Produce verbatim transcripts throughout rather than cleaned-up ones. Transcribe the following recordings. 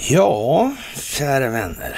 Ja, kära vänner.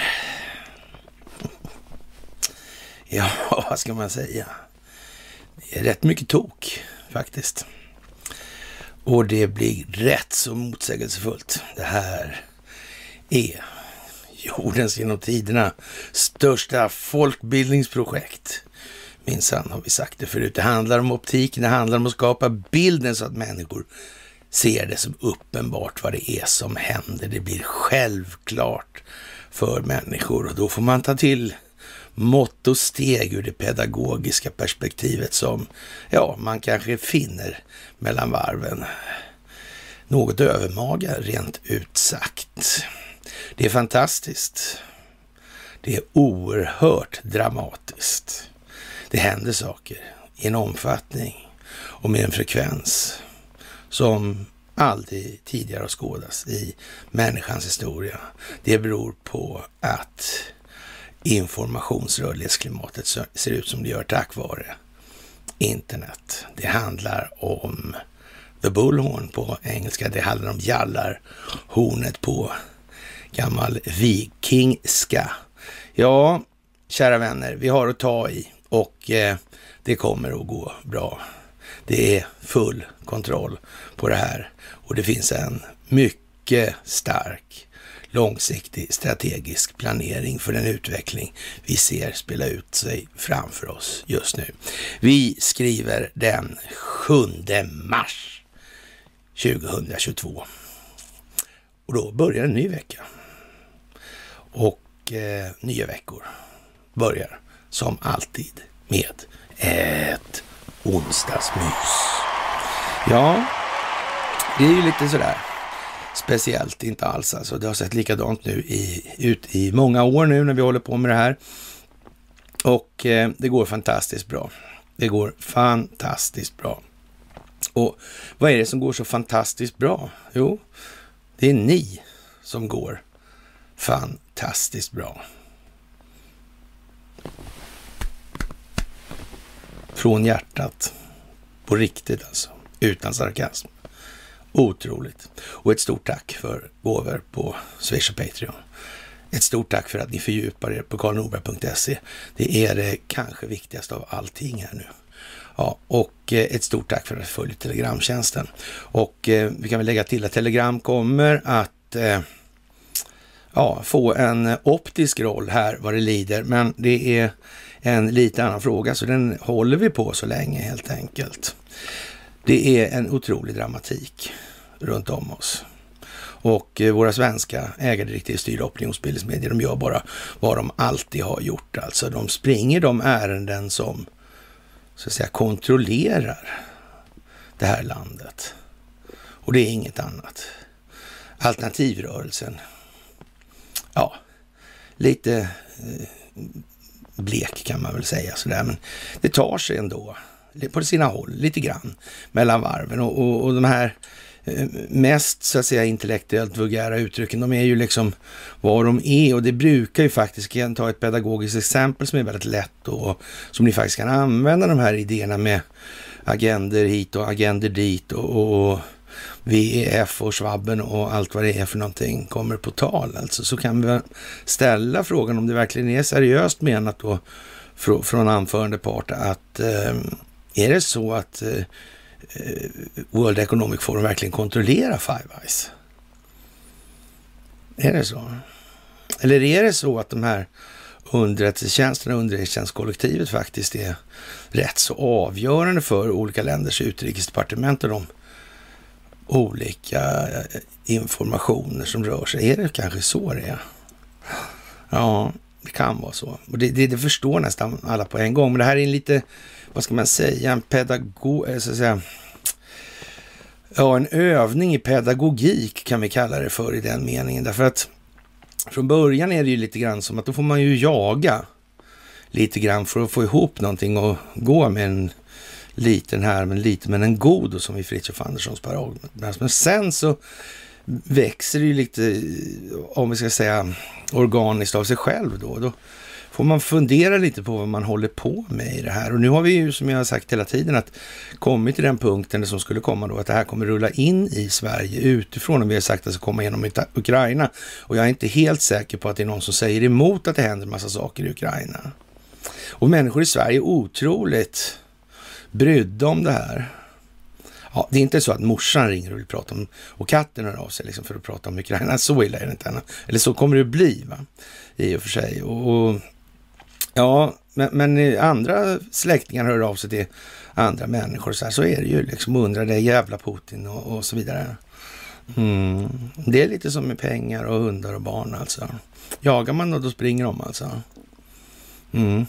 Ja, vad ska man säga? Det är rätt mycket tok, faktiskt. Och det blir rätt så motsägelsefullt. Det här är jordens genom tiderna största folkbildningsprojekt. Minsann har vi sagt det förut. Det handlar om optik, det handlar om att skapa bilden så att människor ser det som uppenbart vad det är som händer. Det blir självklart för människor och då får man ta till mått och steg ur det pedagogiska perspektivet som, ja, man kanske finner mellan varven. Något övermaga, rent ut sagt. Det är fantastiskt. Det är oerhört dramatiskt. Det händer saker i en omfattning och med en frekvens som aldrig tidigare har skådats i människans historia. Det beror på att informationsrörlighetsklimatet ser ut som det gör tack vare internet. Det handlar om the bullhorn på engelska. Det handlar om jallarhornet på gammal vikingska. Ja, kära vänner, vi har att ta i och eh, det kommer att gå bra. Det är full kontroll på det här och det finns en mycket stark långsiktig strategisk planering för den utveckling vi ser spela ut sig framför oss just nu. Vi skriver den sjunde mars tjugohundratjugotvå och då börjar en ny vecka. Och eh, nya veckor börjar som alltid med ett onsdagsmys. Ja, det är ju lite sådär speciellt, inte alls alltså. Det har sett likadant nu i, ut i många år nu när vi håller på med det här. Och eh, det går fantastiskt bra. Det går fantastiskt bra. Och vad är det som går så fantastiskt bra? Jo, det är ni som går fantastiskt bra. Från hjärtat. På riktigt alltså. Utan sarkasm. Otroligt. Och ett stort tack för gåvor på Swish och Patreon. Ett stort tack för att ni fördjupar er på karl norberg punkt se. Det är det kanske viktigaste av allting här nu. Ja, och ett stort tack för att ni följer Telegramtjänsten. Och eh, vi kan väl lägga till att Telegram kommer att eh, ja, få en optisk roll här vad det lider. Men det är en lite annan fråga så den håller vi på så länge helt enkelt. Det är en otrolig dramatik runt om oss. Och eh, våra svenska ägardirektivstyrda opinionsbildningsmedier, de gör bara vad de alltid har gjort. Alltså de springer de ärenden som så att säga kontrollerar det här landet. Och det är inget annat. Alternativrörelsen. Ja, lite eh, blek kan man väl säga sådär. Men det tar sig ändå på sina håll lite grann mellan varven och, och, och de här eh, mest så att säga intellektuellt vulgära uttrycken, de är ju liksom vad de är och det brukar ju faktiskt, kan ta ett pedagogiskt exempel som är väldigt lätt och som ni faktiskt kan använda de här idéerna med agender hit och agender dit och, och V E F och Schwabben och allt vad det är för någonting kommer på tal. Alltså så kan vi ställa frågan om det verkligen är seriöst menat då fr- från anförande part att eh, är det så att eh, World Economic Forum verkligen kontrollerar Five Eyes? Är det så? Eller är det så att de här underrättelsetjänsterna och underrättelsetjänstkollektivet faktiskt är rätt så avgörande för olika länders utrikesdepartement och de olika informationer som rör sig? Är det kanske så det är? Ja, det kan vara så. Och det, det, det förstår nästan alla på en gång. Men det här är en lite, vad ska man säga, en pedagog, så att säga, ja, en övning i pedagogik kan vi kalla det för i den meningen. Därför att från början är det ju lite grann som att då får man ju jaga lite grann för att få ihop någonting och gå med en liten här, men lite men en god och som i Fritiof Anderssons parag. Men sen så växer det ju lite, om vi ska säga organiskt av sig själv då. Då får man fundera lite på vad man håller på med i det här. Och nu har vi ju, som jag har sagt hela tiden, att kommit till den punkten som skulle komma då, att det här kommer rulla in i Sverige utifrån, och vi har sagt att det ska komma genom Ukraina. Och jag är inte helt säker på att det är någon som säger emot att det händer en massa saker i Ukraina. Och människor i Sverige är otroligt brydda om det här. Ja, det är inte så att morsan ringer och vill prata om, och katten hör av sig liksom för att prata om Ukraina. Så illa är det inte. Eller så kommer det att bli, va? I och för sig. Och, och ja, men, men andra släktingar hör av sig till andra människor. Så, här, så är det ju liksom, undrar det jävla Putin och, och så vidare. Mm. Det är lite som med pengar och hundar och barn alltså. Jagar man och då springer de alltså. Mm.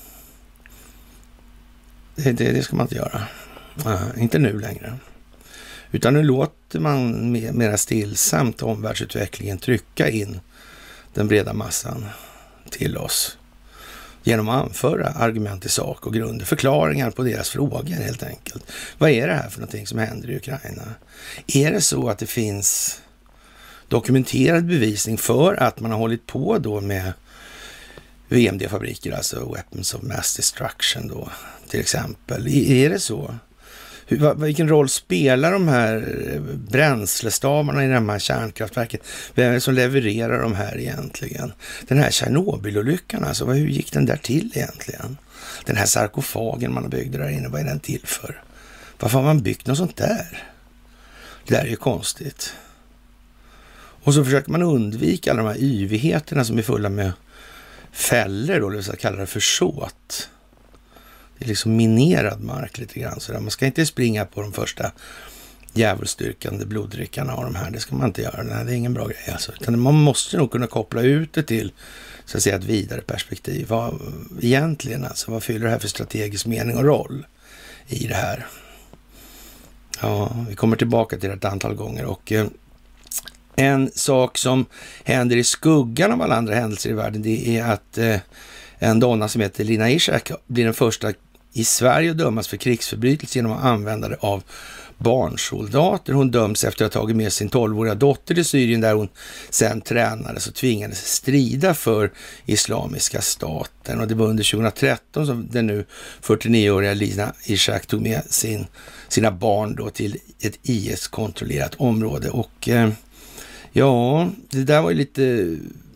Det, det, det ska man inte göra. Uh, inte nu längre. Utan nu låter man mer, mera stillsamt omvärldsutvecklingen trycka in den breda massan till oss. Genom att anföra argument i sak och grunder, förklaringar på deras frågor helt enkelt. Vad är det här för någonting som händer i Ukraina? Är det så att det finns dokumenterad bevisning för att man har hållit på då med V M D-fabriker, alltså Weapons of Mass Destruction då till exempel? Är det så? Hur, vilken roll spelar de här bränslestavarna i de här kärnkraftverken? Vem är det som levererar de här egentligen? Den här Tjernobylolyckan, alltså, vad, hur gick den där till egentligen? Den här sarkofagen man byggde där inne, vad är den till för? Varför har man byggt något sånt där? Det där är ju konstigt. Och så försöker man undvika alla de här yvigheterna som är fulla med fällor då, det vill säga kalla det för såt. Det är liksom minerad mark lite grann. Så där. Man ska inte springa på de första djävulsdyrkande bloddrickarna av de här. Det ska man inte göra. Nej, det är ingen bra grej. Alltså. Utan man måste nog kunna koppla ut det till, så att säga, ett vidare perspektiv. Vad egentligen, alltså, vad fyller det här för strategisk mening och roll i det här? Ja, vi kommer tillbaka till det ett antal gånger. Och eh, en sak som händer i skuggan av alla andra händelser i världen, det är att eh, en donna som heter Lina Ishak blir den första i Sverige att dömas för krigsförbrytelse genom att använda det av barnsoldater. Hon döms efter att ha tagit med sin tolvåriga dotter till Syrien, där hon sen tränades och tvingades strida för Islamiska staten. Och det var under tjugohundratretton som den nu fyrtionioåriga Lina Ishak tog med sin, sina barn då till ett I S-kontrollerat område. Och eh, ja, det där var ju lite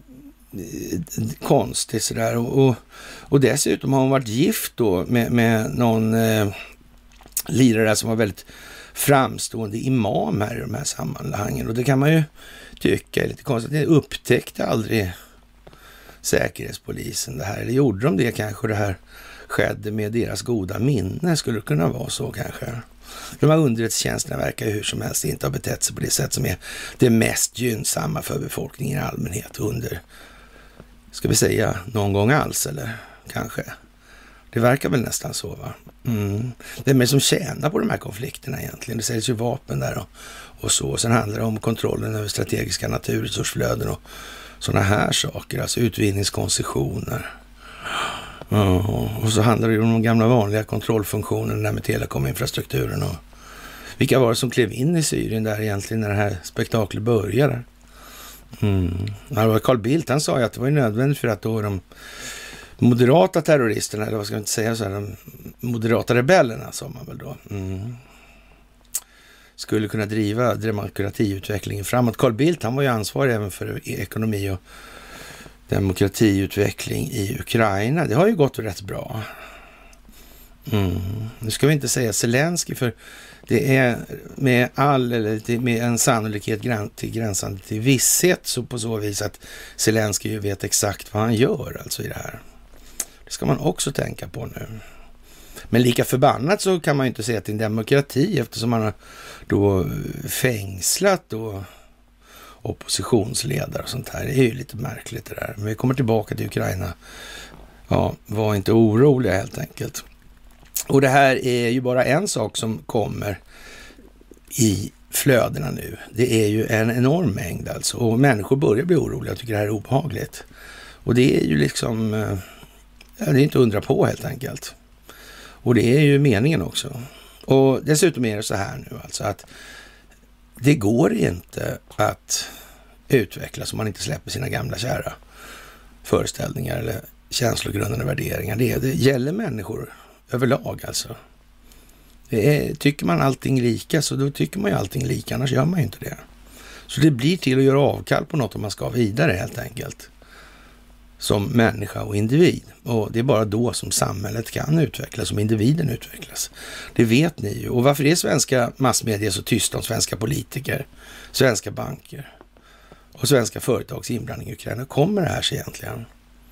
konstigt sådär, och, och, och dessutom har hon varit gift då med, med någon eh, lirare som var väldigt framstående imam här i de här sammanhangen, och det kan man ju tycka är lite konstigt. Det upptäckte aldrig säkerhetspolisen det här, eller gjorde de det kanske? Det här skedde med deras goda minne, skulle det kunna vara så kanske? De här underrättelsetjänsterna verkar ju hur som helst inte ha betett sig på det sätt som är det mest gynnsamma för befolkningen i allmänhet under, ska vi säga, någon gång alls, eller kanske. Det verkar väl nästan så, va? Mm. Vem är det som tjänar på de här konflikterna egentligen? Det säljs ju vapen där och, och så. Sen handlar det om kontrollen över strategiska naturresursflöden och sådana här saker, alltså utvinningskoncessioner. Oh, och så handlar det ju om de gamla vanliga kontrollfunktionerna där med telekominfrastrukturen. Och vilka var det som klev in i Syrien där egentligen när det här spektaklet började? Mm. Det var Carl Bildt, han sa ju att det var nödvändigt för att då de moderata terroristerna, eller vad ska man inte säga så här, de moderata rebellerna sa man väl då, mm, skulle kunna driva demokratiutvecklingen framåt. Carl Bildt, han var ju ansvarig även för ekonomi och demokratiutveckling i Ukraina. Det har ju gått rätt bra. Mm. Nu ska vi inte säga Zelensky, för det är med all, eller med en sannolikhet till gränsande till visshet, så på så vis att Zelensky vet exakt vad han gör alltså i det här. Det ska man också tänka på nu. Men lika förbannat så kan man ju inte säga att det är en demokrati, eftersom man har då fängslat då oppositionsledare och sånt här. Det är ju lite märkligt det där. Men vi kommer tillbaka till Ukraina. Ja, var inte oroliga helt enkelt. Och det här är ju bara en sak som kommer i flödena nu. Det är ju en enorm mängd alltså. Och människor börjar bli oroliga och tycker det här är obehagligt. Och det är ju liksom, ja, det är inte undra på helt enkelt. Och det är ju meningen också. Och dessutom är det så här nu alltså att det går inte att utvecklas om man inte släpper sina gamla kära föreställningar eller känslogrundande värderingar. Det, det gäller människor överlag alltså. Det är, tycker man allting lika så då tycker man ju allting lika, annars gör man ju inte det. Så det blir till att göra avkall på något om man ska vidare helt enkelt. Som människa och individ. Och det är bara då som samhället kan utvecklas, som individen utvecklas. Det vet ni ju. Och varför är svenska massmedia så tysta om svenska politiker, svenska banker och svenska företags inblandning i Ukraina? Kommer det här sig egentligen?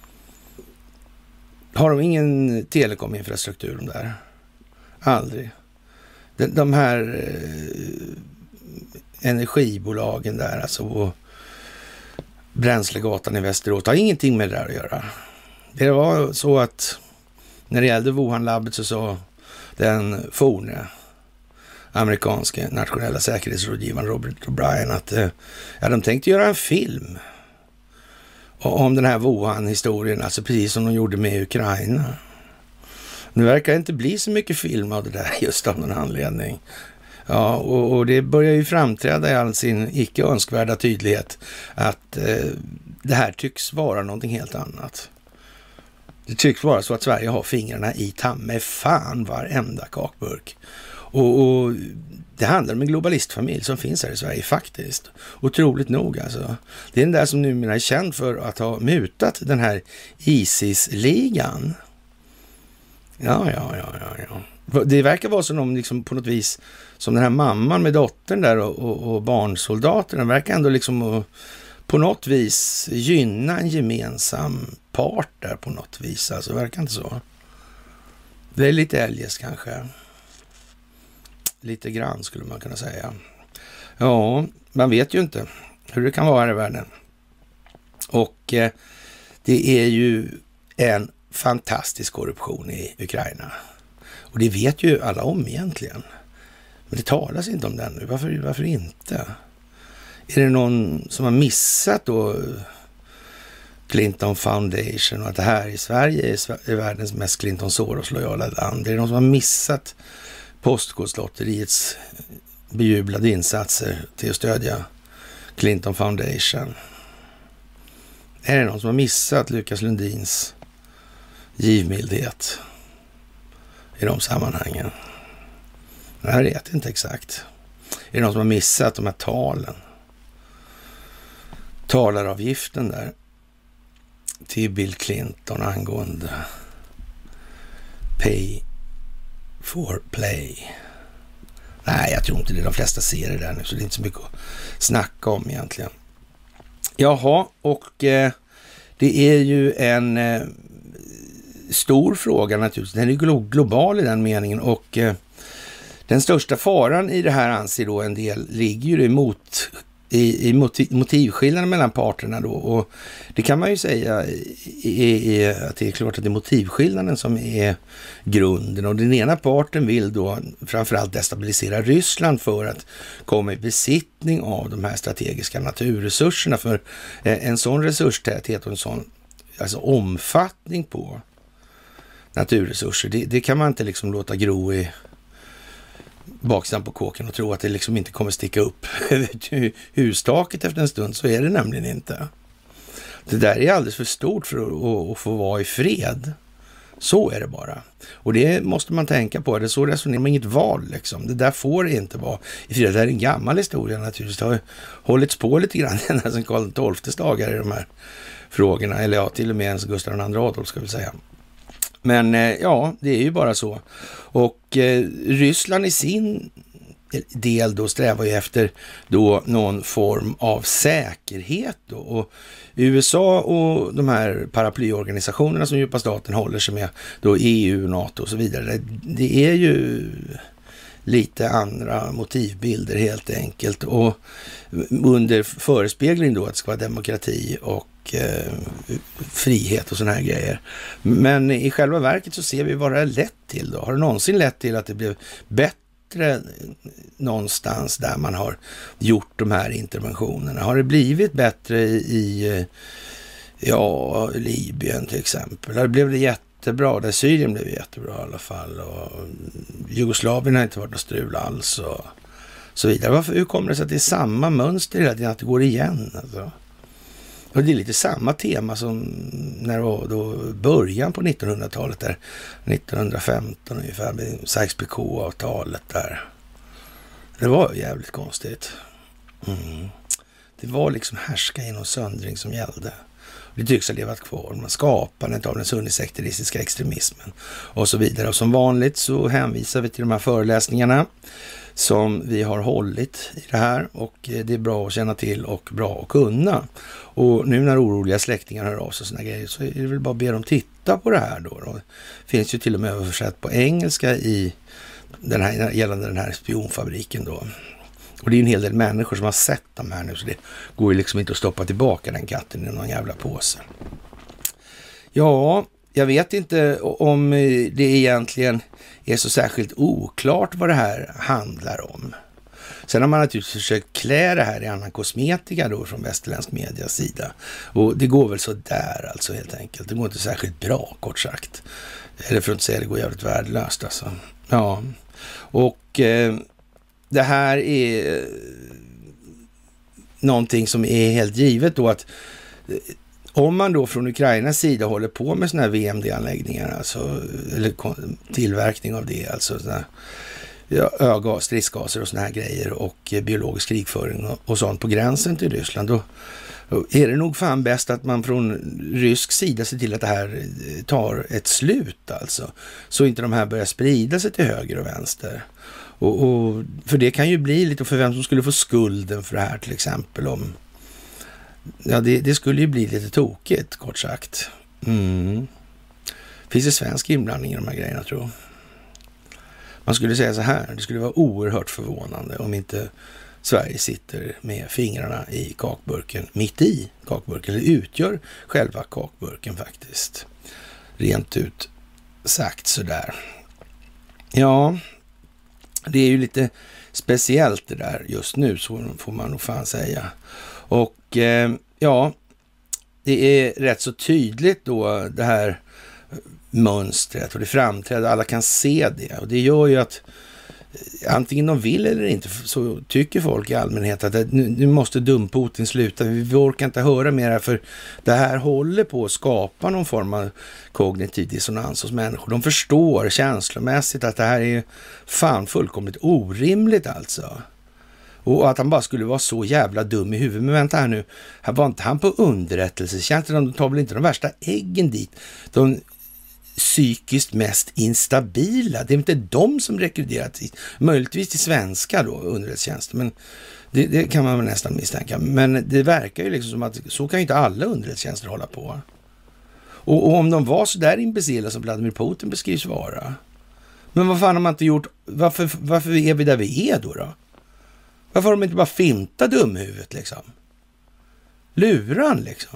Har de ingen telekominfrastruktur de där? Aldrig. De, de här eh, energibolagen där, alltså på Bränslegatan i Västerås, har ingenting med det där att göra. Det var så att när det gällde Wuhan-labbet så sa den forne amerikanske nationella säkerhetsrådgivaren Robert O'Brien att ja, de tänkte göra en film om den här Wuhan-historien, alltså precis som de gjorde med Ukraina. Nu verkar det inte bli så mycket film av det där just av någon anledning. Ja, och, och det börjar ju framträda i all sin icke önskvärda tydlighet att eh, det här tycks vara någonting helt annat. Det tycks vara så att Sverige har fingrarna i tamme fan varenda kakburk. Och, och det handlar om en globalistfamilj som finns här i Sverige faktiskt. Otroligt nog alltså. Det är den där som numera är känd för att ha mutat den här ISIS-ligan. Ja, ja, ja, ja, ja. Det verkar vara som om liksom på något vis, som den här mamman med dottern där och, och, och barnsoldaterna verkar ändå liksom och, på något vis gynna en gemensam part där på något vis. Alltså verkar inte så. Det är lite eljest kanske. Lite grann skulle man kunna säga. Ja, man vet ju inte hur det kan vara här i världen. Och eh, det är ju en fantastisk korruption i Ukraina. Och det vet ju alla om egentligen. Men det talas inte om den nu. Varför, varför inte? Är det någon som har missat då Clinton Foundation och att det här i Sverige är världens mest Clinton Soros-lojala land? Är det någon som har missat Postkodlotteriets bejublade insatser till att stödja Clinton Foundation? Är det någon som har missat Lukas Lundins givmildhet i de sammanhangen? Jag vet inte exakt. Är det någon som har missat de här talen? Talaravgiften där till Bill Clinton angående pay for play. Nej, jag tror inte det. De flesta ser det där nu, så det är inte så mycket att snacka om egentligen. Jaha, och eh, det är ju en eh, stor fråga naturligtvis. Den är glo- global i den meningen och eh, den största faran i det här anser då en del ligger ju emot i, i motiv, motivskillnaden mellan parterna då, och det kan man ju säga i, i, att det är klart att det är motivskillnaden som är grunden, och den ena parten vill då framförallt destabilisera Ryssland för att komma i besittning av de här strategiska naturresurserna, för en sån resurstäthet och en sån alltså omfattning på naturresurser, det, det kan man inte liksom låta gro i baksidan på kåken och tro att det liksom inte kommer sticka upp hustaket efter en stund. Så är det nämligen inte. Det där är alldeles för stort för att, att få vara i fred. Så är det bara. Och det måste man tänka på. Det är så resonerar man, inget val liksom. Det där får det inte vara i fred. Det här är en gammal historia naturligtvis. Det har hållits på lite grann sedan Karl den tolftes dagar i de här frågorna. Eller ja, till och med ens Gustav den andra Adolf ska vi säga. Men eh, ja, det är ju bara så. Och eh, Ryssland i sin del då strävar ju efter då någon form av säkerhet då. Och U S A och de här paraplyorganisationerna som djupa staten håller sig med, då E U, NATO och så vidare, det är ju lite andra motivbilder helt enkelt, och under förespegling då att det ska vara demokrati och eh, frihet och såna här grejer. Men i själva verket så ser vi vad det har lett till då. Har det någonsin lett till att det blev bättre någonstans där man har gjort de här interventionerna? Har det blivit bättre i ja, Libyen till exempel? Där blev det jättebra. Där Syrien blev jättebra i alla fall. Och Jugoslavien har inte varit något strul alls och så vidare. Varför, hur kommer det sig att det är samma mönster hela tiden, att det går igen? Alltså? Och det är lite samma tema som när det var då början på nittonhundratalet där, nittonhundrafemton ungefär, med Sykes-Picot-avtalet där. Det var jävligt konstigt. Mm. Det var liksom härska genom söndring som gällde. Det tycks ha levat kvar. Man skapandet av den sunnisekteristiska extremismen och så vidare. Och som vanligt så hänvisar vi till de här föreläsningarna som vi har hållit i det här. Och det är bra att känna till och bra att kunna. Och nu när oroliga släktingar hör av sig och såna grejer så är det väl bara att be dem titta på det här då. Det finns ju till och med översatt på engelska i den här, gällande den här spionfabriken då. Och det är en hel del människor som har sett de här nu, så det går ju liksom inte att stoppa tillbaka den katten i någon jävla påse. Ja, jag vet inte om det egentligen är så särskilt oklart vad det här handlar om. Sen har man naturligtvis försökt klä det här i annan kosmetika då från västerländsk medias sida. Och det går väl så där alltså helt enkelt. Det går inte särskilt bra, kort sagt. Eller för att inte säga det går jävligt värdelöst alltså. Ja, och eh, det här är någonting som är helt givet då att om man då från Ukrainas sida håller på med såna här V M D-anläggningar, alltså, eller tillverkning av det, alltså såna, ja, ögas, stridsgaser och såna här grejer och biologisk krigföring och, och sånt på gränsen till Ryssland, då är det nog fan bäst att man från rysk sida ser till att det här tar ett slut alltså. Så inte de här börjar sprida sig till höger och vänster. Och, och, för det kan ju bli lite för vem som skulle få skulden för det här till exempel. Om, ja, det, det skulle ju bli lite tokigt, kort sagt. Mm. Finns det svensk inblandning i de här grejerna, tror jag? Man skulle säga så här, det skulle vara oerhört förvånande om inte Sverige sitter med fingrarna i kakburken, mitt i kakburken, eller utgör själva kakburken faktiskt. Rent ut sagt sådär. Ja, det är ju lite speciellt det där just nu, så får man nog fan säga. Och eh, ja, det är rätt så tydligt då det här mönstret och det framträder, alla kan se det. Och det gör ju att antingen de vill eller inte så tycker folk i allmänhet att nu, nu måste dum-Putin sluta. Vi orkar inte höra mer, för det här håller på att skapa någon form av kognitiv dissonans hos människor. De förstår känslomässigt att det här är fan fullkomligt orimligt alltså. Och att han bara skulle vara så jävla dum i huvudet. Men vänta här nu, här var inte han på underrättelsetjänsten? De tar väl inte de värsta äggen dit? De psykiskt mest instabila. Det är inte de som rekryterat till, möjligtvis till svenska då, underrättelsetjänster, men det, det kan man väl nästan misstänka. Men det verkar ju liksom som att så kan ju inte alla underrättelsetjänster hålla på. Och, och om de var så där imbecila som Vladimir Putin beskrivs vara, men vad fan har man inte gjort? Varför, varför är vi där vi är då då? Varför har de inte bara fintat dumhuvudet liksom? Luran liksom.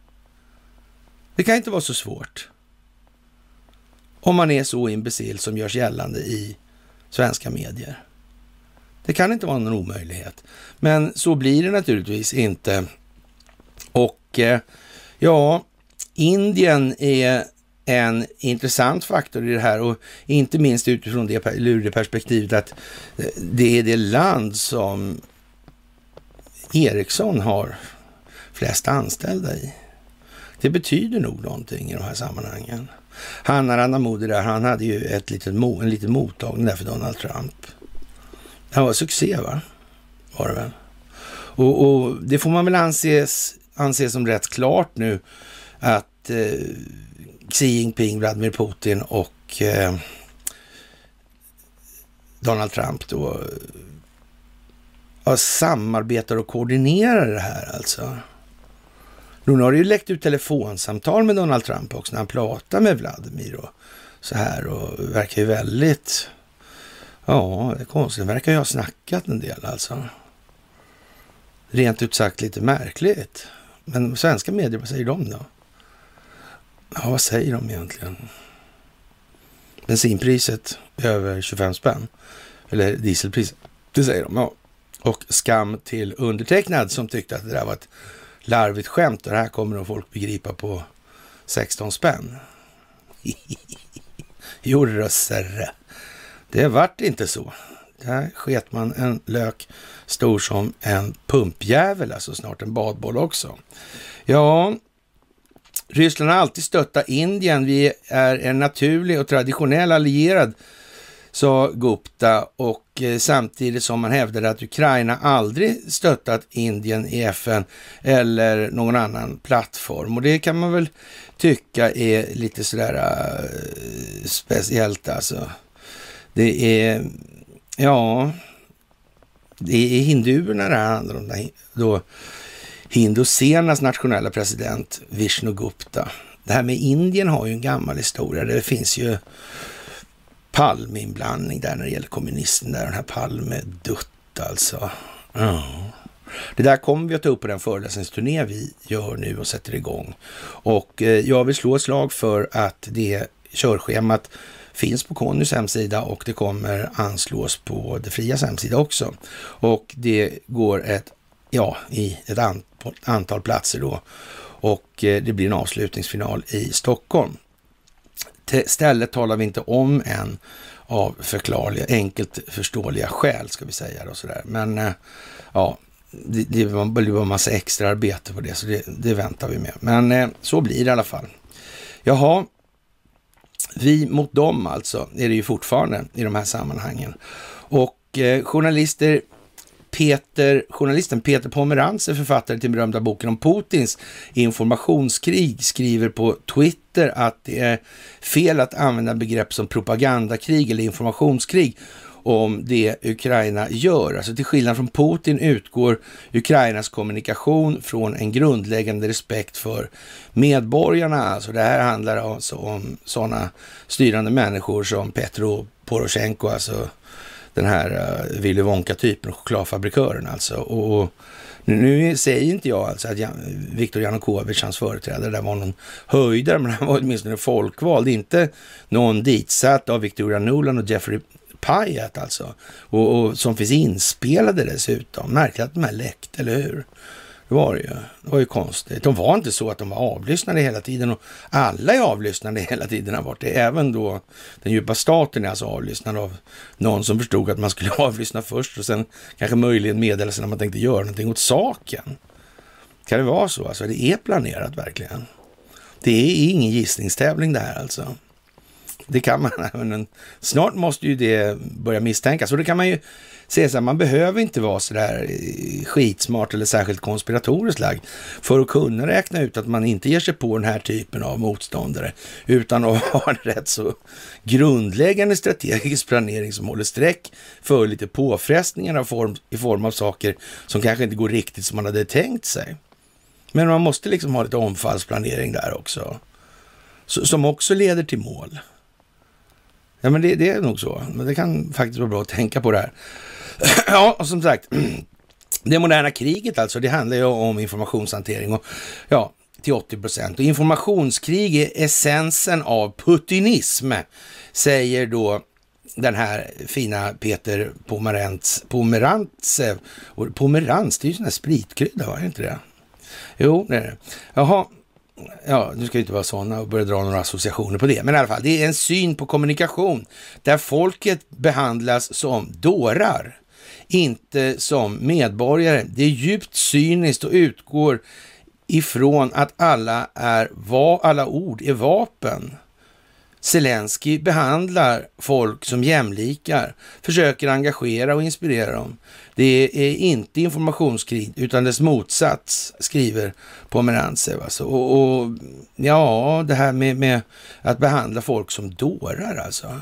Det kan inte vara så svårt. Om man är så imbecil som görs gällande i svenska medier. Det kan inte vara någon omöjlighet. Men så blir det naturligtvis inte. Och eh, ja, Indien är en intressant faktor i det här. Och inte minst utifrån det, ur det perspektivet att det är det land som Ericsson har flest anställda i. Det betyder nog någonting i de här sammanhangen. Han, Narendra Modi där, han hade ju ett litet, en liten mottagning där för Donald Trump. Han var succé, va? Var det väl? Och, och det får man väl anses, anses som rätt klart nu att eh, Xi Jinping, Vladimir Putin och eh, Donald Trump då ja, samarbetar och koordinerar det här alltså. Nu har det ju läckt ut telefonsamtal med Donald Trump också när han pratar med Vladimir och så här, och verkar ju väldigt, ja, det är konstigt. Det verkar ju ha snackat en del alltså. Rent ut sagt lite märkligt. Men svenska medier, vad säger de då? Ja, vad säger de egentligen? Bensinpriset över tjugofem spänn. Eller dieselpriset. Det säger de, ja. Och skam till undertecknad som tyckte att det där var ett larvigt skämt, och det här kommer nog folk begripa på sexton spänn. Jo, rössare. Det vart inte så. Där sket man en lök stor som en pumpjävel, alltså snart en badboll också. Ja, Ryssland har alltid stöttat Indien. Vi är en naturlig och traditionell allierad, sa Gupta, och eh, samtidigt som man hävdade att Ukraina aldrig stöttat Indien i F N eller någon annan plattform. Och det kan man väl tycka är lite sådär uh, speciellt alltså. Det är, ja, det är hinduerna det här handlar om. Då Hindusenas nationella president Vishnu Gupta. Det här med Indien har ju en gammal historia. Det finns ju Palme-inblandning där när det gäller kommunisten, där den här Palme-dutt alltså. Ja. Det där kommer vi att ta upp på den föreläsningsturné vi gör nu och sätter igång. Och eh, jag vill slå ett slag för att det körschemat finns på Connys hemsida och det kommer anslås på det fria hemsida också. Och det går ett, ja, i ett antal platser då. Och eh, det blir en avslutningsfinal i Stockholm. Stället talar vi inte om än av förklarliga, enkelt förståeliga skäl ska vi säga då sådär. Men eh, ja, det, det var en massa extra arbete på det, så det, det väntar vi med. Men eh, så blir det i alla fall. Jaha, vi mot dem alltså är det ju fortfarande i de här sammanhangen. Och eh, journalister Peter, journalisten Peter Pomerantsev, författare till berömda boken om Putins informationskrig, skriver på Twitter att det är fel att använda begrepp som propagandakrig eller informationskrig om det Ukraina gör. Alltså till skillnad från Putin utgår Ukrainas kommunikation från en grundläggande respekt för medborgarna. Alltså det här handlar alltså om sådana styrande människor som Petro Poroshenko, alltså den här uh, Willy Wonka-typen, chokladfabrikören alltså. Och, och nu säger inte jag alltså att Jan, Viktor Janukovyč, hans företrädare, där var någon höjdare, men han var åtminstone folkvald, inte någon ditsatt av Victoria Nuland och Jeffrey Pyatt alltså. Och, och som finns inspelade dessutom. Märkligt att de här läckte, eller hur? Det var det ju. Det var ju konstigt. De var inte så att de var avlyssnade hela tiden, och alla är avlyssnade hela tiden har varit det. Även då den djupa staten är alltså avlyssnad av någon som förstod att man skulle avlyssna först och sen kanske möjligen meddela sig när man tänkte göra någonting åt saken. Kan det vara så? Alltså det är planerat verkligen. Det är ingen gissningstävling det här alltså. Det kan man, men snart måste ju det börja misstänkas. Och det kan man ju säga så här, man behöver inte vara så där skitsmart eller särskilt konspiratoriskt lagd för att kunna räkna ut att man inte ger sig på den här typen av motståndare, utan att ha en rätt så grundläggande strategisk planering som håller streck för lite påfrestningar av form, i form av saker som kanske inte går riktigt som man hade tänkt sig. Men man måste liksom ha lite omfallsplanering där också, så, som också leder till mål. Ja, men det, det är nog så. Men det kan faktiskt vara bra att tänka på det här. Ja, och som sagt, det moderna kriget alltså, det handlar ju om informationshantering och ja, till åttio procent. Och informationskrig är essensen av putinism, säger då den här fina Peter Pomerantz, Pomerantsev. Och Pomerantz, det är ju sån här spritkrydda, var det inte det? Jo, det är det. Jaha. Ja, nu ska vi inte vara sådana och börja dra några associationer på det. Men i alla fall, det är en syn på kommunikation där folket behandlas som dårar, inte som medborgare. Det är djupt cyniskt och utgår ifrån att alla, är, alla ord är vapen. Zelensky behandlar folk som jämlikar, försöker engagera och inspirera dem. Det är inte informationskrig utan dess motsats, skriver Pomerantsev. Alltså. Och, och ja, det här med, med att behandla folk som dårar alltså.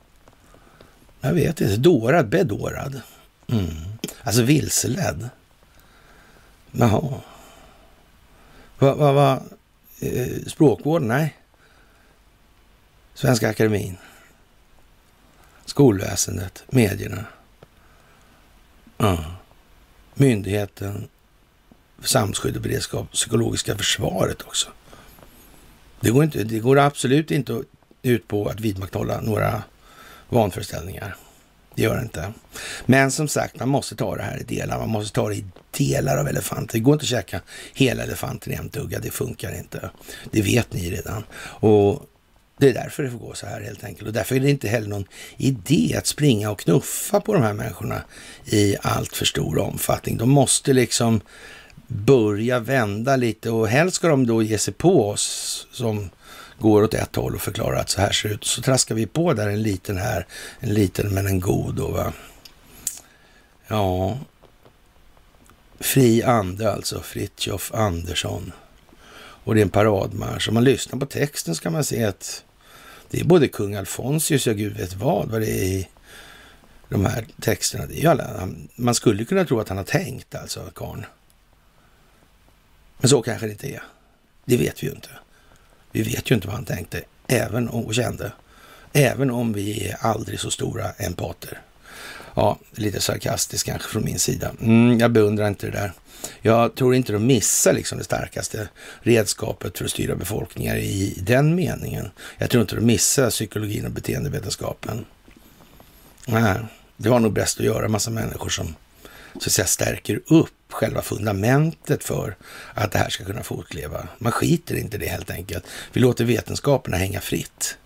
Jag vet inte, dårad, bedårad. Mm. Alltså vilseledd. Jaha. Vad va, va, eh, språkvården? Nej. Svenska akademin, skolväsendet, medierna, ja. Myndigheten för samhällsskydd och beredskap, psykologiska försvaret också. Det går, inte, det går absolut inte ut på att vidmakthålla några vanföreställningar. Det gör det inte. Men som sagt, man måste ta det här i delar. Man måste ta det i delar av elefanter. Det går inte att käka hela elefanten i en tugga. Det funkar inte. Det vet ni redan. Och Det är därför det får gå så här helt enkelt. Och därför är det inte heller någon idé att springa och knuffa på de här människorna i allt för stor omfattning. De måste liksom börja vända lite, och helst ska de då ge sig på oss som går åt ett håll och förklarar att så här ser det ut. Så traskar vi på där en liten här, en liten men en god då, va. Ja, fri ande alltså, Fritiof Andersson. Och det är en paradmarsch. Om man lyssnar på texten ska man se att det är både kung Alfonsius och gud vet vad, vad det är i de här texterna. Det är ju alla, man skulle kunna tro att han har tänkt, alltså, karn. Men så kanske det inte är. Det vet vi ju inte. Vi vet ju inte vad han tänkte, även om, och kände. Även om vi är aldrig så stora empater. Ja, lite sarkastiskt kanske från min sida. Mm, jag beundrar inte det där. Jag tror inte de missar liksom det starkaste redskapet för att styra befolkningar i den meningen. Jag tror inte de missar psykologin och beteendevetenskapen. Nej, det var nog bäst att göra en massa människor som så att säga stärker upp själva fundamentet för att det här ska kunna fortleva. Man skiter inte det helt enkelt. Vi låter vetenskaperna hänga fritt.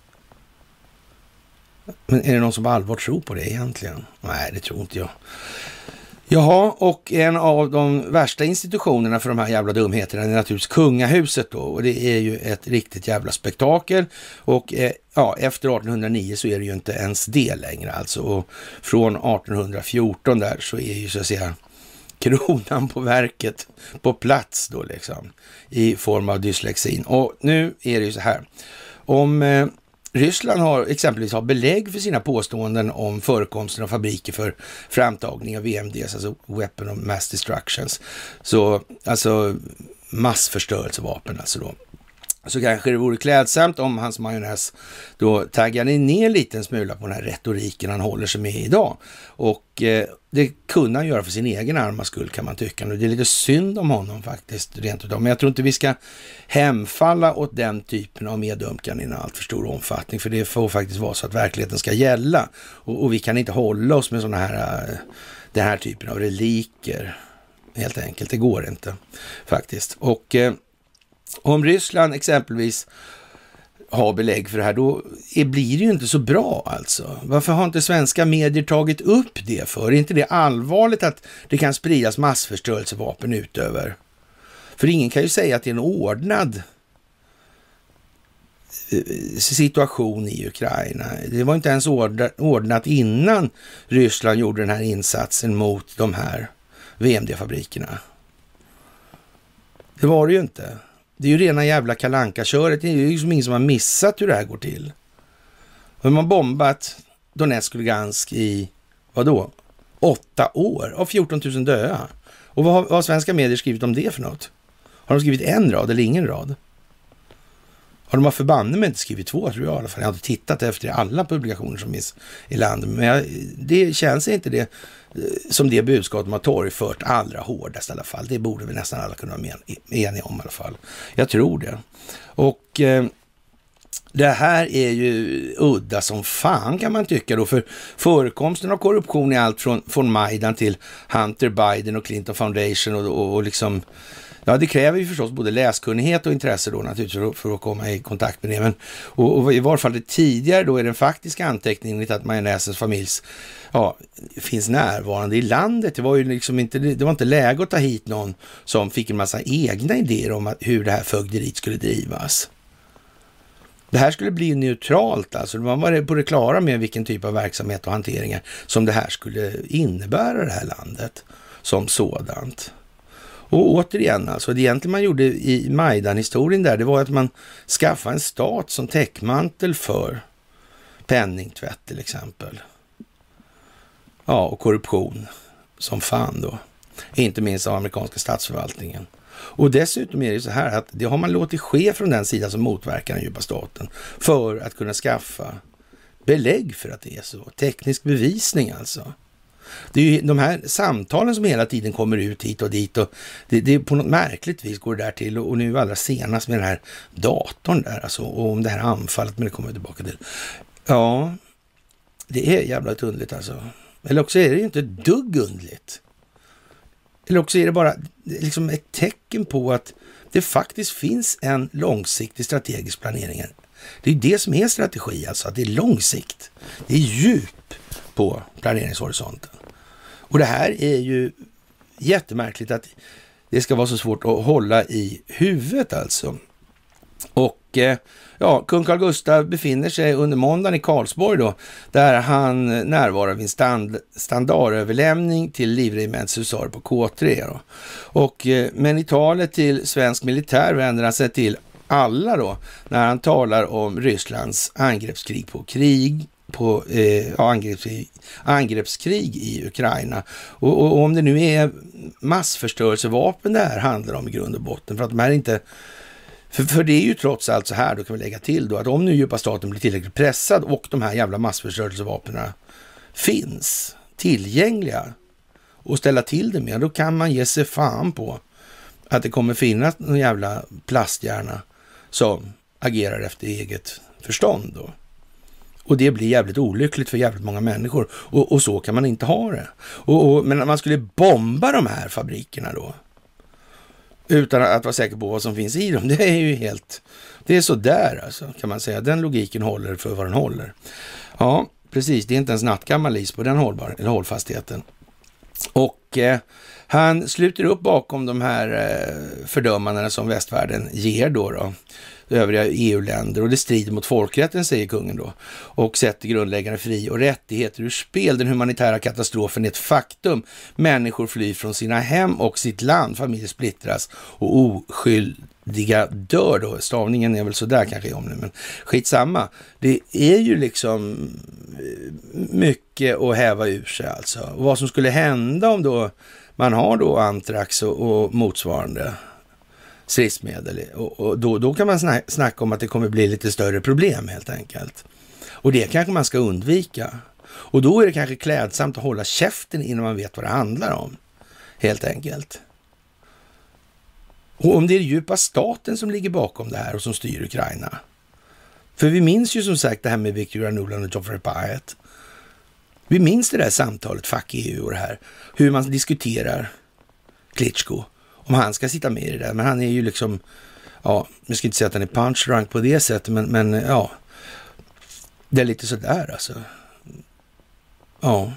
Men är det någon som på allvar tror på det egentligen? Nej, det tror inte jag. Jaha, och en av de värsta institutionerna för de här jävla dumheterna är naturligtvis kungahuset då. Och det är ju ett riktigt jävla spektakel. Och eh, ja, efter artonhundranio så är det ju inte ens det längre alltså. Och från artonhundrafjorton där så är ju så att säga kronan på verket på plats då liksom. I form av dyslexin. Och nu är det ju så här. Om eh, Ryssland har exempelvis har belägg för sina påståenden om förekomsten av fabriker för framtagning av V M Ds, alltså Weapon of Mass Destructions, så alltså massförstörelsevapen alltså då. Så kanske det vore klädsamt om hans majonnäs då taggade ner lite en smula på den här retoriken han håller sig med idag. Och eh, det kunde han göra för sin egen arma skull kan man tycka. Och det är lite synd om honom faktiskt rent utav. Men jag tror inte vi ska hemfalla åt den typen av medömkan i en allt för stor omfattning. För det får faktiskt vara så att verkligheten ska gälla. Och, och vi kan inte hålla oss med sådana här, äh, den här typen av reliker. Helt enkelt, det går inte faktiskt. Och eh, om Ryssland exempelvis har belägg för det här, då är, blir det ju inte så bra alltså. Varför har inte svenska medier tagit upp det för? Är inte det allvarligt att det kan spridas massförstörelsevapen utöver? För ingen kan ju säga att det är en ordnad situation i Ukraina. Det var inte ens ordnat innan Ryssland gjorde den här insatsen mot de här V M D-fabrikerna. Det var det ju inte. Det är ju rena jävla kalanka-köret. Det är ju liksom ingen som har missat hur det här går till. De har bombat Donetsk och Lugansk i, vadå? Åtta år av fjorton tusen döda. Och vad har, vad har svenska medier skrivit om det för något? Har de skrivit en rad eller ingen rad? Har de förbanne mig inte skrivit två, tror jag i alla fall. Jag har inte tittat efter alla publikationer som finns i landet. Men jag, det känns inte det som det budskap de har torgfört allra hårdast i alla fall. Det borde vi nästan alla kunna vara eniga om i alla fall. Jag tror det. Och eh, det här är ju udda som fan kan man tycka då. För förekomsten av korruption är allt från, från Majdan till Hunter Biden och Clinton Foundation och, och, och liksom... Ja, det kräver ju förstås både läskunnighet och intresse då naturligtvis för, för att komma i kontakt med det. Men, och, och i varje fall det tidigare då är den faktiska anteckningen att majonnäsens familjs ja, finns närvarande i landet. Det var ju liksom inte, det var inte läge att ta hit någon som fick en massa egna idéer om att, hur det här fögderiet skulle drivas. Det här skulle bli neutralt, alltså man var på det klara med vilken typ av verksamhet och hanteringar som det här skulle innebära det här landet som sådant. Och återigen, alltså det egentligen man gjorde i Majdan-historien där, det var att man skaffade en stat som täckmantel för penningtvätt till exempel. Ja, och korruption som fan då. Inte minst av amerikanska statsförvaltningen. Och dessutom är det så här att det har man låtit ske från den sida som motverkar den djupa staten för att kunna skaffa belägg för att det är så. Teknisk bevisning alltså. Det är ju de här samtalen som hela tiden kommer ut hit och dit och det, det är på något märkligt vis går det där till och nu allra senast med den här datorn där alltså och om det här anfallet men det kommer tillbaka till. Ja, det är jävla underligt alltså. Eller också är det ju inte dugg underligt. Eller också är det bara liksom ett tecken på att det faktiskt finns en långsiktig strategisk planering Det är det som är strategi, alltså att det är långsikt. Det är djup på planeringshorisonten. Och det här är ju jättemärkligt att det ska vara så svårt att hålla i huvudet alltså. Och eh, ja, kung Carl Gustaf befinner sig under måndagen i Karlsborg då, där han närvarar vid en stand, standardöverlämning till livregementets husarer på K tre då. Och, eh, men i talet till svensk militär vänder han sig till alla då, när han talar om Rysslands angreppskrig på krig, på eh, angreppskrig, angreppskrig i Ukraina. Och, och, och om det nu är massförstörelsevapen det här handlar om i grund och botten, för att de här inte... För, för det är ju trots allt så här, då kan vi lägga till då, att om nu djupa staten blir tillräckligt pressad och de här jävla massförstörelsevapnen finns tillgängliga och ställa till det med, då kan man ge sig fan på att det kommer finnas någon jävla plasthjärna som agerar efter eget förstånd då. Och det blir jävligt olyckligt för jävligt många människor. Och, och så kan man inte ha det. Och, och, men man skulle bomba de här fabrikerna då, utan att vara säker på vad som finns i dem, det är ju helt... Det är så där alltså, kan man säga. Den logiken håller för vad den håller. Ja, precis. Det är inte ens nattgammal is på den hållbar, eller hållfastheten. Och eh, han sluter upp bakom de här eh, fördömandena som västvärlden ger då då. Övriga E U-länder, och det strider mot folkrätten, säger kungen då, och sätter grundläggande fri- och rättigheter ur spel. Den humanitära katastrofen är ett faktum. Människor flyr från sina hem och sitt land, familjer splittras och oskyldiga dör då. Stavningen är väl sådär kanske om nu, men skitsamma. Det är ju liksom mycket att häva ur sig alltså. Och vad som skulle hända om då man har då antrax och, och motsvarande stridsmedel, och, och då, då kan man snacka, snacka om att det kommer bli lite större problem helt enkelt. Och det kanske man ska undvika. Och då är det kanske klädsamt att hålla käften innan man vet vad det handlar om. Helt enkelt. Och om det är djupa staten som ligger bakom det här och som styr Ukraina. För vi minns ju som sagt det här med Viktor Nuland och Joffrey Pyatt. Vi minns det där samtalet, fuck E U och det här. Hur man diskuterar Klitschko. Om han ska sitta med i det där. Men han är ju liksom, ja, jag ska inte säga att han är punchdrunk på det sättet, men, men ja, det är lite sådär alltså. Ja.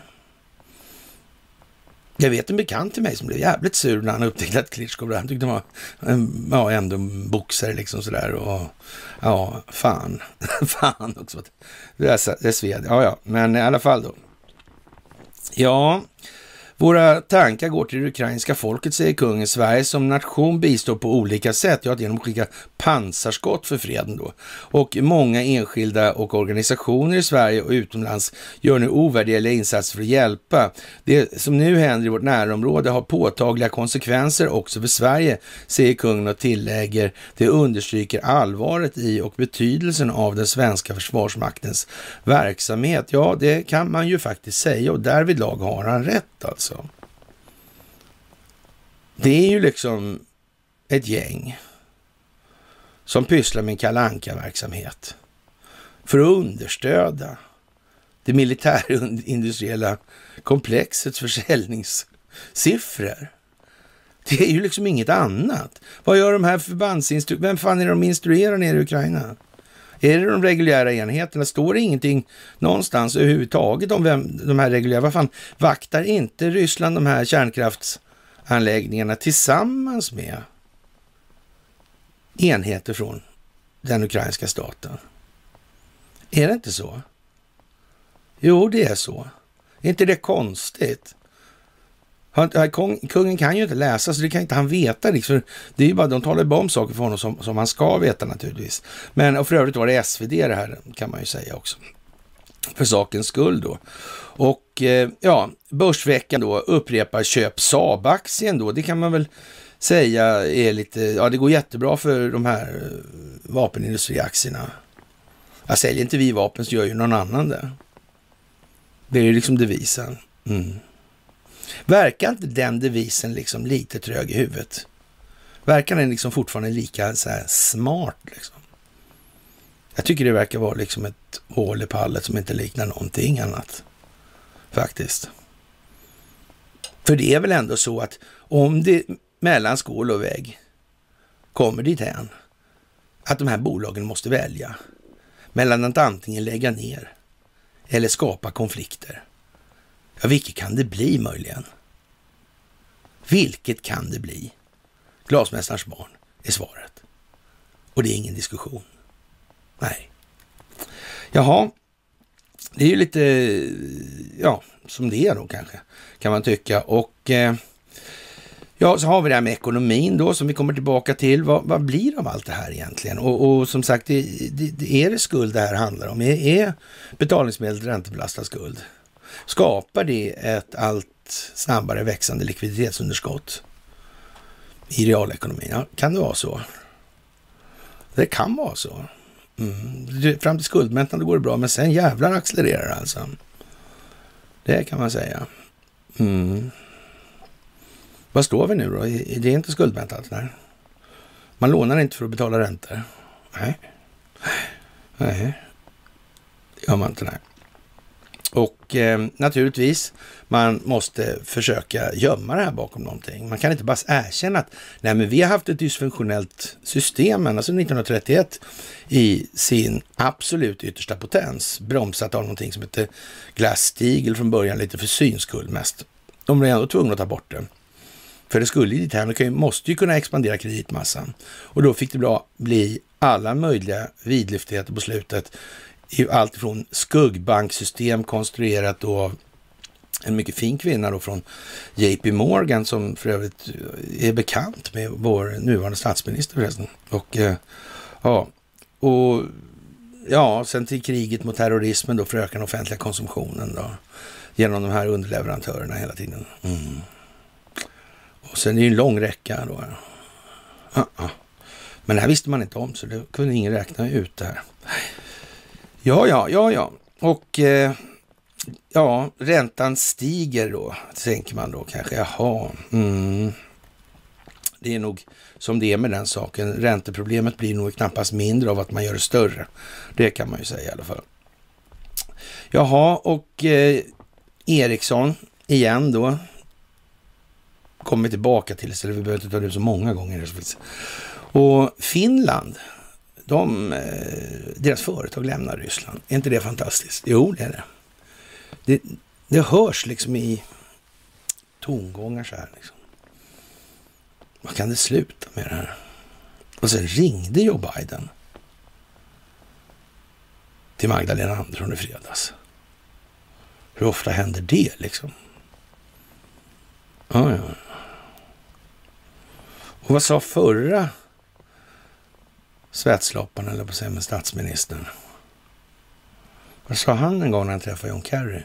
Jag vet en bekant till mig som blev jävligt sur när han upptäckte att Klitschko, han tyckte han var en, ja, ändå en boxare liksom sådär, och ja, fan, fan också. Det är, det är sved, ja, ja, men i alla fall då. Ja, våra tankar går till det ukrainska folket, säger kungen. Sverige som nation bistår på olika sätt. Ja, genom att skicka pansarskott för freden då. Och många enskilda och organisationer i Sverige och utomlands gör nu ovärderliga insatser för att hjälpa. Det som nu händer i vårt närområde har påtagliga konsekvenser också för Sverige, säger kungen och tillägger. Det understryker allvaret i och betydelsen av den svenska försvarsmaktens verksamhet. Ja, det kan man ju faktiskt säga, och därvidlag har han rätt alltså. Det är ju liksom ett gäng som pysslar med en Kalle Anka-verksamhet för att understöda det militärindustriella komplexets försäljningssiffror. Det är ju liksom inget annat. Vad gör de här förbandsinstru... Vem fan är de instruerar nere i Ukraina? Är det de reguljära enheterna? Står det ingenting någonstans överhuvudtaget om vem de här reguljära... Vad fan, vaktar inte Ryssland de här kärnkraftsanläggningarna tillsammans med enheter från den ukrainska staten? Är det inte så? Jo, det är så. Är inte det konstigt? Han, kungen kan ju inte läsa, så det kan inte han veta. Liksom. Det är ju bara, de talar bara om saker för honom som, som han ska veta naturligtvis. Men och för övrigt var det S V D det här, kan man ju säga också. För sakens skull då. Och eh, ja, Börsveckan då upprepar köp Saab-aktien då. Det kan man väl säga är lite, ja det går jättebra för de här vapenindustriaktierna. Jag säljer inte vi vapen så gör ju någon annan det. Det är ju liksom devisen. Mm. Verkar inte den devisen liksom lite trög i huvudet? Verkar den liksom fortfarande lika så här smart liksom? Jag tycker det verkar vara liksom ett hål i pallet som inte liknar någonting annat. Faktiskt. För det är väl ändå så att om det mellan skål och vägg kommer dit hän att de här bolagen måste välja. mellan att antingen lägga ner eller skapa konflikter. Ja, vilket kan det bli möjligen? Vilket kan det bli? Glasmästarens barn är svaret. Och det är ingen diskussion. Nej. Jaha, det är ju lite, ja, som det är då kanske, kan man tycka. Och eh, ja, så har vi det här med ekonomin då, som vi kommer tillbaka till. Vad, vad blir det av allt det här egentligen? Och, och som sagt, det, det, det är det skuld det här handlar om? Är, är betalningsmedel räntebelastad skuld? Skapar det ett allt snabbare växande likviditetsunderskott i realekonomin? Ja, kan det vara så? Det kan vara så. Mm. Fram till skuldmättnad går det bra, men sen jävlar accelererar det alltså. Det kan man säga. Mm. Vad står vi nu då? Är det inte skuldmättat? Nej. Man lånar inte för att betala räntor. Nej. Nej. Det gör man inte, nej. Och eh, naturligtvis, man måste försöka gömma det här bakom någonting. Man kan inte bara erkänna att nej, men vi har haft ett dysfunktionellt system, alltså nittonhundratrettioett i sin absolut yttersta potens, bromsat av någonting som heter Glass-Steagall från början, lite för syns skull mest. De blev ändå tvungna att ta bort den. För det skulle ju dit här, man måste ju kunna expandera kreditmassan. Och då fick det bra bli alla möjliga vidlyftigheter på slutet. Allt från skuggbanksystem konstruerat då av en mycket fin kvinna då från J P Morgan, som för övrigt är bekant med vår nuvarande statsminister förresten. Och eh, ja, och ja, sen till kriget mot terrorismen då, för öka den offentliga konsumtionen då, genom de här underleverantörerna hela tiden. Mm. Och sen är det ju en lång räcka då. Ja, ja. Men det här visste man inte om, så det kunde ingen räkna ut det här. Ja, ja, ja, ja. Och eh, ja, räntan stiger då, tänker man då kanske. Jaha, mm. Det är nog som det är med den saken. Ränteproblemet blir nog knappast mindre av att man gör det större. Det kan man ju säga i alla fall. Jaha, och eh, Ericsson igen då. Kommer tillbaka till, så vi behöver inte ta det så många gånger. Och Finland, de, deras företag lämnar Ryssland. Är inte det fantastiskt? Jo, det är det. Det, det hörs liksom i tongångar så här. Liksom. Vad kan det sluta med det här? Och sen ringde Joe Biden till Magdalena Andersson i fredags. Hur ofta händer det liksom? Ja, ja. Och vad sa förra svetsloppan, eller på sig med statsministern? Vad sa han en gång när han träffade John Kerry?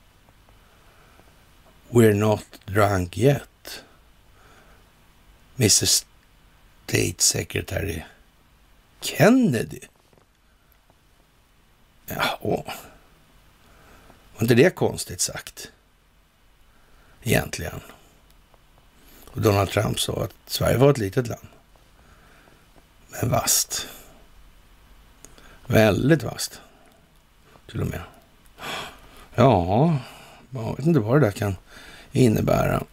We're not drunk yet, mister State Secretary Kennedy. Ja, var inte det konstigt sagt? Egentligen. Och Donald Trump sa att Sverige var ett litet land. Men vast. Väldigt vast. Till och med. Ja, jag vet inte vad det där kan innebära.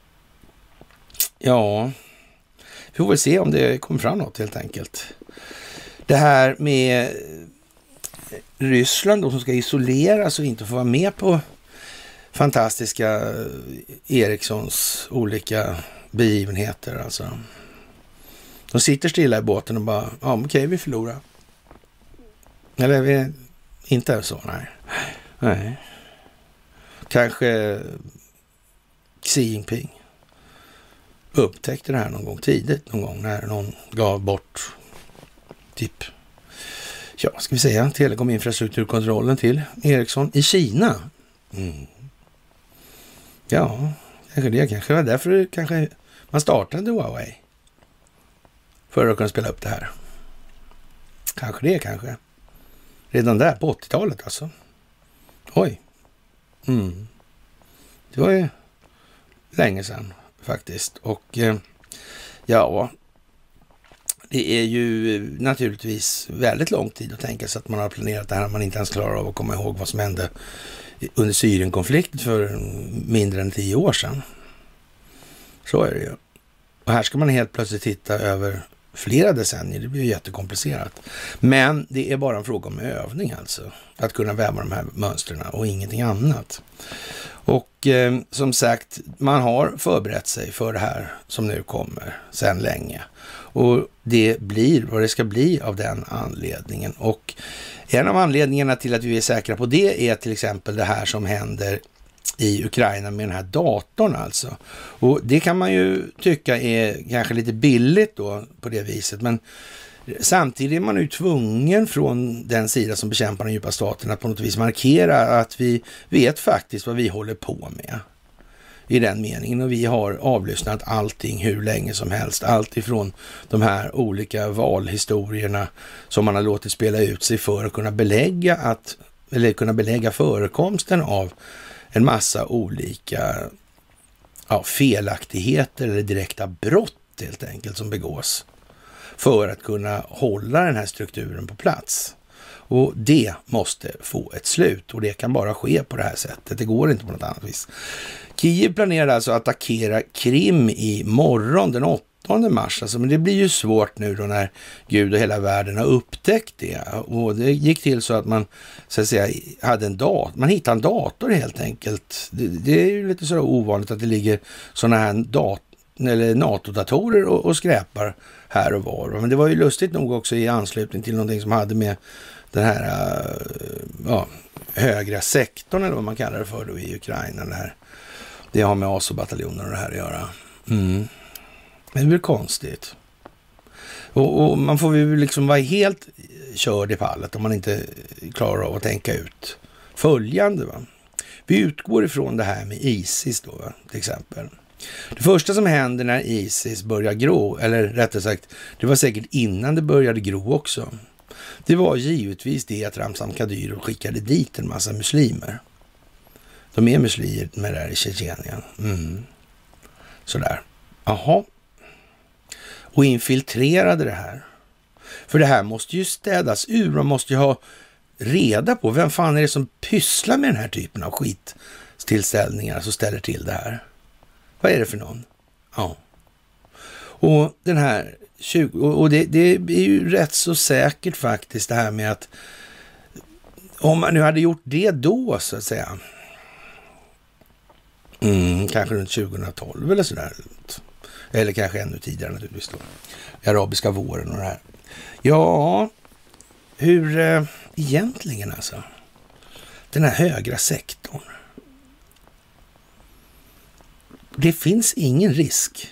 Ja, vi får väl se om det kommer fram något helt enkelt. Det här med Ryssland då, som ska isoleras och inte få vara med på fantastiska Ericssons olika begivenheter alltså. De sitter stilla i båten och bara, ja okej, okay, vi förlorar. Eller vi inte så, nej. Nej. Kanske Xi Jinping upptäckte det här någon gång tidigt, någon gång när någon gav bort typ, ja, ska vi säga, telekominfrastrukturkontrollen till Ericsson i Kina. Mm. Ja, kanske det. Kanske var därför kanske man startade Huawei. För att kunna spela upp det här. Kanske det, kanske. Redan där på åttiotalet alltså. Oj. Mm. Det var ju länge sedan faktiskt. Och eh, ja, det är ju naturligtvis väldigt lång tid att tänka sig att man har planerat det här. Man inte ens klarar av att komma ihåg vad som hände under Syrienkonflikten för mindre än tio år sedan. Så är det ju. Och här ska man helt plötsligt titta över flera decennier. Det blir ju jättekomplicerat. Men det är bara en fråga om övning alltså. Att kunna väva de här mönstren och ingenting annat. Och eh, som sagt, man har förberett sig för det här som nu kommer sedan länge. Och det blir vad det ska bli av den anledningen. Och en av anledningarna till att vi är säkra på det är till exempel det här som händer i Ukraina med den här datorn alltså. Och det kan man ju tycka är kanske lite billigt då på det viset. Men samtidigt är man ju tvungen från den sida som bekämpar den djupa staten att på något vis markera att vi vet faktiskt vad vi håller på med. I den meningen, och vi har avlyssnat allting hur länge som helst. Allt ifrån de här olika valhistorierna som man har låtit spela ut sig för att kunna belägga att, eller kunna belägga förekomsten av en massa olika ja, felaktigheter eller direkta brott helt enkelt som begås för att kunna hålla den här strukturen på plats. Och det måste få ett slut och det kan bara ske på det här sättet. Det går inte på något annat vis. Kiev planerar alltså att attackera Krim i morgon den åttonde mars. Alltså, men det blir ju svårt nu då när Gud och hela världen har upptäckt det. Och det gick till så att man så att säga hade en dator. Man hittade en dator helt enkelt. Det, det är ju lite så ovanligt att det ligger sådana här dat- eller NATO-datorer och, och skräpar här och var. Men det var ju lustigt nog också i anslutning till någonting som hade med den här ja, högra sektorn eller vad man kallar det för då i Ukraina. Det, här. Det har med A S O-bataljoner och det här att göra. Mm. Men det blir konstigt. Och, och man får ju liksom vara helt körd i pallet om man inte klarar av att tänka ut följande. Va? Vi utgår ifrån det här med ISIS då va? Till exempel. Det första som händer när ISIS börjar gro, eller rättare sagt, det var säkert innan det började gro också. Det var givetvis det att Ramzan Kadyrov skickade dit en massa muslimer. De är muslimer där i Tjetjenien. Mm. Sådär. Jaha. Och infiltrerade det här. För det här måste ju städas ur. Man måste ju ha reda på vem fan är det som pysslar med den här typen av skittillställningar som ställer till det här. Vad är det för någon? Ja. Och den här tjugo, och det, det är ju rätt så säkert faktiskt det här med att om man nu hade gjort det då så att säga. Mm, kanske runt tjugohundratolv eller sådär. Eller kanske ännu tidigare naturligtvis då. Arabiska våren och det här. Ja, hur eh, egentligen alltså? Den här högra sektorn. Det finns ingen risk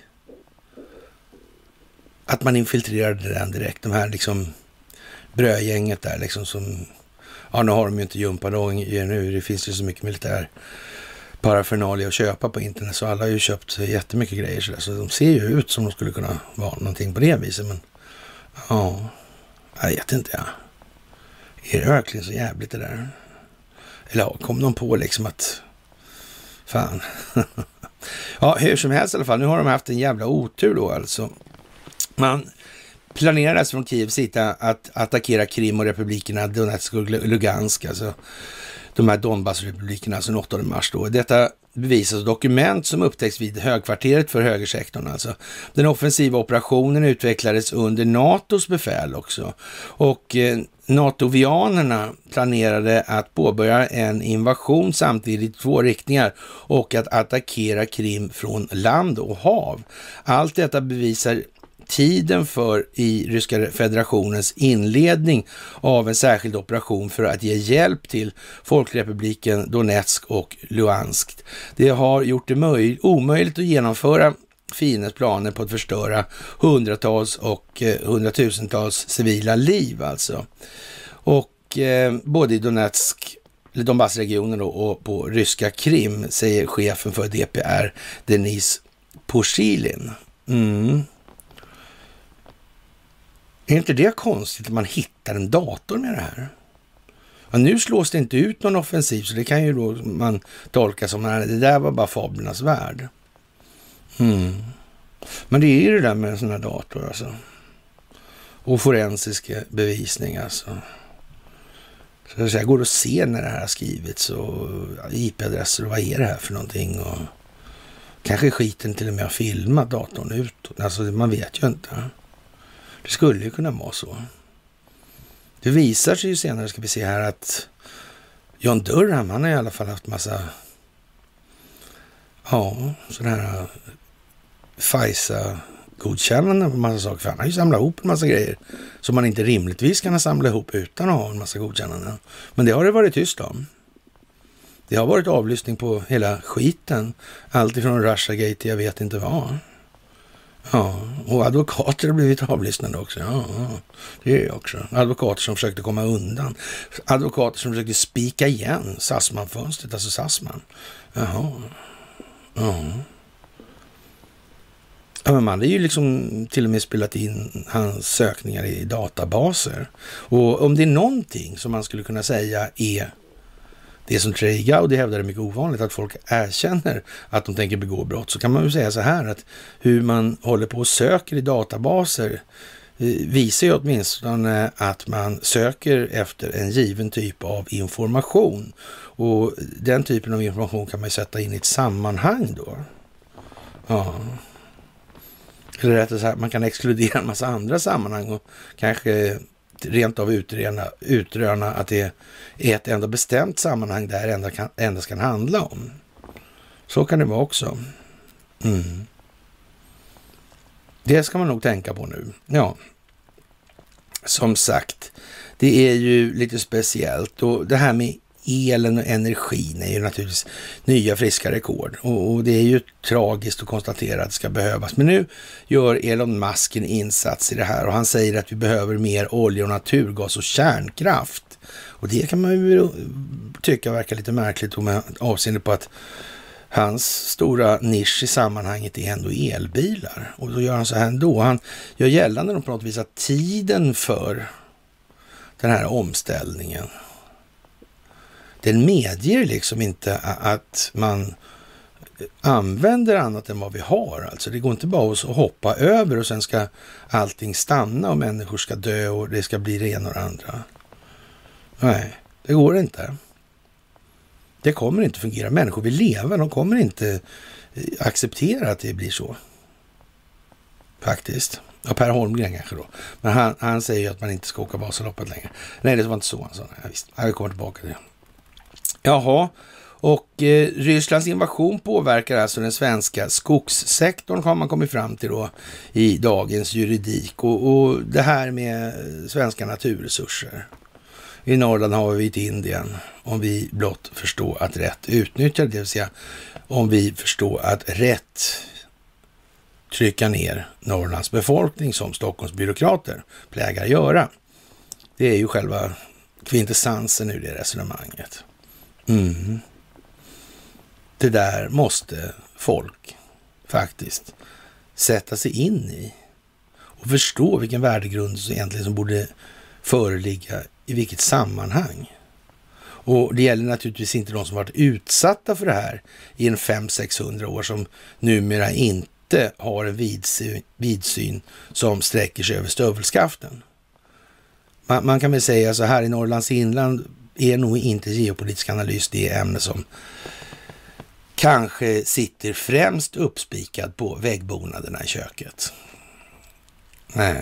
att man infiltrerade den direkt. De här liksom brödgänget där liksom som, ja nu har de ju inte jumpadång nu, det finns ju så mycket militär paraffernalia att köpa på internet så alla har ju köpt jättemycket grejer så, där, så de ser ju ut som de skulle kunna vara någonting på det viset men ja, jag vet inte ja. Är det verkligen så jävligt det där? Eller ja, kom de på liksom att fan ja, hur som helst i alla fall, nu har de haft en jävla otur då alltså. Man planerar alltså från Kievs sida att attackera Krim och republikerna Donetsk och Lugansk, alltså de här Donbassrepublikerna, alltså den åttonde mars då. Detta bevisas av dokument som upptäcks vid högkvarteret för högersektorn alltså. Den offensiva operationen utvecklades under NATOs befäl också. Och eh, NATO-vianerna planerade att påbörja en invasion samtidigt i två riktningar och att attackera Krim från land och hav. Allt detta bevisar tiden för i Ryska federationens inledning av en särskild operation för att ge hjälp till Folkrepubliken Donetsk och Luhansk. Det har gjort det möj- omöjligt att genomföra fiendens planer på att förstöra hundratals och eh, hundratusentals civila liv alltså. Och eh, både i Donetsk, eller Donbassregionen då, och på ryska Krim säger chefen för D P R Denis Pushilin. Mm. Är inte det konstigt att man hittar en dator med det här? Ja, nu slås det inte ut någon offensiv så det kan ju då man tolka som att det där var bara fablernas värld. Mm. Men det är ju det där med en sån här dator alltså. Och forensiska bevisning alltså. Så att säga, går att se när det här har skrivits och I P-adresser och vad är det här för någonting och kanske skiten till och med har filmat datorn ut. Alltså man vet ju inte. Det skulle ju kunna vara så. Det visar sig ju senare, ska vi se här, att John Durham, han har i alla fall haft massa, ja, sådana här FISA-godkännanden på massa saker. För han har ju samlat ihop en massa grejer som man inte rimligtvis kan samla ihop utan att ha en massa godkännanden. Men det har det varit tyst om. Det har varit avlyssning på hela skiten. Allt ifrån Russiagate till jag vet inte vad. Ja, och advokater har blivit avlyssnade också. Ja, det är också. Advokater som försökte komma undan. Advokater som försökte spika igen Sassman-fönstret, alltså Sassman. Jaha. Ja. Ja, men man hade ju liksom till och med spelat in hans sökningar i databaser. Och om det är någonting som man skulle kunna säga är det som Trey Gowdy hävdar är mycket ovanligt, att folk erkänner att de tänker begå brott, så kan man ju säga så här att hur man håller på och söker i databaser visar ju åtminstone att man söker efter en given typ av information. Och den typen av information kan man ju sätta in i ett sammanhang då. Ja. Eller rättare sagt, man kan exkludera en massa andra sammanhang och kanske rent av utröna, utröna att det är ett enda bestämt sammanhang där enda kan, endast kan handla om. Så kan det vara också. Mm. Det ska man nog tänka på nu. Ja, som sagt, det är ju lite speciellt, och det här med elen och energin är ju naturligtvis nya friska rekord, och, och det är ju tragiskt att konstatera att det ska behövas. Men nu gör Elon Musk en insats i det här, och han säger att vi behöver mer olja och naturgas och kärnkraft, och det kan man ju tycka verkar lite märkligt med avseende på att hans stora nisch i sammanhanget är ändå elbilar, och då gör han så här ändå. Han gör gällande på något vis att tiden för den här omställningen, den medger liksom inte att man använder annat än vad vi har. Alltså det går inte bara att hoppa över och sen ska allting stanna och människor ska dö och det ska bli det ena och det andra. Nej, det går inte. Det kommer inte fungera. Människor vill leva, de kommer inte acceptera att det blir så. Faktiskt. Ja, Per Holmgren kanske då. Men han, han säger ju att man inte ska åka Vasaloppet längre. Nej, det var inte så han sa. Ja, visst. Jag kommer tillbaka till det. Jaha, och eh, Rysslands invasion påverkar alltså den svenska skogssektorn, har man kommit fram till då i dagens juridik. Och, och det här med svenska naturresurser. I Norrland har vi till Indien, om vi blott förstår att rätt utnyttjar, det vill säga om vi förstår att rätt trycka ner Norrlands befolkning som Stockholms byråkrater plägar göra. Det är ju själva kvintessensen ur det resonemanget. Mm. Det där måste folk faktiskt sätta sig in i och förstå vilken värdegrund som egentligen som borde föreligga i vilket sammanhang. Och det gäller naturligtvis inte de som varit utsatta för det här i en fem till sexhundra år, som numera inte har en vidsyn, vidsyn som sträcker sig över stövelskaften. Man, man kan väl säga så här, i Norrlands inland är nog inte geopolitisk analys det ämne som kanske sitter främst uppspikad på väggbonaderna i köket. Nej.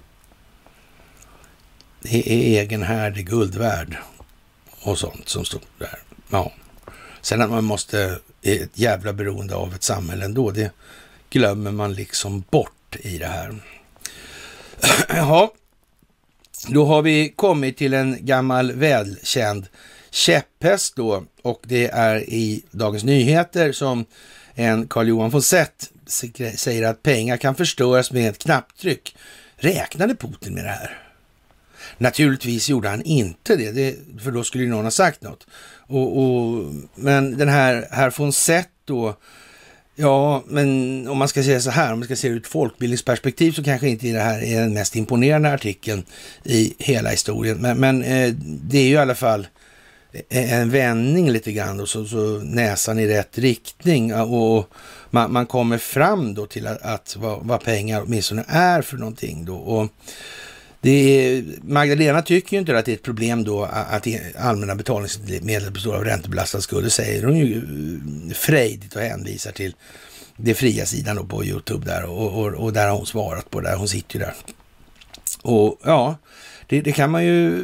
Det är egen härd, guld värd och sånt som står där. Ja. Sen att man måste, är ett jävla beroende av ett samhälle ändå, det glömmer man liksom bort i det här. Jaha, då har vi kommit till en gammal välkänd käpphäst då, och det är i Dagens Nyheter som en Carl-Johan von Seth säger att pengar kan förstöras med ett knapptryck. Räknade Putin med det här? Naturligtvis gjorde han inte det, det för då skulle ju någon ha sagt något. Och, och, men den här, här von Seth då, ja, men om man ska säga så här, om man ska se det ur ett folkbildningsperspektiv, så kanske inte det här är den mest imponerande artikeln i hela historien. Men, men eh, det är ju i alla fall en vändning lite grann, och så, så näsan i rätt riktning, och man, man kommer fram då till att, att vad, vad pengar åtminstone är för någonting då. Och det är, Magdalena tycker ju inte att det är ett problem då att allmänna betalningsmedel består av räntebelastad skuld. Det säger hon ju frejdigt och hänvisar till det fria sidan då på YouTube där, och, och, och där har hon svarat på det. Hon sitter ju där Och ja, det, det kan man ju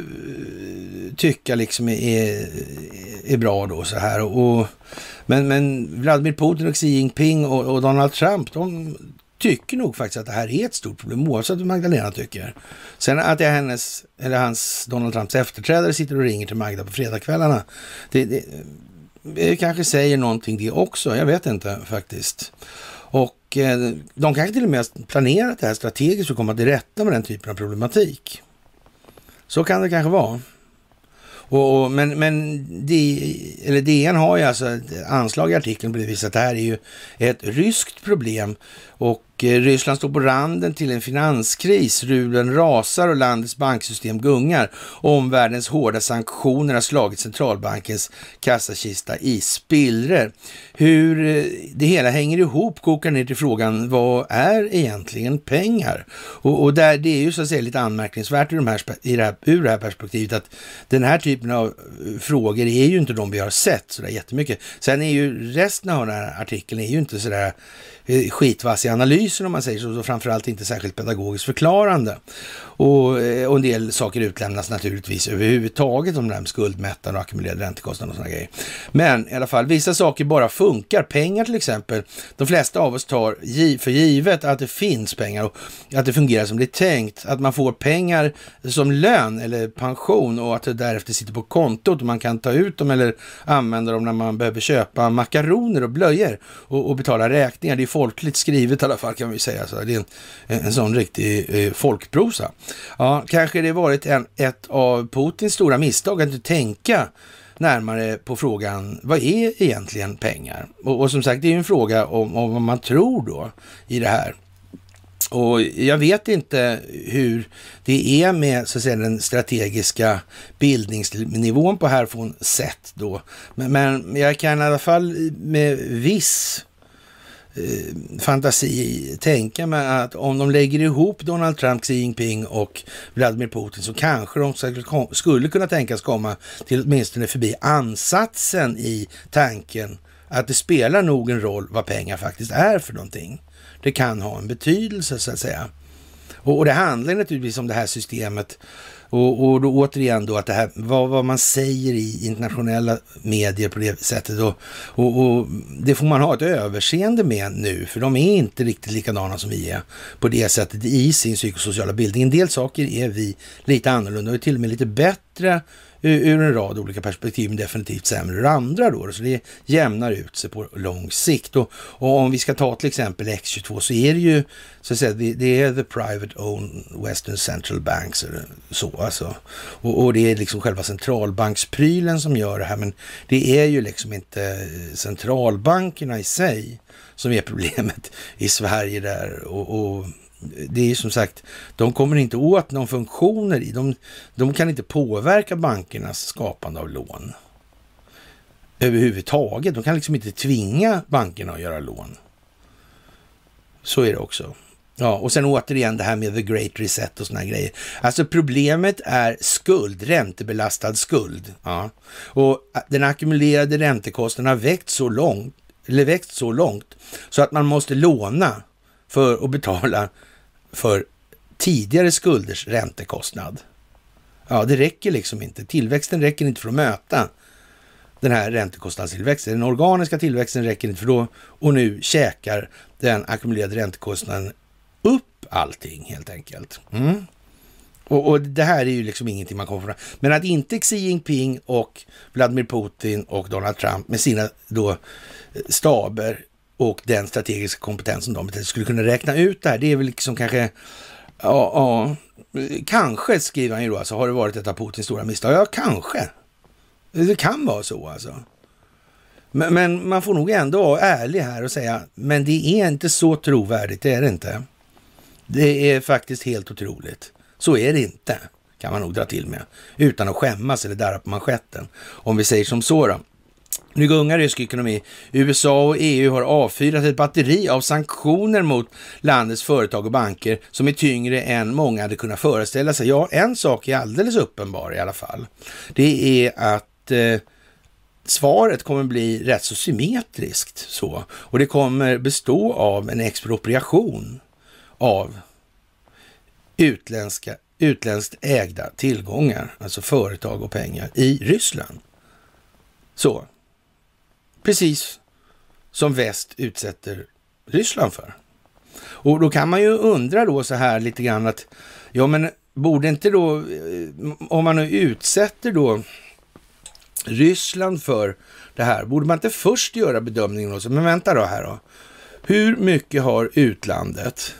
tycka liksom är, är bra då så här. Och, men, men Vladimir Putin och Xi Jinping och, och Donald Trump, de tycker nog faktiskt att det här är ett stort problem, oavsett vad Magdalena tycker. Sen att det är hennes, eller hans, Donald Trumps efterträdare sitter och ringer till Magda på fredagskvällarna, det, det, det kanske säger någonting det också, jag vet inte faktiskt. Och eh, de kanske till och med planerat det här strategiskt för att komma till rätta med den typen av problematik. Så kan det kanske vara. Och, och, men men D, eller D N har ju alltså ett anslag i artikeln på det viset att det här är ju ett ryskt problem och eh, Ryssland står på randen till en finanskris. Rubeln rasar och landets banksystem gungar. Omvärldens hårda sanktioner har slagit centralbankens kassakista i spillror. Hur eh, det hela hänger ihop kokar ner till frågan, vad är egentligen pengar? Och, och där, det är ju så att säga lite anmärkningsvärt ur, de här, i det här, ur det här perspektivet att den här typen av frågor är ju inte de vi har sett så där jättemycket. Sen är ju resten av den här artikeln är ju inte så där skitvass i analysen om man säger så, så framförallt inte särskilt pedagogiskt förklarande. Och, och en del saker utlämnas naturligtvis överhuvudtaget om det här med skuldmättnad och ackumulerad räntekostnad och sådana grejer. Men i alla fall, vissa saker bara funkar. Pengar till exempel, de flesta av oss tar för givet att det finns pengar och att det fungerar som det är tänkt. Att man får pengar som lön eller pension och att det därefter sitter på kontot och man kan ta ut dem eller använda dem när man behöver köpa makaroner och blöjor och, och betala räkningar. Det är folkligt skrivet i alla fall kan vi säga. Så det är en, en sån riktig eh, folkprosa. Ja, kanske det varit en, ett av Putins stora misstag att inte tänka närmare på frågan, vad är egentligen pengar? Och, och som sagt, det är ju en fråga om, om vad man tror då i det här. Och jag vet inte hur det är med så att säga, den strategiska bildningsnivån på Härifrån sett då. Men, men jag kan i alla fall med viss eh, fantasi tänka mig att om de lägger ihop Donald Trump, Xi Jinping och Vladimir Putin så kanske de skulle kunna tänkas komma till åtminstone förbi ansatsen i tanken att det spelar nog en roll vad pengar faktiskt är för någonting. Det kan ha en betydelse så att säga. Och, och det handlar naturligtvis om det här systemet och, och då återigen då att det här, vad, vad man säger i internationella medier på det sättet och, och, och det får man ha ett överseende med nu för de är inte riktigt likadana som vi är på det sättet i sin psykosociala bildning. En del saker är vi lite annorlunda och till och med lite bättre ur en rad olika perspektiv, men definitivt sämre ur andra då. Så det jämnar ut sig på lång sikt. Och, och om vi ska ta till exempel X tjugotvå så är det ju så att säga, det, det är the private owned Western Central Banks eller så alltså. Och, och det är liksom själva centralbanksprylen som gör det här, men det är ju liksom inte centralbankerna i sig som är problemet i Sverige där och, och det är som sagt, de kommer inte åt någon funktioner i. De, de kan inte påverka bankernas skapande av lån överhuvudtaget. De kan liksom inte tvinga bankerna att göra lån. Så är det också. Ja, och sen återigen det här med the great reset och såna här grejer. Alltså problemet är skuld, räntebelastad skuld. Ja. Och den ackumulerade räntekostnaden har växt så långt, eller växt så långt så att man måste låna för att betala för tidigare skulders räntekostnad. Ja, det räcker liksom inte. Tillväxten räcker inte för att möta den här räntekostnadstillväxten. Den organiska tillväxten räcker inte för då och nu käkar den ackumulerade räntekostnaden upp allting helt enkelt. Mm. Och, och det här är ju liksom ingenting man kommer från. Men att inte Xi Jinping och Vladimir Putin och Donald Trump med sina då staber och den strategiska kompetensen de skulle kunna räkna ut det här. Det är väl liksom kanske, ja, ja kanske skriver han ju då, alltså har det varit ett av Putins stora misstag? Ja, kanske. Det kan vara så alltså. Men, men man får nog ändå vara ärlig här och säga, men det är inte så trovärdigt, det är det inte. Det är faktiskt helt otroligt. Så är det inte, kan man nog dra till med. Utan att skämmas eller darra på manschetten. Om vi säger som så då. Nu gungar rysk ekonomi. U S A och E U har avfyrat ett batteri av sanktioner mot landets företag och banker som är tyngre än många hade kunnat föreställa sig. Ja, en sak är alldeles uppenbar i alla fall. Det är att eh, svaret kommer bli rätt så symmetriskt så. Och det kommer bestå av en expropriation av utländska utländskt ägda tillgångar, alltså företag och pengar i Ryssland. Så, precis som väst utsätter Ryssland för. Och då kan man ju undra då så här lite grann att, ja men borde inte då, om man nu utsätter då Ryssland för det här, borde man inte först göra bedömningen också? Men vänta då här då. Hur mycket har utlandet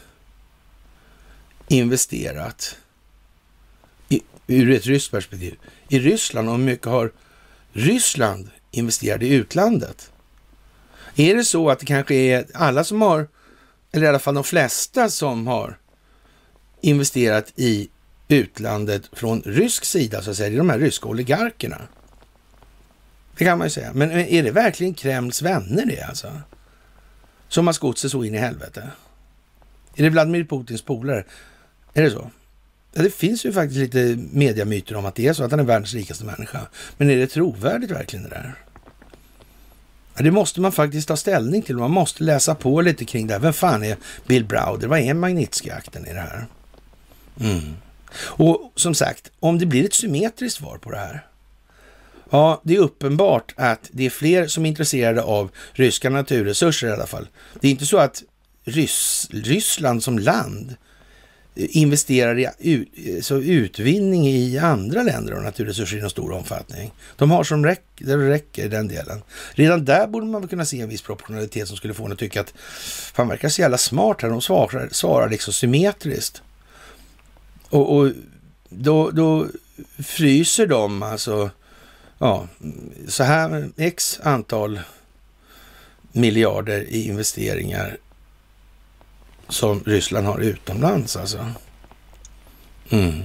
investerat i, ur ett ryskt perspektiv i Ryssland, och hur mycket har Ryssland investerat i utlandet? Är det så att det kanske är alla som har, eller i alla fall de flesta som har investerat i utlandet från rysk sida, så att säga, det är de här ryska oligarkerna? Det kan man ju säga. Men är det verkligen Kremls vänner det alltså? Som har skott sig så in i helvete? Är det Vladimir Putins polare? Är det så? Ja, det finns ju faktiskt lite mediamyter om att det är så, att han är världens rikaste människa. Men är det trovärdigt verkligen det där? Ja, det måste man faktiskt ta ställning till. Man måste läsa på lite kring det här. Vem fan är Bill Browder? Vad är Magnitsky-akten i det här? Mm. Och som sagt, om det blir ett symmetriskt svar på det här. Ja, det är uppenbart att det är fler som är intresserade av ryska naturresurser i alla fall. Det är inte så att Rys- Ryssland som land investerar i ut, så utvinning i andra länder av naturresurser i någon stor omfattning. De har som räck, det räcker i den delen. Redan där borde man kunna se en viss proportionalitet som skulle få en att tycka att fan verkar så jävla smart här. De svarar, svarar liksom symmetriskt. Och, och då, då fryser de alltså, ja, så här x antal miljarder i investeringar som Ryssland har utomlands alltså. Mm.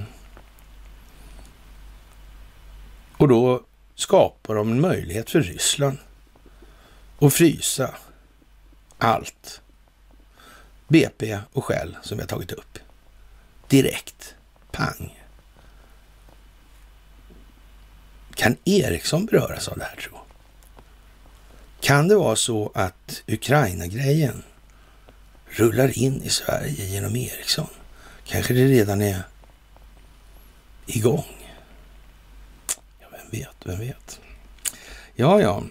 Och då skapar de en möjlighet för Ryssland att frysa allt. B P och Shell som vi har tagit upp. Direkt. Pang. Kan Ericsson beröras av det här, tror jag? Kan det vara så att Ukraina-grejen rullar in i Sverige genom Ericsson? Kanske det redan är igång. Ja, vem vet, vem vet. Ja, ja.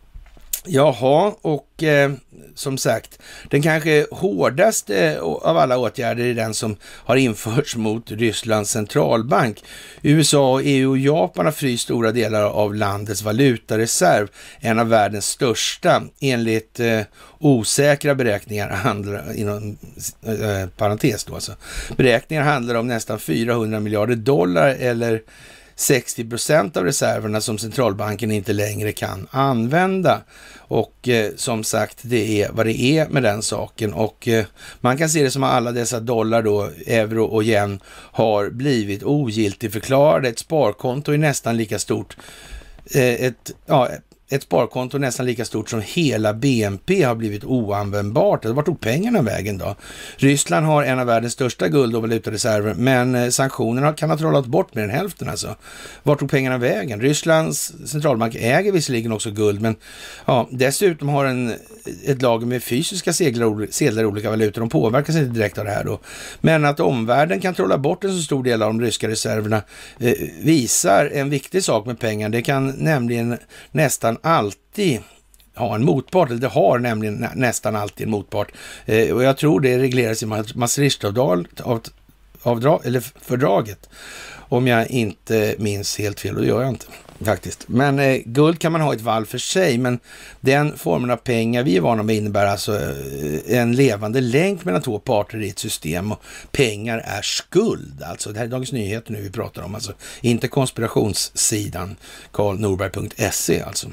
Jaha, och eh, som sagt, den kanske hårdaste av alla åtgärder är den som har införts mot Rysslands centralbank. U S A, E U och Japan har fryst stora delar av landets valutareserv, en av världens största. Enligt eh, osäkra beräkningar handlar, inom eh, parentes då alltså, beräkningar handlar om nästan fyrahundra miljarder dollar eller sextio procent av reserverna som centralbanken inte längre kan använda. Och eh, som sagt, det är vad det är med den saken. Och eh, man kan se det som att alla dessa dollar då, euro och yen, har blivit ogiltigförklarade. Ett sparkonto är nästan lika stort. Eh, ett, ja, ett sparkonto nästan lika stort som hela B N P har blivit oanvändbart. Vart tog pengarna vägen då? Ryssland har en av världens största guld- och valutareserver, men sanktionerna kan ha trollat bort mer än hälften alltså. Vart tog pengarna vägen? Rysslands centralbank äger visserligen också guld, men ja, dessutom har en, ett lager med fysiska sedlar, sedlar i olika valutor. De påverkas inte direkt av det här då. Men att omvärlden kan trolla bort en så stor del av de ryska reserverna eh, visar en viktig sak med pengar. Det kan nämligen nästan alltid ha en motpart, eller det har nämligen nä, nästan alltid en motpart. Eh, och jag tror det regleras i Maastrichtavtalet av, avdrag, eller fördraget, om jag inte minns helt fel, och det gör jag inte faktiskt. Men eh, guld kan man ha ett valv för sig, men den formen av pengar vi är vana med innebär alltså eh, en levande länk mellan två parter i ett system, och pengar är skuld. Alltså det här är Dagens Nyheter nu vi pratar om, alltså inte konspirationssidan karl norberg punkt se alltså.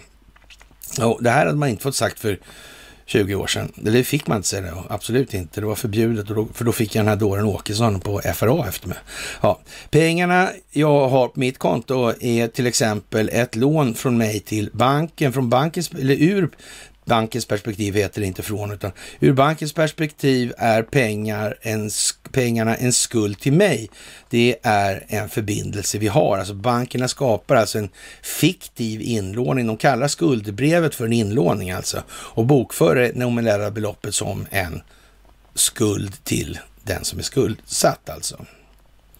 Och det här hade man inte fått sagt för tjugo år sedan. Det fick man inte säga det, absolut inte. Det var förbjudet, och då, för då fick jag den här Dåren Åkesson på F R A efter mig. Ja, pengarna jag har på mitt konto är till exempel ett lån från mig till banken, från bankens, eller ur bankens perspektiv heter det inte från, utan ur bankens perspektiv är pengar en, pengarna en skuld till mig. Det är en förbindelse vi har. Alltså bankerna skapar alltså en fiktiv inlåning. De kallar skuldbrevet för en inlåning alltså, och bokför det nominella beloppet som en skuld till den som är skuldsatt alltså.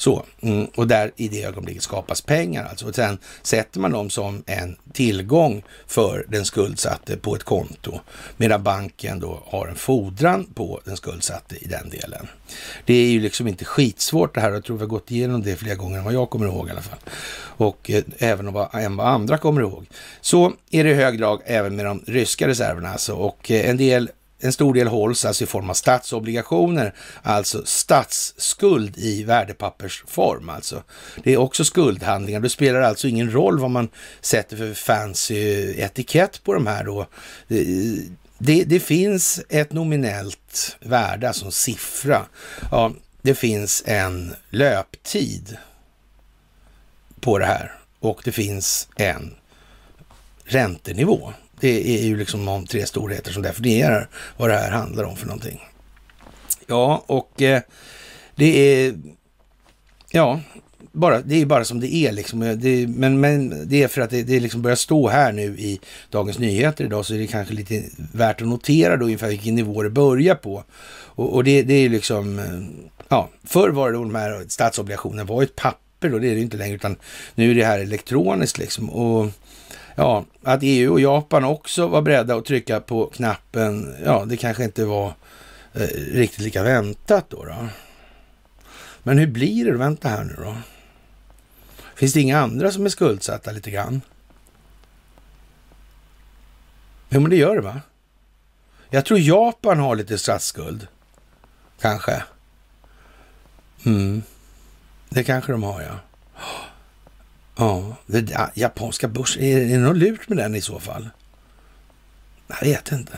Så, mm, och där i det ögonblicket skapas pengar alltså. Och sen sätter man dem som en tillgång för den skuldsatte på ett konto, medan banken då har en fordran på den skuldsatte i den delen. Det är ju liksom inte skitsvårt det här, jag tror vi har gått igenom det flera gånger än vad jag kommer ihåg i alla fall. Och eh, även vad, än vad andra kommer ihåg. Så är det i hög grad även med de ryska reserverna alltså, och eh, en del En stor del hålls alltså i form av statsobligationer, alltså statsskuld i värdepappersform. Alltså. Det är också skuldhandlingar. Det spelar alltså ingen roll vad man sätter för fancy etikett på de här då. Det, det finns ett nominellt värde, alltså en siffra. Ja, det finns en löptid på det här och det finns en räntenivå. Det är ju liksom de tre storheter som definierar vad det här handlar om för någonting. Ja, och eh, det är ja, bara, det är bara som det är liksom. Det, men, men det är för att det, det liksom börjar stå här nu i Dagens Nyheter idag, så är det kanske lite värt att notera då ungefär vilken nivå det börjar på. Och, och det, det är liksom, ja, förr var det då de här statsobligationerna var ett papper och det är det inte längre, utan nu är det här elektroniskt liksom. Och ja, att E U och Japan också var beredda att trycka på knappen, ja, det kanske inte var eh, riktigt lika väntat då, då. Men hur blir det? Vänta här nu då. Finns det inga andra som är skuldsatta lite grann? Jo, men det gör det, va? Jag tror Japan har lite statsskuld. Kanske. Mm. Det kanske de har, ja. Ja, det japanska börs, är det något lurt med den i så fall? Jag vet inte.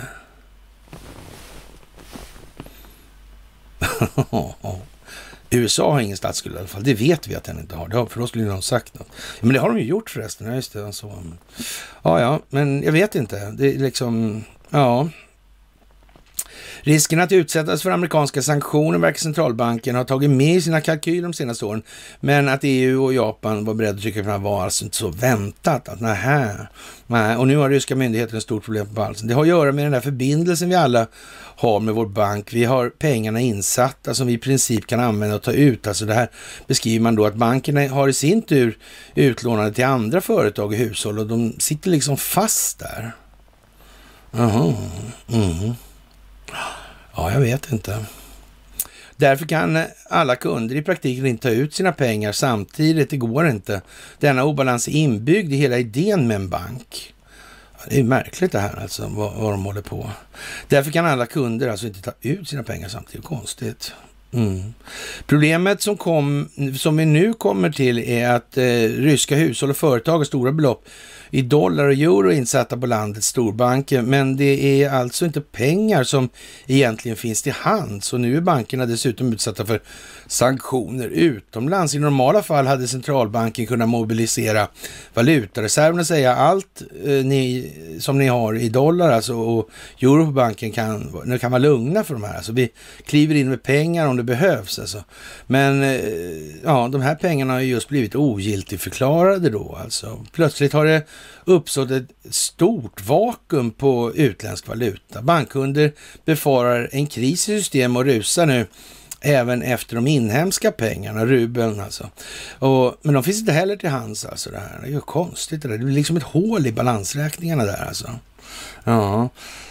U S A har ingen statsskuld i alla fall. Det vet vi att den inte har. Det har för oss skulle någon sagt något. Ja, men det har de ju gjort förresten. Ja, just det. Så. Ja, ja, men jag vet inte. Det är liksom, ja. Risken att utsättas för amerikanska sanktioner verkar centralbanken ha tagit med i sina kalkyler de senaste åren. Men att E U och Japan var beredda att trycka fram var alltså inte så väntat. Att nähä, nej. Och nu har ryska myndigheter ett stort problem på balsen. Det har att göra med den där förbindelsen vi alla har med vår bank. Vi har pengarna insatta som vi i princip kan använda och ta ut. Alltså det här beskriver man då att bankerna har i sin tur utlånade till andra företag och hushåll och de sitter liksom fast där. Jaha, mhm. Ja, jag vet inte. Därför kan alla kunder i praktiken inte ta ut sina pengar samtidigt. Det går inte. Denna obalans är inbyggd i hela idén med en bank. Det är märkligt det här alltså, vad, vad de håller på. Därför kan alla kunder alltså inte ta ut sina pengar samtidigt. Konstigt. Mm. Problemet som, kom, som vi nu kommer till är att eh, ryska hushåll och företag har stora belopp i dollar och euro insatta på landets storbanker, men det är alltså inte pengar som egentligen finns till hand. Så nu är bankerna dessutom utsatta för sanktioner utomlands. I normala fall hade centralbanken kunnat mobilisera valutareserven och säga allt eh, ni, som ni har i dollar alltså, och euro på banken kan, nu kan vara lugna för de här. Alltså, vi kliver in med pengar om det behövs. Alltså. Men eh, ja, de här pengarna har just blivit ogiltigförklarade då. Alltså. Plötsligt har det uppstått ett stort vakuum på utländsk valuta. Bankkunder befarar en kris i system och rusar nu även efter de inhemska pengarna, rubeln alltså. Och, men de finns inte heller till hands alltså det här. Det är ju konstigt det där. Det är liksom ett hål i balansräkningarna där alltså. Ja.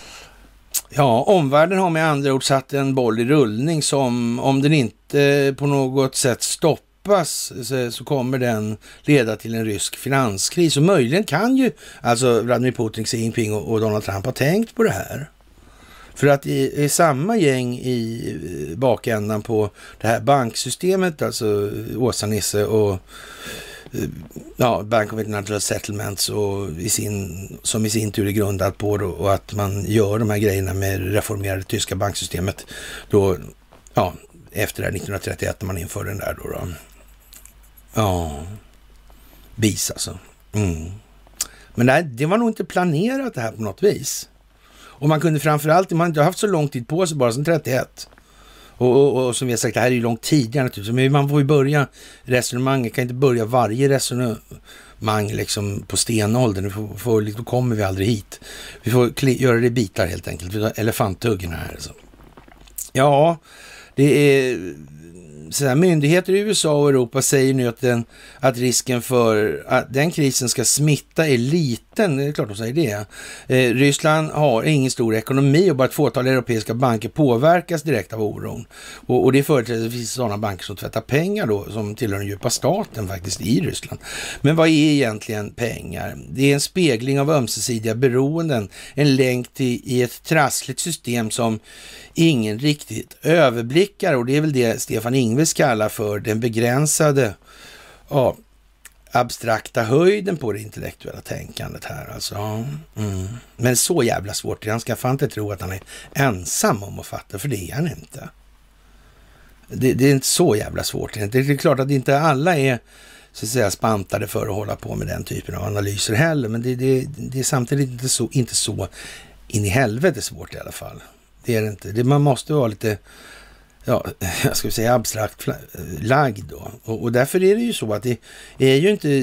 Ja, omvärlden har med andra ord satt en boll i rullning som om den inte på något sätt stoppas så, så kommer den leda till en rysk finanskris. Och möjligen kan ju alltså Vladimir Putin, Xi Jinping och, och Donald Trump ha tänkt på det här. För att i, i samma gäng i bakändan på det här banksystemet, alltså Åsa-Nisse och ja, Bank of International Settlements och i sin, som i sin tur är grundat på då, och att man gör de här grejerna med reformerade tyska banksystemet då, ja, efter det här nittonhundratrettioett när man införde den där då. då. Ja, bis alltså. Mm. Men det, här, det var nog inte planerat det här på något vis. Och man kunde framförallt, man har inte haft så lång tid på sig bara sedan trettioett. Och, och, och som vi har sagt, det här är ju långt tidigare naturligtvis. Men man får ju börja resonemanget, kan inte börja varje resonemang liksom på stenåldern. Vi får, får, då kommer vi aldrig hit. Vi får kli, göra det i bitar helt enkelt. Vi har elefanthuggen här. Alltså. Ja, det är så här, myndigheter i U S A och Europa säger nu att, den, att risken för att den krisen ska smitta är liten. Det är klart de säger det. Eh, Ryssland har ingen stor ekonomi och bara ett fåtal europeiska banker påverkas direkt av oron. Och, och det är företrädesvis sådana banker som tvättar pengar då, som tillhör den djupa staten faktiskt i Ryssland. Men vad är egentligen pengar? Det är en spegling av ömsesidiga beroenden, en länk till, i ett trassligt system som ingen riktigt överblickar, och det är väl det Stefan Ingves kallar för den begränsade, ja, abstrakta höjden på det intellektuella tänkandet här alltså. Mm. Men så jävla svårt, han ska fan inte tro att han är ensam om att fatta, för det är han inte. Det, det är inte så jävla svårt. Det är klart att inte alla är så att säga spantade för att hålla på med den typen av analyser heller, men det, det, det är samtidigt inte så, inte så in i helvete svårt i alla fall. Det är det inte. Det, man måste vara lite, ja, jag ska säga abstrakt lagd då. Och, och därför är det ju så att det är ju inte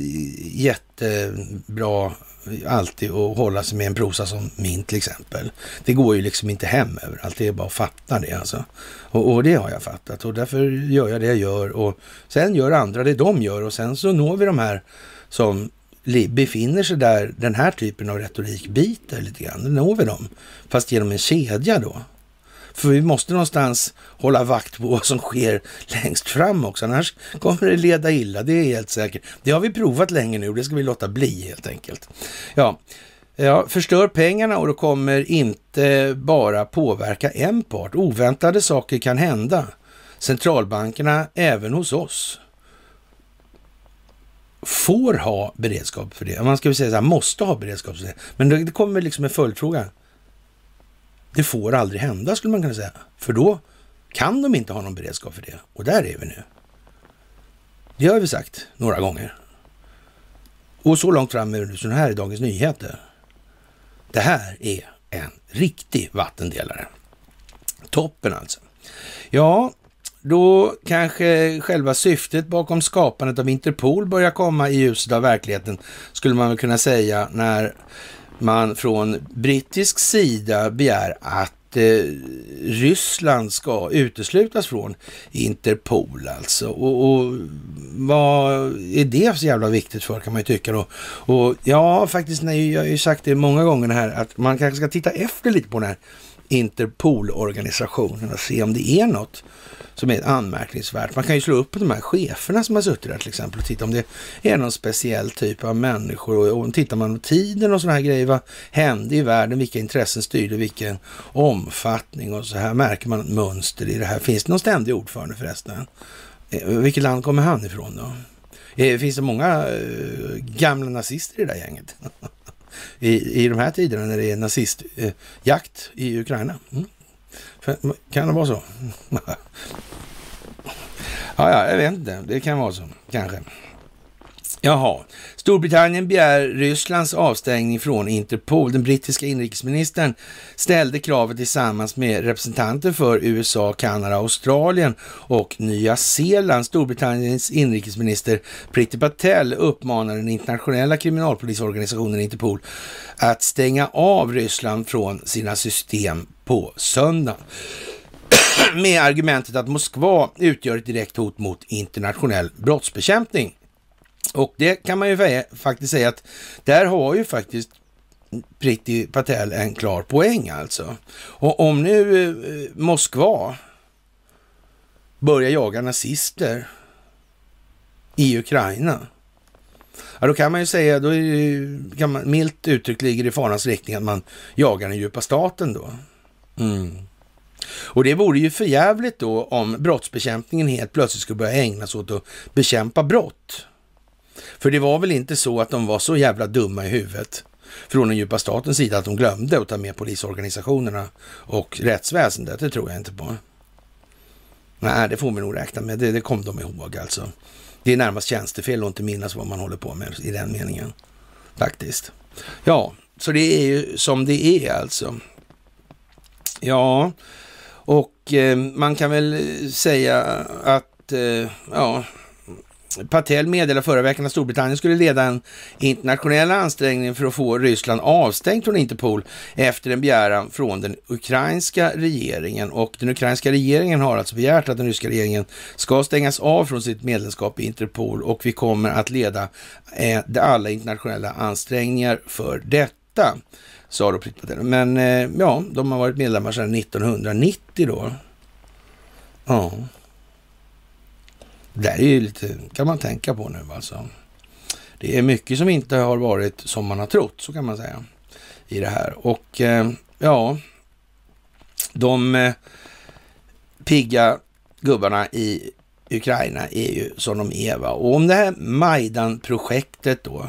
jättebra alltid att hålla sig med en prosa som min till exempel. Det går ju liksom inte hem överallt. Det är bara att fatta det alltså. Och, och det har jag fattat. Och därför gör jag det jag gör. Och sen gör andra det de gör. Och sen så når vi de här som befinner sig där den här typen av retorik biter lite grann. Då når vi dem. Fast genom en kedja då. För vi måste någonstans hålla vakt på vad som sker längst fram också. Annars kommer det leda illa, det är helt säkert. Det har vi provat länge nu och det ska vi låta bli helt enkelt. Ja, ja, förstör pengarna och då kommer inte bara påverka en part. Oväntade saker kan hända. Centralbankerna, även hos oss, får ha beredskap för det. Man ska väl säga så här, måste ha beredskap för det. Men det kommer liksom en följdfråga. Det får aldrig hända skulle man kunna säga. För då kan de inte ha någon beredskap för det. Och där är vi nu. Det har vi sagt några gånger. Och så långt fram är det så här i Dagens Nyheter. Det här är en riktig vattendelare. Toppen alltså. Ja, då kanske själva syftet bakom skapandet av Interpol börjar komma i ljuset av verkligheten, skulle man väl kunna säga, när man från brittisk sida begär att eh, Ryssland ska uteslutas från Interpol alltså. Och, och vad är det så jävla viktigt för, kan man ju tycka då. Och ja, faktiskt, nej, jag har ju sagt det många gånger här, att man kanske ska titta efter lite på den här Interpol-organisationen och se om det är något som är anmärkningsvärt. Man kan ju slå upp på de här cheferna som har suttit där till exempel och titta om det är någon speciell typ av människor, och, och tittar man på tiden och såna här grejer, vad hände i världen, vilka intressen styrde, vilken omfattning och så här, märker man ett mönster i det här. Finns det någon ständig ordförande förresten? Eh, vilket land kommer han ifrån då? Eh, finns det många eh, gamla nazister i det där gänget? I, I de här tiderna när det är nazistjakt eh, i Ukraina. Mm. För, kan det vara så? ja, ja, jag vet inte. Det kan vara så, kanske. Jaha. Storbritannien begär Rysslands avstängning från Interpol. Den brittiska inrikesministern ställde kravet tillsammans med representanter för U S A, Kanada, Australien och Nya Zeeland. Storbritanniens inrikesminister Priti Patel uppmanar den internationella kriminalpolisorganisationen Interpol att stänga av Ryssland från sina system på söndag. Med argumentet att Moskva utgör ett direkt hot mot internationell brottsbekämpning. Och det kan man ju faktiskt säga att där har ju faktiskt Priti Patel en klar poäng alltså. Och om nu eh, Moskva börjar jaga nazister i Ukraina, ja, då kan man ju säga, då är det, kan man, milt uttryckt ligger i farans riktning att man jagar den djupa staten då. Mm. Och det vore ju för jävligt då om brottsbekämpningen helt plötsligt skulle börja ägna sig åt att bekämpa brott. För det var väl inte så att de var så jävla dumma i huvudet från den djupa statens sida att de glömde att ta med polisorganisationerna och rättsväsendet. Det tror jag inte på. Nej, det får vi nog räkna med. Det, det kom de ihåg alltså. Det är närmast tjänstefel att inte minnas vad man håller på med i den meningen. Faktiskt. Ja, så det är ju som det är alltså. Ja, och eh, man kan väl säga att eh, ja... Patel meddelade förra veckan att Storbritannien skulle leda en internationell ansträngning för att få Ryssland avstängt från Interpol efter en begäran från den ukrainska regeringen. Och den ukrainska regeringen har alltså begärt att den ryska regeringen ska stängas av från sitt medlemskap i Interpol, och vi kommer att leda eh, alla internationella ansträngningar för detta, sa då Patel. Men eh, ja, de har varit medlemmar sedan nittonhundranittio då. Ja. Det är ju lite, kan man tänka på nu alltså. Det är mycket som inte har varit som man har trott, så kan man säga, i det här. Och eh, ja, de eh, pigga gubbarna i Ukraina är ju som de är, va? Och om det här Majdan-projektet då,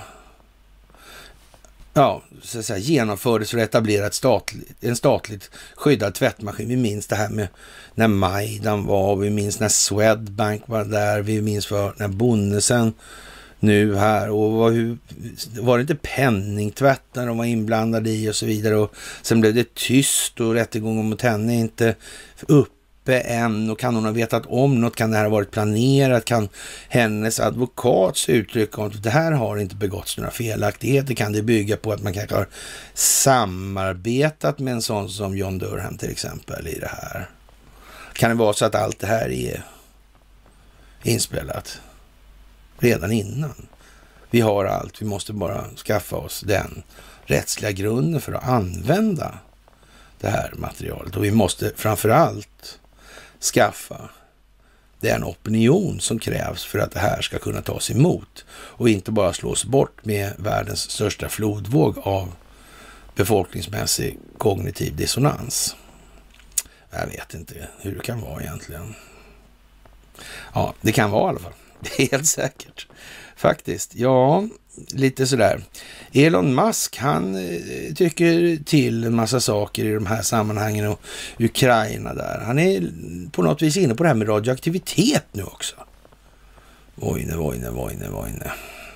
ja, så att säga, genomfördes för att etablera ett statligt, en statligt skyddad tvättmaskin. Vi minns det här med när Majdan var, vi minns när Swedbank var där, vi minns för när Bonnesen nu här, och var, hur, var det inte penningtvätt när de var inblandade i och så vidare, och sen blev det tyst och rättegången mot henne inte upp än, och kan hon ha vetat om något, kan det här ha varit planerat, kan hennes advokats uttryck om att det här har inte begåtts några felaktigheter, kan det bygga på att man kanske har samarbetat med en sån som John Durham till exempel i det här. Kan det vara så att allt det här är inspelat redan innan? Vi har allt, vi måste bara skaffa oss den rättsliga grunden för att använda det här materialet, och vi måste framförallt skaffa den opinion som krävs för att det här ska kunna tas emot och inte bara slås bort med världens största flodvåg av befolkningsmässig kognitiv dissonans. Jag vet inte hur det kan vara egentligen. Ja, det kan vara i alla fall. Det är helt säkert. Faktiskt. Ja, lite sådär. Elon Musk, han eh, tycker till en massa saker i de här sammanhangen, och Ukraina där. Han är på något vis inne på det här med radioaktivitet nu också. Vojne, vojne, vojne, vojne.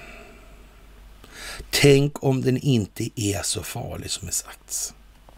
Tänk om den inte är så farlig som är sagts.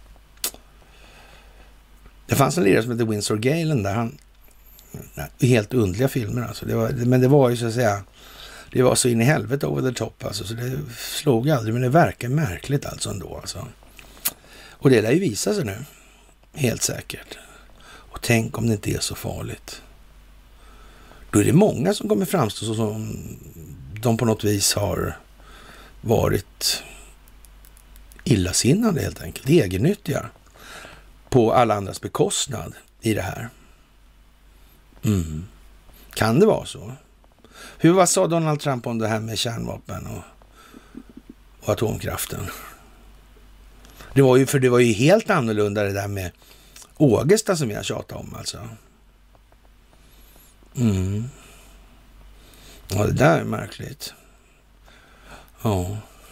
Det fanns en lirare som heter Winsor Galen där. Han, nej, helt underliga filmer alltså. Det var, men det var ju så att säga, det var så in i helvete over the top alltså, så det slog aldrig, men det verkar märkligt alltså ändå alltså. Och det lär ju visa sig nu, helt säkert. Och tänk om det inte är så farligt. Då är det många som kommer framstå så som de på något vis har varit illasinnade helt enkelt, egennyttiga på alla andras bekostnad i det här. Mm. Kan det vara så? Hur, vad sa Donald Trump om det här med kärnvapen och, och atomkraften? Det var ju, för det var ju helt annorlunda det där med Ågesta som jag tjatade om alltså. Mm. Ja, det där är märkligt. Ja.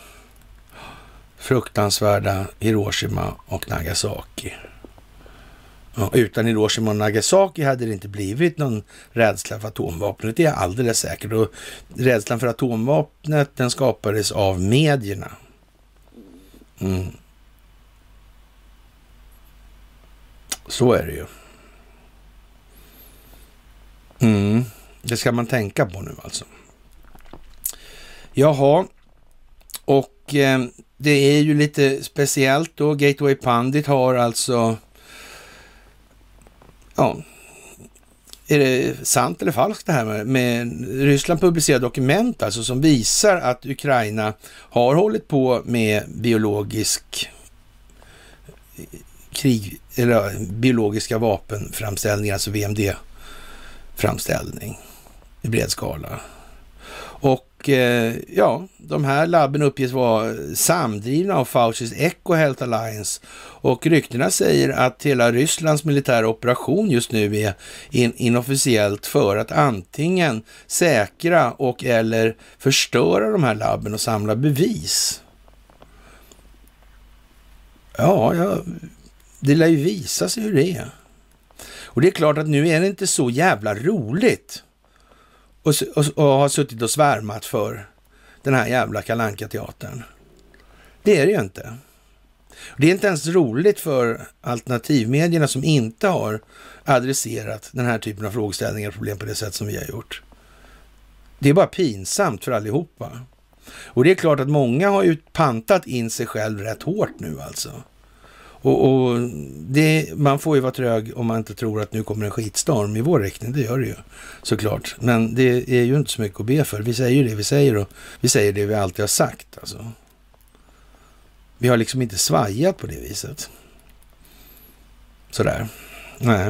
Fruktansvärda Hiroshima och Nagasaki. Ja, utan Hiroshima och Nagasaki hade det inte blivit någon rädsla för atomvapnet, det är alldeles säkert. Och rädslan för atomvapnet, den skapades av medierna. Mm. Så är det ju. Mm. Det ska man tänka på nu alltså. Jaha, och eh, det är ju lite speciellt då. Gateway Pundit har alltså, ja, är det sant eller falskt det här med, med Ryssland publicerar dokument alltså som visar att Ukraina har hållit på med biologisk krig, eller biologiska vapenframställningar, alltså V M D-framställning i bred skala. Och eh, ja, de här labben uppges vara samdrivna av Faucis Eco Health Alliance, och ryktena säger att hela Rysslands militära operation just nu är in, inofficiellt för att antingen säkra och eller förstöra de här labben och samla bevis. Ja, ja, det lär ju visa sig hur det är. Och det är klart att nu är det inte så jävla roligt och, och, och har suttit och svärmat för den här jävla Kalle Anka-teatern. Det är det ju inte. Det är inte ens roligt för alternativmedierna som inte har adresserat den här typen av frågeställningar och problem på det sätt som vi har gjort. Det Det är bara pinsamt för allihopa. Och det är klart att många har ju pantat in sig själv rätt hårt nu alltså. Och, och det, man får ju vara trög om man inte tror att nu kommer en skitstorm i vår riktning. Det gör det ju såklart. Men det är ju inte så mycket att be för. Vi säger ju det vi säger och vi säger det vi alltid har sagt alltså. Vi har liksom inte svajat på det viset. Sådär. Nej.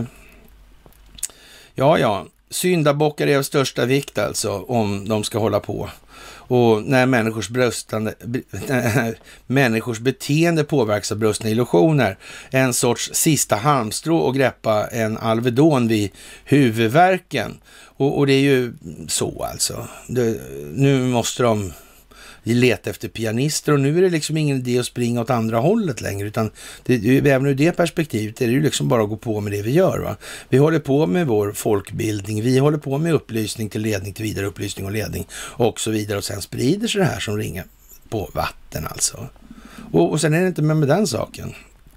Ja, ja. Syndabockar är av största vikt alltså om de ska hålla på. Och när människors, bröstande, när människors beteende påverkas av brustna illusioner, en sorts sista halmstrå och greppa en Alvedon vid huvudvärken. Och, och det är ju så alltså. Det, nu måste de leta efter pianister och nu är det liksom ingen idé att springa åt andra hållet längre, utan det, även ur det perspektivet är det ju liksom bara att gå på med det vi gör. Va? Vi håller på med vår folkbildning, vi håller på med upplysning till ledning till vidare upplysning och ledning och så vidare, och sen sprider sig det här som ringar på vatten alltså. Och, och sen är det inte med, med den saken.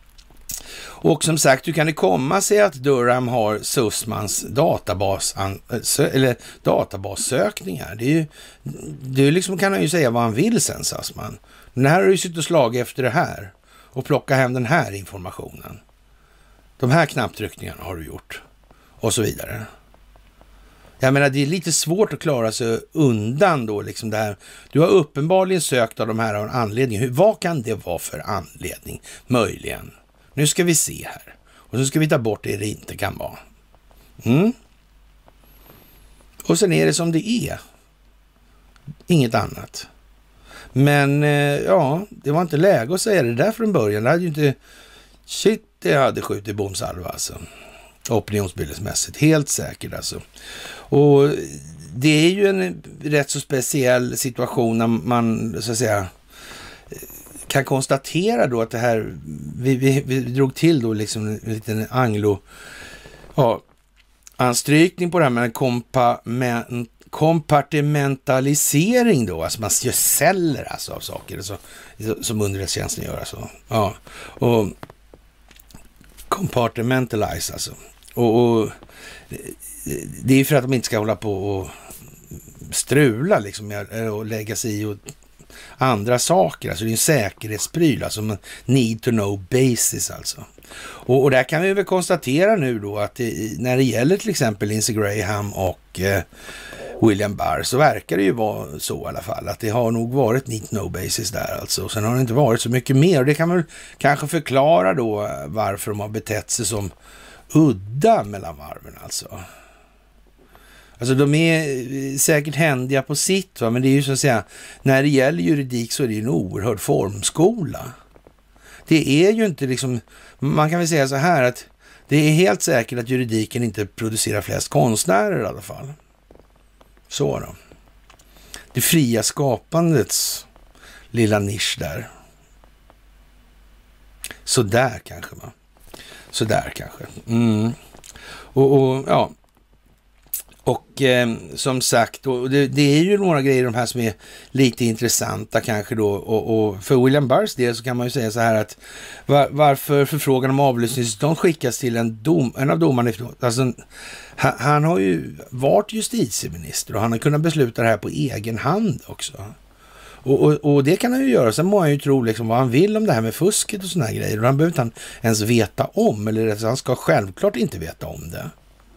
Och som sagt, hur kan det komma sig att Durham har Sussmans databas, eller databassökningar? Det är ju, det är liksom, kan han ju säga vad han vill sen, Sussman. Men här har du ju suttit och slagit efter det här och plocka hem den här informationen. De här knapptryckningarna har du gjort och så vidare. Jag menar, det är lite svårt att klara sig undan då liksom det här. Du har uppenbarligen sökt av de här av en anledning. Hur, vad kan det vara för anledning? Möjligen. Nu ska vi se här. Och så ska vi ta bort det det inte kan vara. Mm. Och sen är det som det är. Inget annat. Men eh, ja, det var inte läge att säga det där från början. Det hade ju inte... Shit, det hade skjutit bomsalva alltså. Opinionsbildningsmässigt. Helt säkert alltså. Och det är ju en rätt så speciell situation när man så att säga... kan konstatera då att det här, vi, vi, vi drog till då liksom en liten anglo, ja, anstrykning på det här med en kompa, med, kompartimentalisering då, alltså man gör celler alltså av saker alltså, som underrättelsetjänsten gör alltså, ja, och compartmentalize alltså, och, och det är för att de inte ska hålla på och strula liksom och lägga sig i och andra saker, alltså det är en säkerhetspryl, alltså en need to know basis alltså. Och, och där kan vi väl konstatera nu då att det, när det gäller till exempel Lindsey Graham och eh, William Barr, så verkar det ju vara så i alla fall, att det har nog varit need to know basis där alltså. Och sen har det inte varit så mycket mer, och det kan väl kanske förklara då varför de har betett sig som udda mellan varven alltså. Alltså de är säkert händiga på sitt, va? Men det är ju så att säga, när det gäller juridik så är det ju en oerhörd formskola. Det är ju inte liksom, man kan väl säga så här att det är helt säkert att juridiken inte producerar flest konstnärer i alla fall. Så då. Det fria skapandets lilla nisch där. Så där kanske, va? Så där kanske. Mm. Och, och ja... Och eh, som sagt, och det, det är ju några grejer de här som är lite intressanta kanske då. Och, och för William Barrs del så kan man ju säga så här att var, varför förfrågan om avlyssningstillstånd skickas till en, dom, en av domarna. Alltså, han, han har ju varit justitieminister och han har kunnat besluta det här på egen hand också. Och, och, och det kan han ju göra. Sen må han ju tro liksom vad han vill om det här med fusket och såna här grejer. Och han behöver inte ens veta om, eller han ska självklart inte veta om det.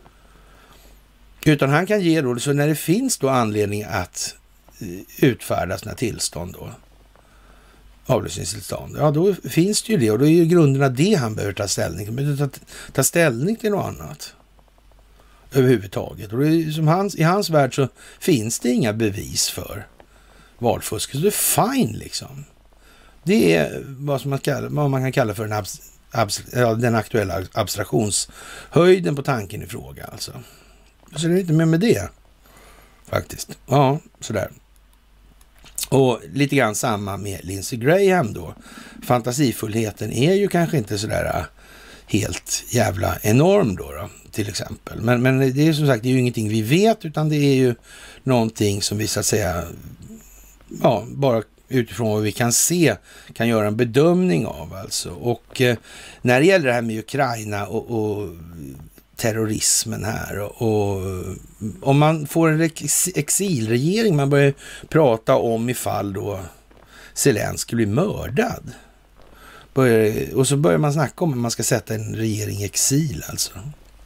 Utan han kan ge då, så när det finns då anledning att utfärda sina tillstånd då, avlyssningstillstånd, ja då finns det ju det, och då är ju grunderna det han behöver ta ställning till. Han behöver ta, ta ställning till något annat överhuvudtaget. Och det är, som hans, i hans värld så finns det inga bevis för valfusk, så det är fine liksom. Det är vad, som man, kallar, vad man kan kalla för en abs, abs, ja, den aktuella abstraktionshöjden på tanken i fråga alltså. Så det är inte mer med det faktiskt. Ja, sådär. Och lite grann samma med Lindsey Graham då. Fantasifullheten är ju kanske inte sådär helt jävla enorm då, då till exempel. Men, men det är som sagt, det är ju ingenting vi vet, utan det är ju någonting som vi så att säga, ja, bara utifrån vad vi kan se kan göra en bedömning av alltså. Och eh, när det gäller det här med Ukraina och, och terrorismen här. Och, och om man får en ex, exilregering, man börjar prata om ifall då Zelenskyj blir mördad. Börjar, och så börjar man snacka om att man ska sätta en regering i exil alltså.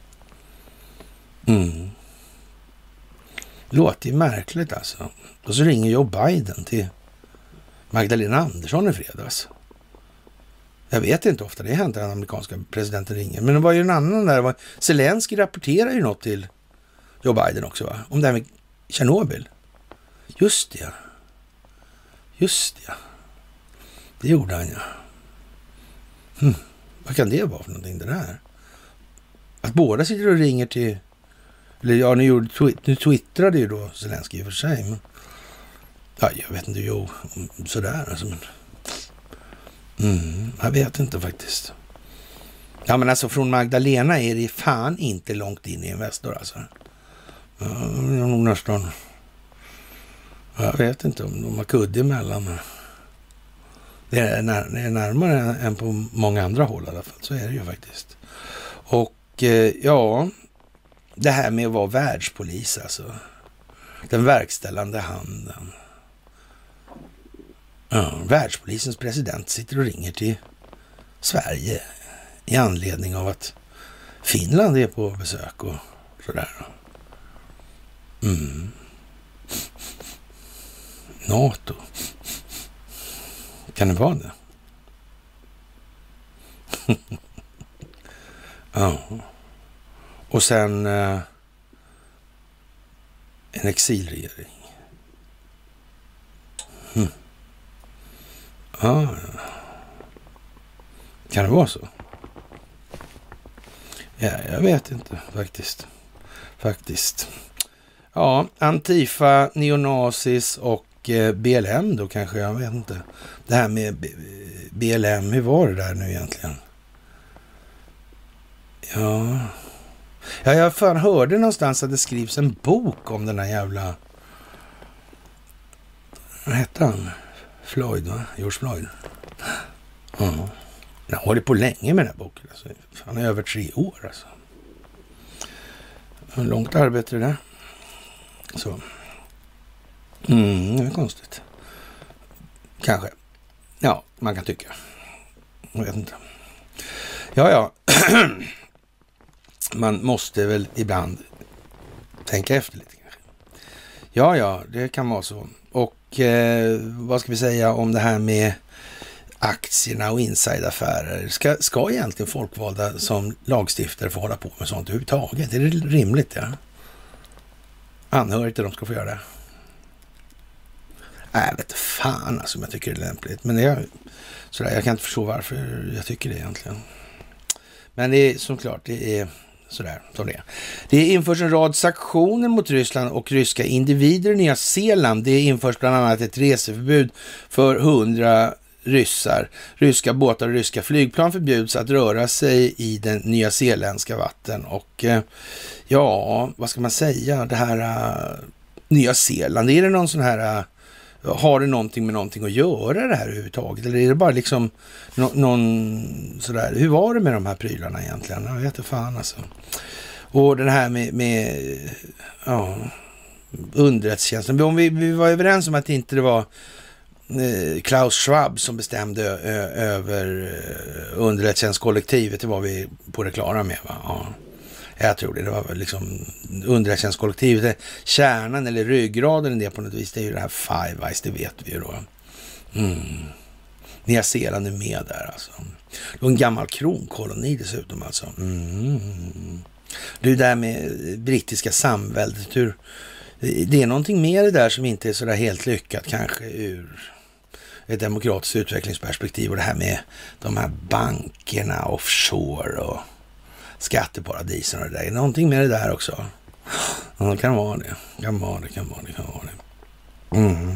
Mm. Låter ju märkligt alltså. Och så ringer Joe Biden till Magdalena Andersson i fredags. Jag vet inte ofta det händer när den amerikanska presidenten ringer. Men det var ju en annan där. Zelenskyj rapporterar ju något till Joe Biden också, va? Om det här med Tjernobyl. Just det. Just det. Det gjorde han, ja. Hm. Vad kan det vara för någonting det där? Att båda sitter och ringer till... Eller ja, nu, gjorde, nu twittrade ju då Zelenskyj för sig. Men, ja, jag vet inte, jo, sådär alltså. Men, mm, jag vet inte faktiskt. Ja, men alltså från Magdalena är det fan inte långt in i Investor alltså. Ja, jag har nog nästan... Jag vet inte om de har kudde emellan. Men det är, när, det är närmare än på många andra håll i alla fall. Så är det ju faktiskt. Och eh, ja... Det här med att vara världspolis alltså. Den verkställande handen. Ja, världspolisens president sitter och ringer till Sverige i anledning av att Finland är på besök och sådär. Mm. NATO. Kan det vara det? Ja. Och sen eh, en exilregering. Hmm. Ah, kan det vara så? Ja, jag vet inte faktiskt. Faktiskt. Ja, Antifa, neonazis och eh, B L M då kanske, jag vet inte. Det här med B- BLM, hur var det där nu egentligen? Ja... Ja, jag fan hörde någonstans att det skrivs en bok om den här jävla... Vad heter han? Floyd, va? George Floyd. Ja. Jag har hållit på länge med den här boken. Alltså. Han är över tre år alltså. En långt arbete det där. Så. Mm, det är konstigt. Kanske. Ja, man kan tycka. Jag vet inte. Ja, ja. Man måste väl ibland tänka efter lite kanske. Ja, ja, det kan vara så. Och eh, vad ska vi säga om det här med aktierna och inside-affärer? Ska, ska egentligen folkvalda som lagstiftare få hålla på med sånt överhuvudtaget? Är det rimligt, ja? Anhöriga till de ska få göra det. Nej, jag vet fan alltså om jag tycker det är lämpligt. Men det är sådär, jag kan inte förstå varför jag tycker det egentligen. Men det är som klart, det är sådär som det är. Det införs en rad sanktioner mot Ryssland och ryska individer i Nya Zeeland. Det införs bland annat ett reseförbud för hundra ryssar. Ryska båtar och ryska flygplan förbjuds att röra sig i den nya zeeländska vatten. Och ja, vad ska man säga? Det här uh, Nya Zeeland, är det någon sån här... Uh, har det någonting med någonting att göra det här överhuvudtaget? Eller är det bara liksom no- någon sådär... Hur var det med de här prylarna egentligen? Jag vet inte fan alltså. Och den här med... med ja, underrättelsetjänsten. Om vi, vi var överens om att inte det var eh, Klaus Schwab som bestämde ö- över eh, underrättelsetjänstkollektivet. Det var vi på det klara med, va? Ja. Jag tror det, det var väl liksom underrättelsetjänstkollektivet, kärnan eller ryggraden i det på något vis, det är ju det här Five Eyes, det vet vi ju då. Mm. Nya Zeeland är med där alltså. Det var en gammal kronkoloni dessutom alltså. Mm. Det är där med brittiska samväldet, hur det är någonting mer där som inte är så där helt lyckat kanske ur ett demokratiskt utvecklingsperspektiv, och det här med de här bankerna offshore och skatteparadisen och det där. Någonting med det där också. Ja, det kan vara det. Kan vara det, kan vara det, kan vara det. Mm.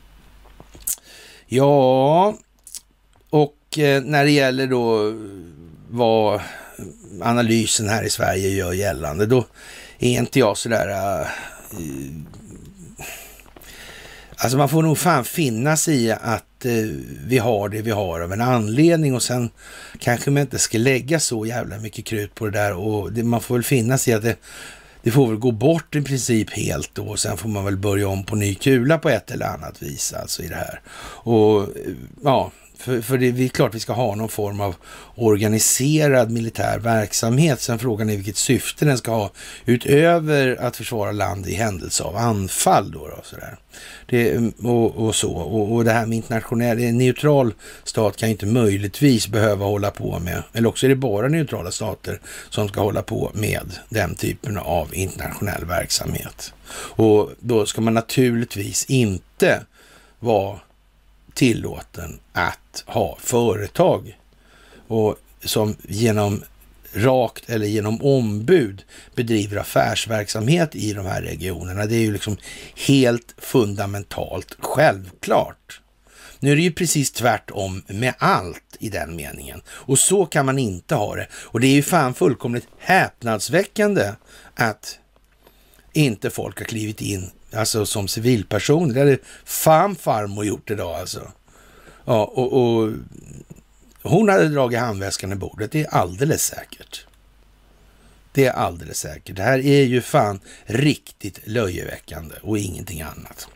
Ja, och eh, när det gäller då vad analysen här i Sverige gör gällande, då är inte jag sådär... Uh, Alltså man får nog fan finna sig i att eh, vi har det vi har av en anledning, och sen kanske man inte ska lägga så jävla mycket krut på det där, och det, man får väl finna sig i att det, det får väl gå bort i princip helt då, och sen får man väl börja om på ny kula på ett eller annat vis alltså i det här. Och ja, för, för det är klart vi ska ha någon form av organiserad militär verksamhet. Sen frågan är vilket syfte den ska ha utöver att försvara land i händelse av anfall då, då sådär. Det, och, och så. Och, och det här med internationell, en neutral stat kan ju inte möjligtvis behöva hålla på med, eller också är det bara neutrala stater som ska hålla på med den typen av internationell verksamhet. Och då ska man naturligtvis inte vara tillåten att ha företag och som genom rakt eller genom ombud bedriver affärsverksamhet i de här regionerna. Det är ju liksom helt fundamentalt självklart. Nu är det ju precis tvärtom med allt i den meningen. Och så kan man inte ha det. Och det är ju fan fullkomligt häpnadsväckande att inte folk har klivit in alltså som civilpersoner. Det hade fan farmor gjort idag alltså. Ja, och, och hon hade dragit handväskan i bordet, det är alldeles säkert. Det är alldeles säkert. Det här är ju fan riktigt löjeväckande och ingenting annat.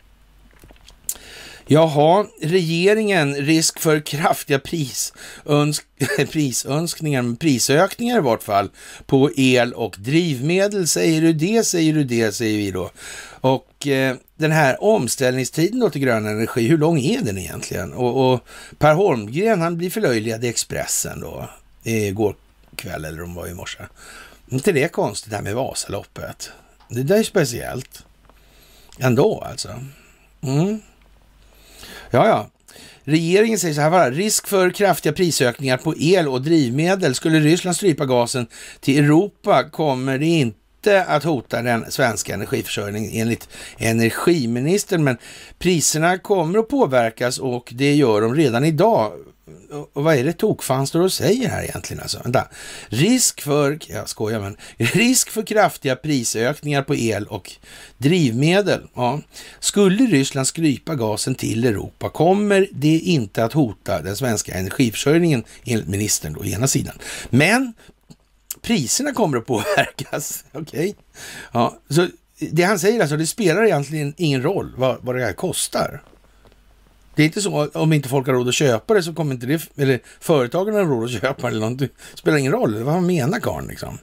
Jaha, regeringen, risk för kraftiga prisönsk prisönskningar, prisökningar i vart fall på el och drivmedel. Säger du det, säger du det, säger vi då. Och eh, den här omställningstiden då till grön energi, hur lång är den egentligen? Och, och Per Holmgren, han blir förlöjligad i Expressen då, igår kväll eller om det var i morse. Inte det är konstigt det här med Vasaloppet. Det där är speciellt. Ändå alltså. Mm. Ja, ja. Regeringen säger så här, va? Risk för kraftiga prisökningar på el och drivmedel. Skulle Ryssland strypa gasen till Europa kommer det inte att hota den svenska energiförsörjningen enligt energiministern. Men priserna kommer att påverkas och det gör de redan idag. Och vad är det tokfan står och säger här egentligen alltså? Vänta. Risk för, jag skojar men, risk för kraftiga prisökningar på el och drivmedel. Ja. Skulle Ryssland strypa gasen till Europa kommer det inte att hota den svenska energiförsörjningen enligt ministern då, ena sidan. Men priserna kommer att påverkas. Okej. Okay. Ja, så det han säger alltså, det spelar egentligen ingen roll vad, vad det här kostar. Det är inte så att om inte folk har råd att köpa det så kommer inte det, eller företagen har råd att köpa det eller något. Det spelar ingen roll. Vad menar karln liksom?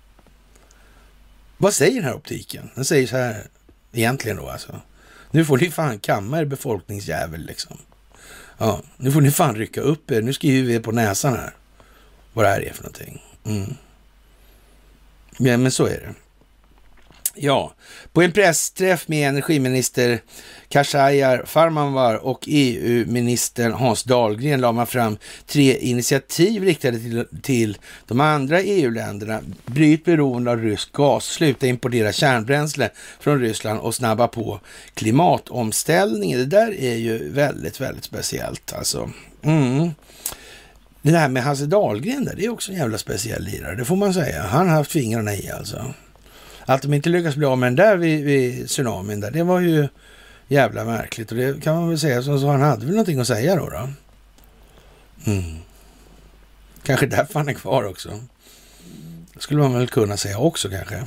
Vad säger den här optiken? Den säger så här egentligen då alltså. Nu får ni fan kamma er befolkningsjävel liksom. Ja, nu får ni fan rycka upp er. Nu skriver vi på näsan här vad det här är för någonting. Mm. Ja, men så är det. Ja, på en pressträff med energiminister Khashayar Farmanbar och E U-ministern Hans Dahlgren la man fram tre initiativ riktade till, till de andra E U-länderna. Bryt beroende av rysk gas, sluta importera kärnbränsle från Ryssland och snabba på klimatomställningen. Det där är ju väldigt, väldigt speciellt alltså. Mm. Det här med Hasse Dahlgren där, det är också en jävla speciell lirare, det får man säga. Han har haft fingrarna i alltså. Att de inte lyckas bli av med den där vid, vid tsunamin där, det var ju jävla märkligt. Och det kan man väl säga, så, så han hade väl någonting att säga då då. Mm. Kanske därför han är kvar också. Det skulle man väl kunna säga också kanske.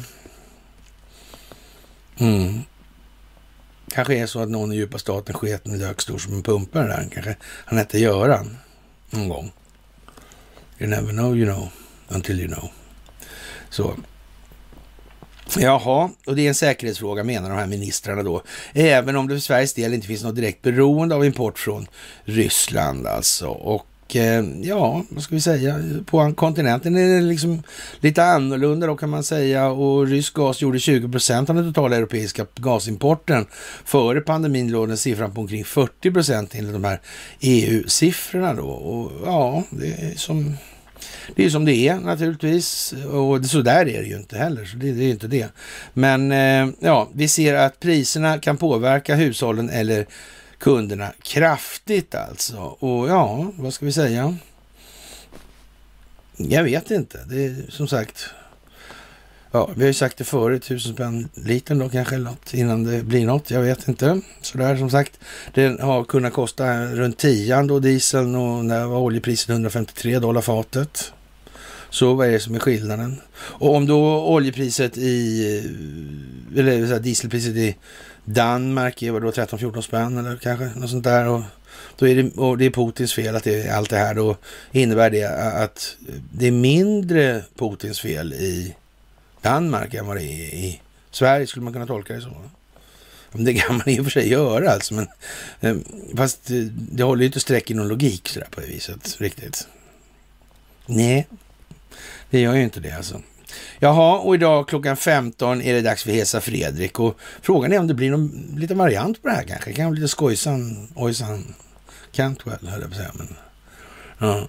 Mm. Kanske är så att någon i djupa staten sketen dök stor som en pumpare där. Kanske han hette Göran någon gång. You never know, you know, until you know. Så. Jaha, och det är en säkerhetsfråga menar de här ministrarna då. Även om det för Sveriges del inte finns något direkt beroende av import från Ryssland alltså. Och eh, ja, vad ska vi säga? På kontinenten är det liksom lite annorlunda då kan man säga. Och rysk gas gjorde tjugo procent av den totala europeiska gasimporten. Före pandemin låg den siffran på omkring fyrtio procent enligt de här E U-siffrorna då. Och ja, det är som... Det är som det är naturligtvis, och så där är det ju inte heller, så det, det är ju inte det. Men eh, ja, vi ser att priserna kan påverka hushållen eller kunderna kraftigt alltså. Och ja, vad ska vi säga? Jag vet inte, det är som sagt... Ja, vi har ju sagt det förut, tusen spänn liten då kanske eller något, innan det blir något, jag vet inte. Så där som sagt, det har kunnat kosta runt tian då dieseln, och när var oljepriset hundrafemtiotre dollar fatet. Så vad är det som är skillnaden? Och om då oljepriset i, eller så här, dieselpriset i Danmark är då tretton fjorton spänn eller kanske något sånt där, och då är det, och det är Putins fel att det är allt det här, då innebär det att det är mindre Putins fel i Danmark än vad det är i Sverige, skulle man kunna tolka det så. Det kan man i och för sig göra alltså, men fast det håller ju inte sträck i någon logik så där på det viset riktigt. Nej, det gör ju inte det alltså. Jaha, och idag klockan femton är det dags för Hesa Fredrik, och frågan är om det blir någon liten variant på det här kanske. Det kan vara lite skojsan, ojsan, Cantwell höll jag på att säga, men ja.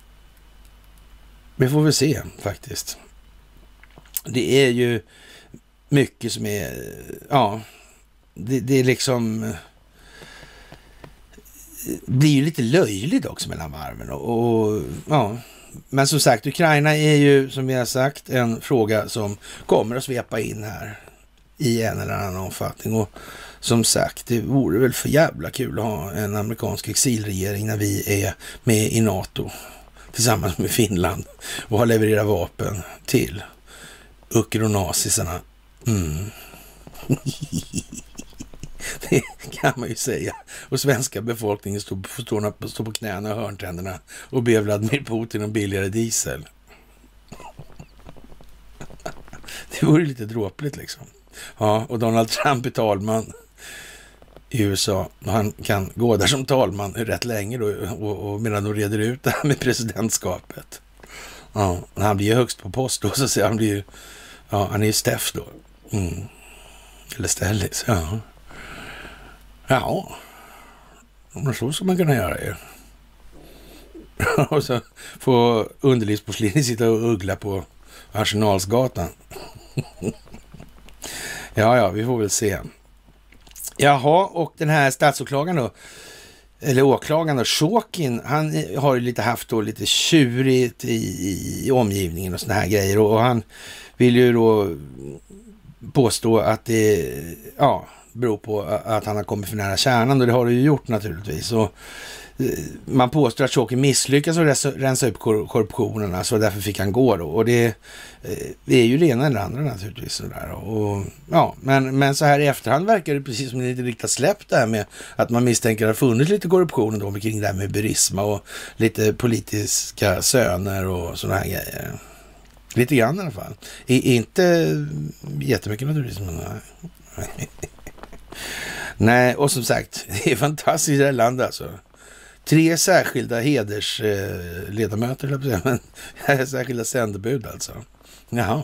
Vi får väl se faktiskt. Det är ju mycket som är, ja, det, det är liksom, blir ju lite löjligt också mellan varven och, och ja. Men som sagt, Ukraina är ju, som vi har sagt, en fråga som kommer att svepa in här i en eller annan omfattning. Och som sagt, det vore väl för jävla kul att ha en amerikansk exilregering när vi är med i NATO tillsammans med Finland och har levererat vapen till ukronazisarna. Mm. Det kan man ju säga. Och svenska befolkningen står på, står på knäna och hörntänderna och ber Vladimir Putin om billigare diesel. Det vore lite dråpligt liksom. Ja, och Donald Trump är talman i U S A. Och han kan gå där som talman rätt länge då, och, och medan de reder ut det här med presidentskapet. Ja, han blir ju högst på post då, så säger han blir ju, ja, han är ju Steff då. Mm. Eller Stellis, ja. Ja, men så ska man kunna göra ju. Och så få underlivsporslinet sitta och uggla på Arsenalsgatan. Ja, ja, vi får väl se. Jaha, och den här statsåklagaren då, eller åklagaren då, Shokin, han har ju lite haft då lite tjurigt i, i omgivningen och såna här grejer. Och, och han vill ju då påstå att det, ja, beror på att han har kommit för nära kärnan, och det har det ju gjort naturligtvis. Och man påstår att Shokin misslyckas att rensa upp korruptionen, alltså därför fick han gå då. Och det, det är ju det ena eller andra naturligtvis. Sådär. Och, ja, men, men så här i efterhand verkar det precis som det inte riktigt släppt där med att man misstänker att det har funnits lite korruption då kring det här med Burisma och lite politiska söner och sådana här grejer. Lite grann i alla fall. I, inte jättemycket naturligtvis, men nej. Nej, och som sagt, det är fantastiskt i det här landet alltså. Tre särskilda hedersledamöter, eh, men särskilda sändebud alltså. Jaha.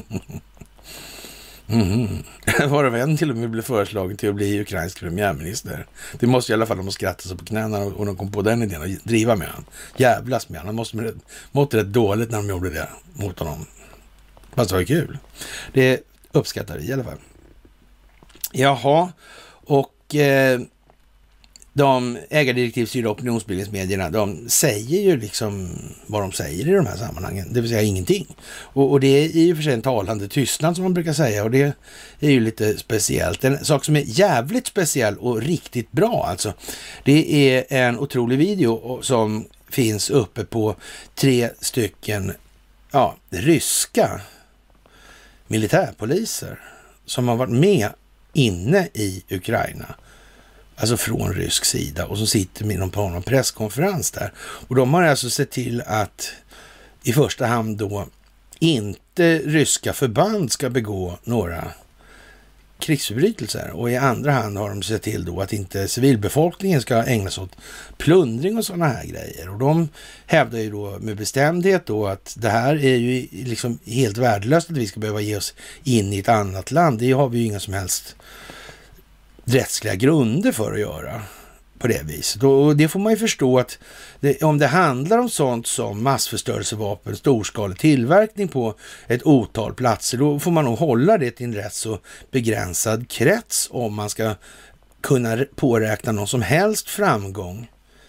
Mm. Varav en till och med blev föreslagen till att bli ukrainsk premiärminister. Det måste i alla fall de skratta sig på knäna och de kom på den idén och driva med han. Jävlas med han. Han måste med måtte rätt dåligt när de gjorde det mot honom. Fast det var kul. Det uppskattar vi i alla fall. Jaha, och eh, de ägardirektivstyrda opinionsbildningsmedierna, de säger ju liksom vad de säger i de här sammanhangen, det vill säga ingenting. Och, och det är i och för sig en talande tystnad som man brukar säga, och det är ju lite speciellt. En sak som är jävligt speciell och riktigt bra alltså, det är en otrolig video som finns uppe på tre stycken ja, ryska militärpoliser som har varit med inne i Ukraina, alltså från rysk sida, och så sitter de på någon presskonferens där. Och de har alltså sett till att i första hand då inte ryska förband ska begå några krigsförbrytelser, och i andra hand har de sett till då att inte civilbefolkningen ska ägna sig åt plundring och sådana här grejer. Och de hävdar ju då med bestämdhet då att det här är ju liksom helt värdelöst att vi ska behöva ge oss in i ett annat land. Det har vi ju inga som helst rättsliga grunder för att göra på det viset. Och det får man ju förstå att det, om det handlar om sånt som massförstörelsevapen, storskalig tillverkning på ett otal platser, då får man nog hålla det till en rätt så begränsad krets om man ska kunna påräkna någon som helst framgång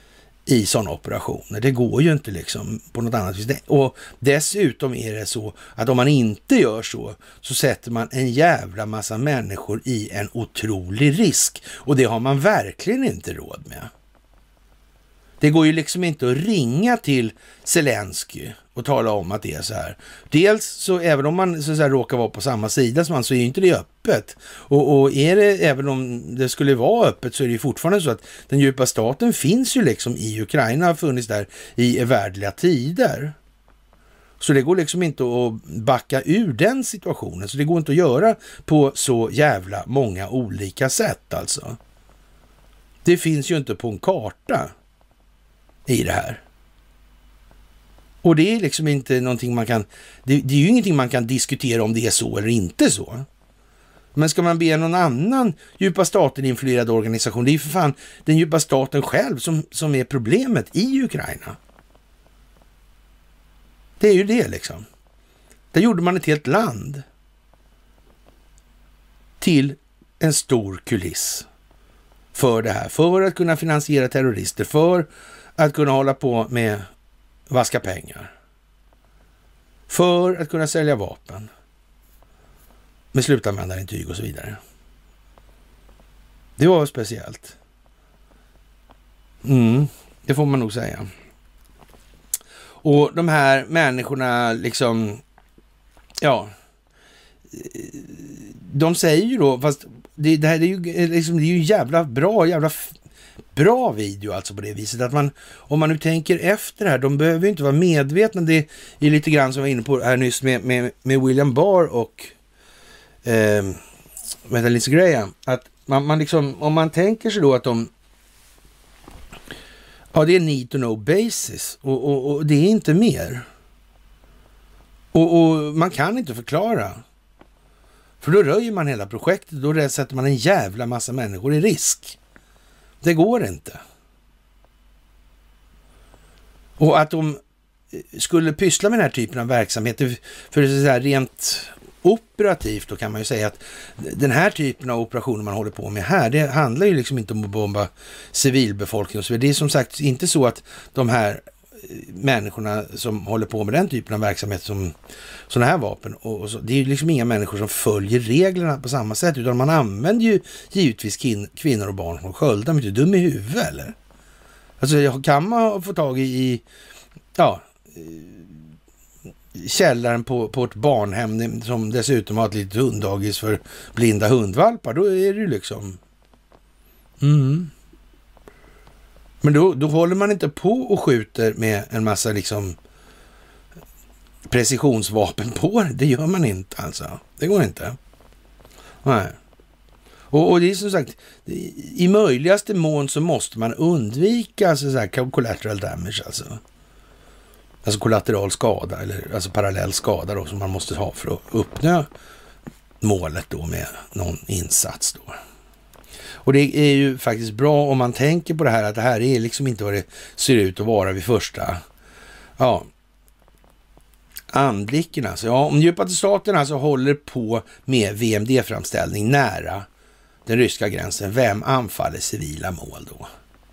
i sådana operationer. Det går ju inte liksom på något annat vis. Och dessutom är det så att om man inte gör så, så sätter man en jävla massa människor i en otrolig risk. Och det har man verkligen inte råd med. Det går ju liksom inte att ringa till Zelensky och tala om att det är så här. Dels så även om man så att säga, råkar vara på samma sida som man, så är ju inte det öppet. Och, och är det, även om det skulle vara öppet, så är det ju fortfarande så att den djupa staten finns ju liksom i Ukraina, har funnits där i evärdliga tider. Så det går liksom inte att backa ur den situationen. Så det går inte att göra på så jävla många olika sätt alltså. Det finns ju inte på en karta i det här. Och det är liksom inte någonting man kan, det, det är ju ingenting man kan diskutera om det är så eller inte så. Men ska man be någon annan djupa staten-influerad organisation, det är ju för fan den djupa staten själv som, som är problemet i Ukraina. Det är ju det liksom. Där gjorde man ett helt land till en stor kuliss för det här. För att kunna finansiera terrorister, för att kunna hålla på med vaska pengar. För att kunna sälja vapen. Med slutanvändarintyg och så vidare. Det var speciellt. Mm, det får man nog säga. Och de här människorna liksom, ja, de säger ju då, fast det, det här är ju liksom, det är ju jävla bra, jävla bra video alltså på det viset att man, om man nu tänker efter det här, de behöver ju inte vara medvetna. Det är lite grann som jag var inne på här nyss med, med, med William Barr och eh, med Lindsey Graham, att man, man liksom, om man tänker sig då att de, ja, det är need to know basis och, och, och det är inte mer. Och, och man kan inte förklara. För då röjer man hela projektet, då sätter man en jävla massa människor i risk. Det går inte. Och att de skulle pyssla med den här typen av verksamhet, för det är så här rent operativt, då kan man ju säga att den här typen av operationer man håller på med här, det handlar ju liksom inte om att bomba civilbefolkningen och så vidare. Det är som sagt inte så att de här människorna som håller på med den typen av verksamhet som sådana här vapen, och, och så, det är ju liksom inga människor som följer reglerna på samma sätt, utan man använder ju givetvis kin- kvinnor och barn som sköldar. Men är du dum i huvudet eller? Alltså kan man få tag i, i ja, källaren på, på ett barnhem som dessutom har ett litet hunddagis för blinda hundvalpar, då är det ju liksom mm. Men då, då håller man inte på och skjuter med en massa liksom precisionsvapen på det. Det gör man inte alltså. Det går inte. Nej. Och, och det är som sagt, i möjligaste mån så måste man undvika alltså så här collateral damage alltså. Alltså kollateral skada eller alltså parallell skada då, som man måste ha för att uppnå målet då med någon insats då. Och det är ju faktiskt bra om man tänker på det här, att det här är liksom inte vad det ser ut att vara vid första ja, anblicken. Alltså. Ja, om djupa staten alltså håller på med V M D-framställning nära den ryska gränsen, vem anfaller civila mål då?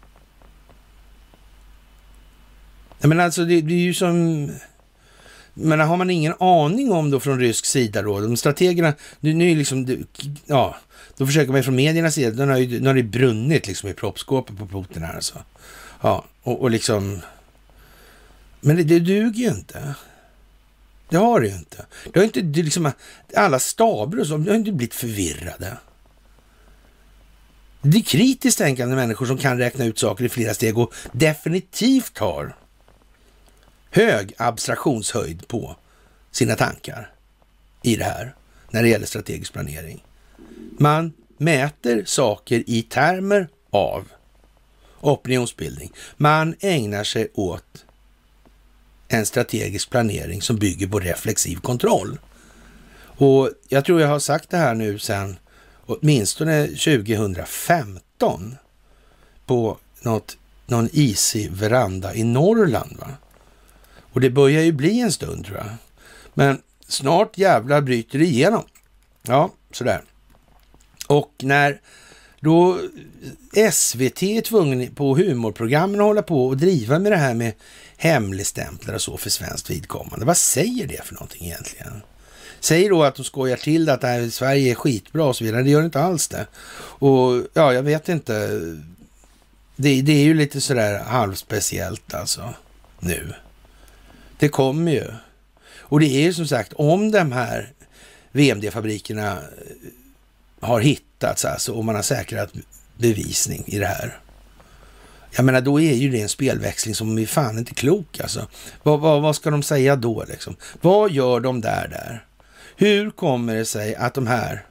Men alltså det, det är ju som, men har man ingen aning om då från rysk sida då, de strategerna, nu, nu är liksom, ja, då försöker man från mediernas sida, nu har, ju, nu har det brunnit liksom i proppskåpet på Putin här alltså. Ja, och, och liksom, men det, det duger ju inte. Det har det ju inte. Det har inte, det liksom, alla staber och så, de har inte blivit förvirrade. Det är kritiskt tänkande människor som kan räkna ut saker i flera steg och definitivt har hög abstraktionshöjd på sina tankar i det här när det gäller strategisk planering. Man mäter saker i termer av opinionsbildning. Man ägnar sig åt en strategisk planering som bygger på reflexiv kontroll. Och jag tror jag har sagt det här nu sedan åtminstone tjugohundrafemton på något, någon isig veranda i Norrland, va? Och det börjar ju bli en stund, tror jag. Men snart jävlar bryter det igenom. Ja, sådär. Och när då S V T är tvungen på humorprogrammen att hålla på och driva med det här med hemligstämplar och så för svenskt vidkommande. Vad säger det för någonting egentligen? Säger då att de skojar till det, att det här i Sverige är skitbra och så vidare. Det gör inte alls det. Och ja, jag vet inte. Det, det är ju lite sådär halvspeciellt alltså nu. Det kommer ju. Och det är ju som sagt, om de här V M D-fabrikerna har hittats alltså, och man har säkrat bevisning i det här. Jag menar, då är ju det en spelväxling som är fan inte klok alltså. Vad, vad, vad ska de säga då liksom? Vad gör de där där? Hur kommer det sig att de här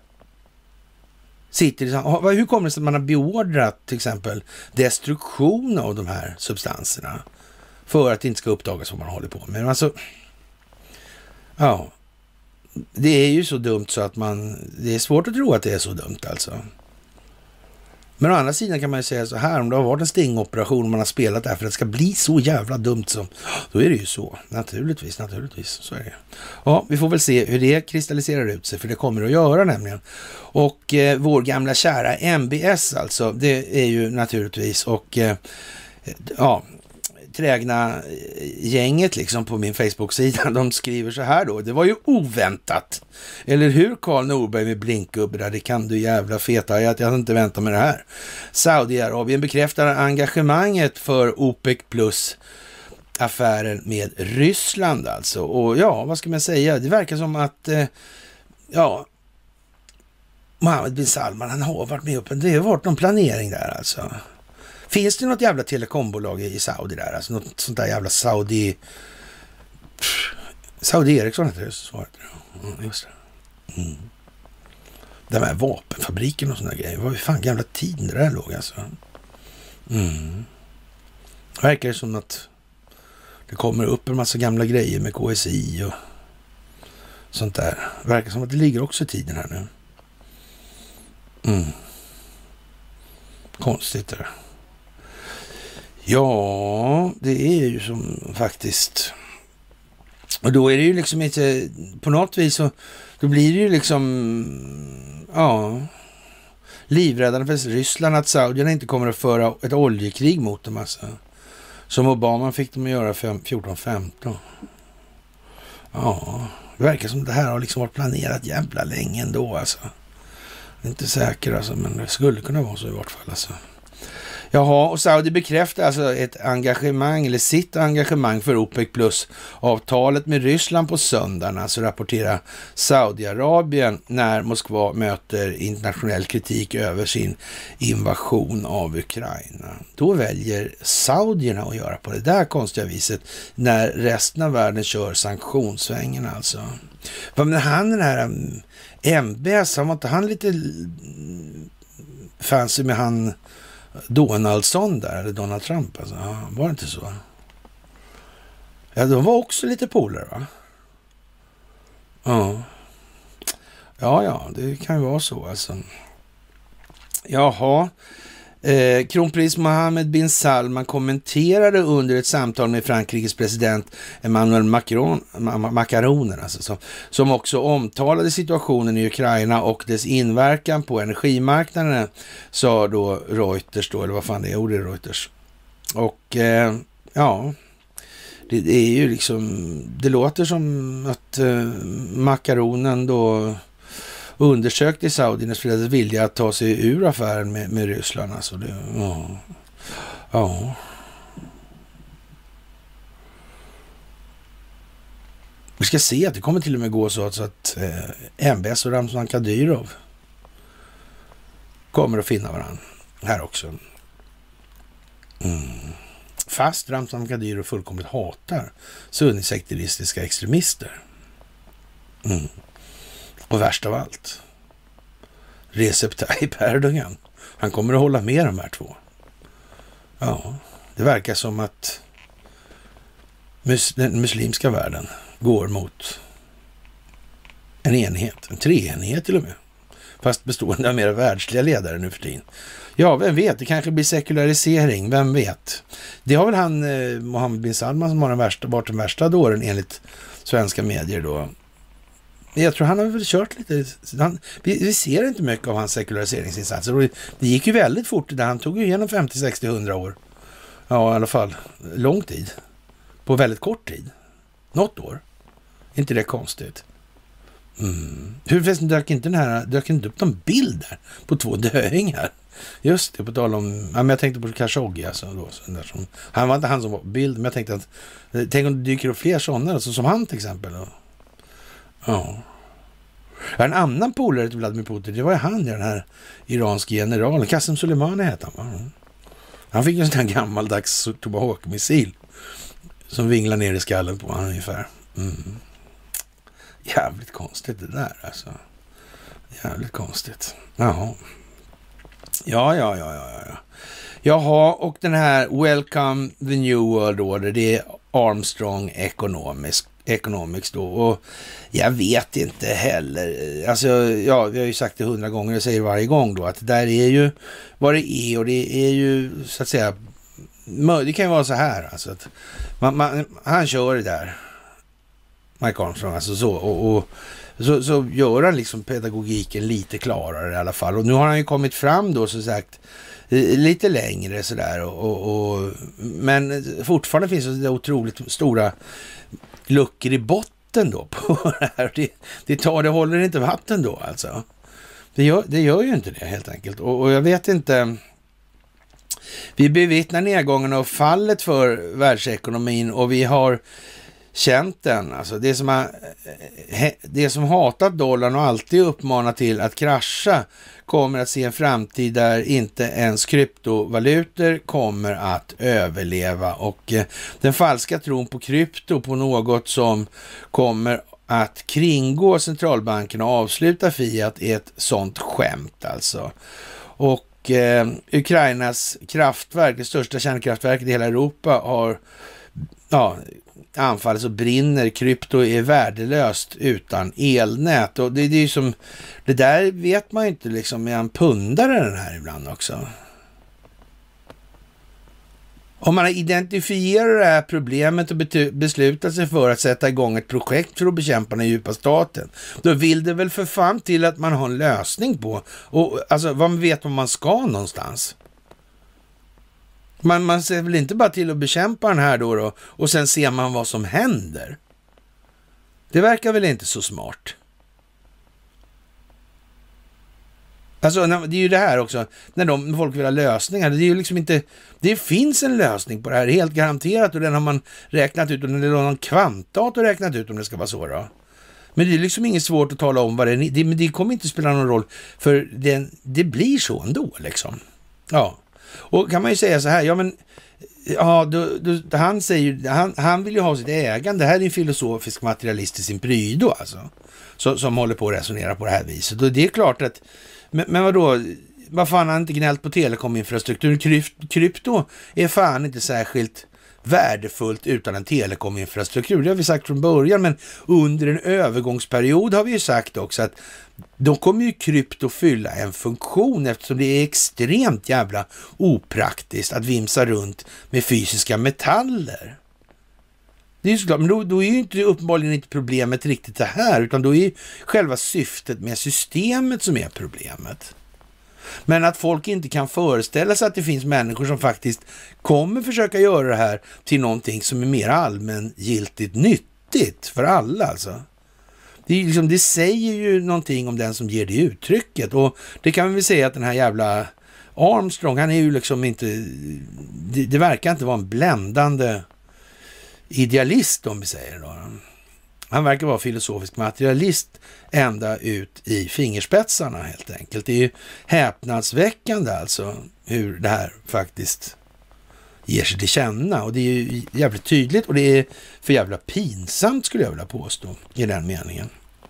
sitter i, hur kommer det sig att man har beordrat till exempel destruktion av de här substanserna för att det inte ska uppdagas vad man håller på med? Men alltså, ja, det är ju så dumt så att man, det är svårt att tro att det är så dumt alltså. Men å andra sidan kan man ju säga så här, om det har varit en stingoperation och man har spelat där för att det ska bli så jävla dumt som, då är det ju så. Naturligtvis, naturligtvis, så är det. Ja, vi får väl se hur det kristalliserar ut sig, för det kommer det att göra nämligen. Och eh, vår gamla kära M B S alltså, det är ju naturligtvis, och eh, ja, trägna gänget liksom på min Facebook-sida, de skriver så här då: det var ju oväntat. Eller hur, Karl Norberg med blinkgubbar? Det kan du jävla feta, jag hade inte väntat med det här. Saudiarabien bekräftar engagemanget för OPEC plus affären med Ryssland alltså. Och ja, vad ska man säga? Det verkar som att eh, ja, Mohammed bin Salman, han har varit med upp, det har varit någon planering där alltså. Finns det något jävla telekombolag i Saudi där? Alltså något sånt där jävla Saudi... Pff, Saudi Ericsson heter det, svaret. Mm, just det. Mm. De här vapenfabriken och såna grejer. Vad fan gamla tiden det där låg alltså. Mm. Verkar det som att det kommer upp en massa gamla grejer med K S I och sånt där. Verkar som att det ligger också i tiden här nu. Mm. Konstigt det där. Ja, det är ju som faktiskt, och då är det ju liksom inte på något vis så, då blir det ju liksom ja, livräddande för Ryssland att Saudierna inte kommer att föra ett oljekrig mot dem alltså, som Obama fick dem att göra fjorton femton. Ja, det verkar som det här har liksom varit planerat jävla länge ändå alltså. Jag är inte säker alltså, men det skulle kunna vara så i vart fall alltså. Jaha, och Saudi bekräftar alltså ett engagemang, eller sitt engagemang för OPEC plus-avtalet med Ryssland på söndagen, alltså rapporterar Saudiarabien när Moskva möter internationell kritik över sin invasion av Ukraina. Då väljer saudierna att göra på det där konstiga viset när resten av världen kör sanktionssvängen alltså. Men han, den här M B S, han var inte han lite fancy med han Donaldsson där, eller Donald Trump alltså. Ja, var det inte så? Ja, de var också lite polare va? Ja. Ja, ja, det kan ju vara så alltså. Jaha. Eh, kronprins Mohammed bin Salman kommenterade under ett samtal med Frankrikes president Emmanuel Macron, Macron alltså, som, som också omtalade situationen i Ukraina och dess inverkan på energimarknaden, sa då Reuters då, eller vad fan det är, ordet Reuters. Och eh, ja, det, det är ju liksom, det låter som att eh, Macronen då undersökte Saudiernas fredags vilja att ta sig ur affären med, med Ryssland. Alltså det, ja. ja. Vi ska se att det kommer till och med gå så att, så att eh, M B S och Ramzan Kadyrov kommer att finna varandra här också. Mm. Fast Ramzan Kadyrov fullkomligt hatar sunnisekteristiska extremister. Mm. Och värst av allt, Recep Tayyip Erdogan. Han kommer att hålla med de här två. Ja, det verkar som att mus- den muslimska världen går mot en enhet, en treenighet till och med. Fast bestående av mer världsliga ledare nu för tiden. Ja, vem vet, det kanske blir sekularisering, vem vet. Det har väl han, eh, Mohammed bin Salman, som har den värsta, varit den värsta dåren enligt svenska medier då. jag tror han har väl kört lite, han, vi, vi ser inte mycket av hans sekulariseringsinsatser, och det, det gick ju väldigt fort där, han tog ju igenom femtio, sextio, hundra år, ja i alla fall lång tid, på väldigt kort tid, något år, inte det konstigt. Mm. Hur förresten dök inte den här, dök inte upp någon bild där på två döingar? Just det, på tal om, ja, men jag tänkte på Khashoggi alltså, då, så där som, han var inte han som var på bild, men jag tänkte att, tänk om det dyker upp fler sådana, alltså, som han till exempel då. Ja. En annan polare till Vladimir Putin, det var ju han, den här iranske generalen, Qasem Soleimani heter han, va? Han fick en sån här gammaldags Tomahawk-missil som vinglar ner i skallen på honom ungefär. Mm. Jävligt konstigt det där alltså. Jävligt konstigt. Jaha. Ja, ja, ja, ja, ja. Jaha, och den här Welcome the New World Order, det är Armstrong Economics, Economics då, och jag vet inte heller, alltså ja, vi har ju sagt det hundra gånger, jag säger varje gång då, att det där är ju vad det är, och det är ju så att säga, det kan ju vara så här alltså, att man, man, han kör det där, Mike Armstrong, alltså så, och, och så, så gör han liksom pedagogiken lite klarare i alla fall, och nu har han ju kommit fram då, så sagt, lite längre sådär, och, och, och, men fortfarande finns det otroligt stora luckor i botten då på det här. Det, det, tar, det håller inte vatten då alltså. Det gör, det gör ju inte det helt enkelt. Och, och jag vet inte, vi bevittnar nedgången och fallet för världsekonomin, och vi har känt den. Alltså det som, har, det som hatat dollarn och alltid uppmanat till att krascha kommer att se en framtid där inte ens kryptovalutor kommer att överleva, och eh, den falska tron på krypto, på något som kommer att kringgå centralbanken och avsluta fiat, är ett sånt skämt alltså. Och eh, Ukrainas kraftverk, det största kärnkraftverket i hela Europa, har ja, anfall så brinner. Krypto är värdelöst utan elnät, och det, det är ju som, det där vet man ju inte liksom, är en pundare den här ibland också. Om man har identifierat det här problemet och beslutat sig för att sätta igång ett projekt för att bekämpa den djupa staten, då vill det väl för fan till att man har en lösning på, och alltså vad man vet om man ska någonstans. Man, man ser väl inte bara till att bekämpa den här då, då och sen ser man vad som händer. Det verkar väl inte så smart. Alltså det är ju det här också, när de, folk vill ha lösningar, det är ju liksom inte, det finns en lösning på det här helt garanterat, och den har man räknat ut, och den är någon kvantdator räknat ut om det ska vara så då. Men det är liksom inget svårt att tala om vad det är, det, det kommer inte spela någon roll, för det, det blir så ändå liksom. Ja. Och kan man ju säga så här, ja men ja, då, då, han säger han, han vill ju ha sitt ägande. Det här är en filosofisk materialistisk imprydo alltså, så, som håller på att resonera på det här viset. Och det är klart att, men, men vadå, vad fan har han inte gnällt på telekominfrastrukturen? Krypt, krypto är fan inte särskilt värdefullt utan en telekominfrastruktur. Det har vi sagt från början, men under en övergångsperiod har vi ju sagt också att då kommer ju krypto fylla en funktion, eftersom det är extremt jävla opraktiskt att vimsa runt med fysiska metaller. Det är ju såklart, men då, då är ju inte uppenbarligen inte problemet riktigt det här, utan då är själva syftet med systemet som är problemet. Men att folk inte kan föreställa sig att det finns människor som faktiskt kommer försöka göra det här till någonting som är mer allmängiltigt nyttigt för alla alltså. Det, är liksom, det säger ju någonting om den som ger det uttrycket, och det kan vi väl säga att den här jävla Armstrong, han är ju liksom inte, det, det verkar inte vara en bländande idealist om vi säger då. Han verkar vara filosofisk materialist ända ut i fingerspetsarna helt enkelt. Det är ju häpnadsväckande alltså hur det här faktiskt ger sig till känna, och det är ju jävligt tydligt, och det är för jävla pinsamt skulle jag vilja påstå i den meningen.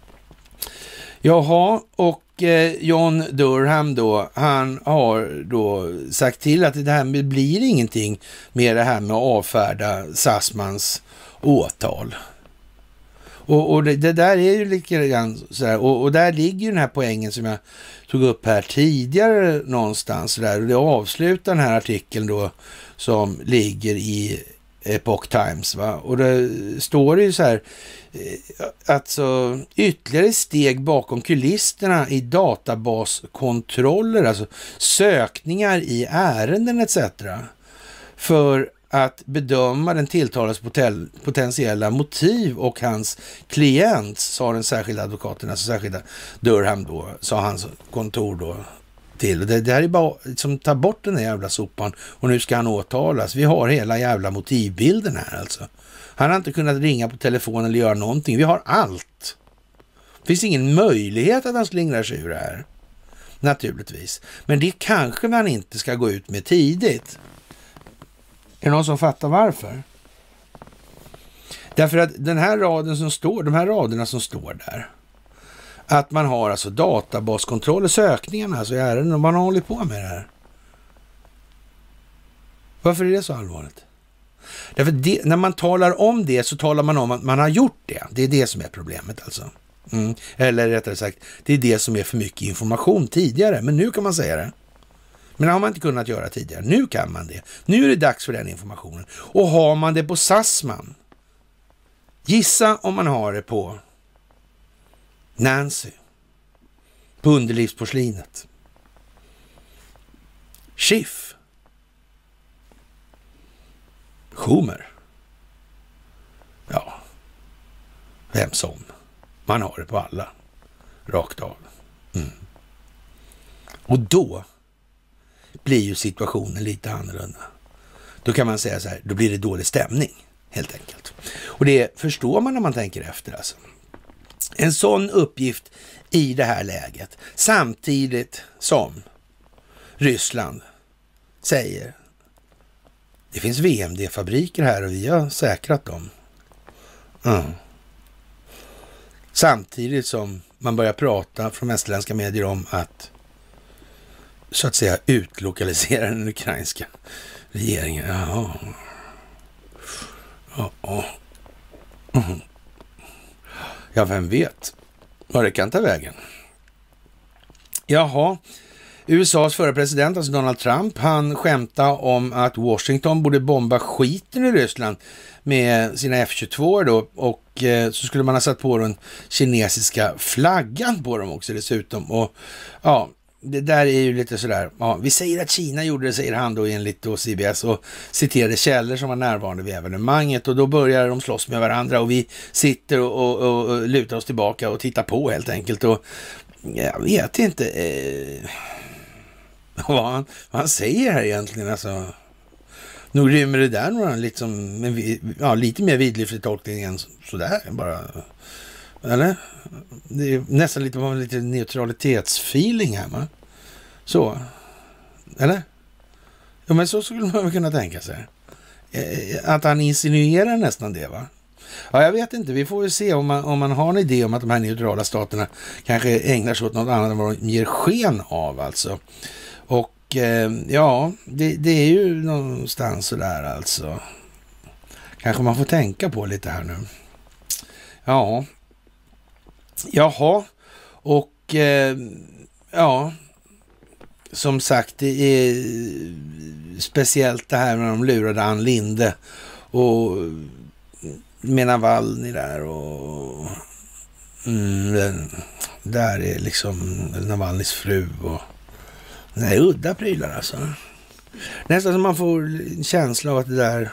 Jaha, och eh, John Durham då, han har då sagt till att det här blir ingenting med det här med att avfärda Sassmans åtal. Och, och det, det där är ju lite grann sådär, och, och där ligger ju den här poängen som jag tog upp här tidigare någonstans där, och det avslutar den här artikeln då som ligger i Epoch Times, va? Och det står ju så här, alltså ytterligare steg bakom kulisserna i databaskontroller, alltså sökningar i ärenden et cetera för att bedöma den tilltalades poten- potentiella motiv och hans klient, sa den särskilda advokaten, alltså särskilda Durham då, sa hans kontor då till. Det, det här är bara som tar bort den här jävla sopan och nu ska han åtalas. Vi har hela jävla motivbilden här alltså. Han har inte kunnat ringa på telefon eller göra någonting. Vi har allt. Det finns ingen möjlighet att han slingrar sig ur det här. Naturligtvis. Men det kanske man inte ska gå ut med tidigt. Är det någon som fattar varför? Därför att den här raden som står, de här raderna som står där, att man har alltså databaskontroll och sökningarna, alltså i ärenden, och man har hållit på med det här. Varför är det så allvarligt? Därför det, när man talar om det så talar man om att man har gjort det. Det är det som är problemet alltså. Mm. Eller rättare sagt, det är det som är för mycket information tidigare. Men nu kan man säga det. Men det har man inte kunnat göra tidigare. Nu kan man det. Nu är det dags för den informationen. Och har man det på Sassman, gissa om man har det på Nancy, på underlivsporslinet, Schiff, Schumer, ja, vem som. Man har det på alla, rakt av. Mm. Och då blir ju situationen lite annorlunda. Då kan man säga så här, då blir det dålig stämning, helt enkelt. Och det förstår man när man tänker efter alltså. En sån uppgift i det här läget, samtidigt som Ryssland säger det finns V M D-fabriker här och vi har säkrat dem. Mm. Samtidigt som man börjar prata från västerländska medier om att så att säga utlokalisera den ukrainska regeringen. Ja, ja, ja. Mm. Ja, vem vet vad det kan ta vägen. Jaha, U S A:s förre president, alltså Donald Trump, han skämtade om att Washington borde bomba skiten i Ryssland med sina F tjugotvå då, och eh, så skulle man ha satt på den kinesiska flaggan på dem också dessutom. Och ja, det där är ju lite sådär, ja, vi säger att Kina gjorde det, säger han då enligt då C B S, och citerade källor som var närvarande vid evenemanget, och då börjar de slåss med varandra och vi sitter och, och, och lutar oss tillbaka och tittar på helt enkelt. Och jag vet inte eh, vad, han, vad han säger här egentligen, alltså. Nog rymmer det där några liksom, ja, lite mer vidlyftig tolkning än sådär bara. Eller? Det är nästan lite, lite neutralitetsfeeling här, va? Så. Eller? Ja, men så skulle man kunna tänka sig. Att han insinuerar nästan det, va? Ja, jag vet inte. Vi får väl se om man, om man har en idé om att de här neutrala staterna kanske ägnar sig åt något annat än vad de ger sken av, alltså. Och eh, ja, det, det är ju någonstans sådär, alltså. Kanske man får tänka på lite här nu. Ja. Jaha, och eh, ja, som sagt, det är speciellt det här när de lurade Ann Linde och med Navalny där och mm, den, där är liksom Navalnys fru och nej, udda prylar alltså. Nästan som man får en känsla av att det där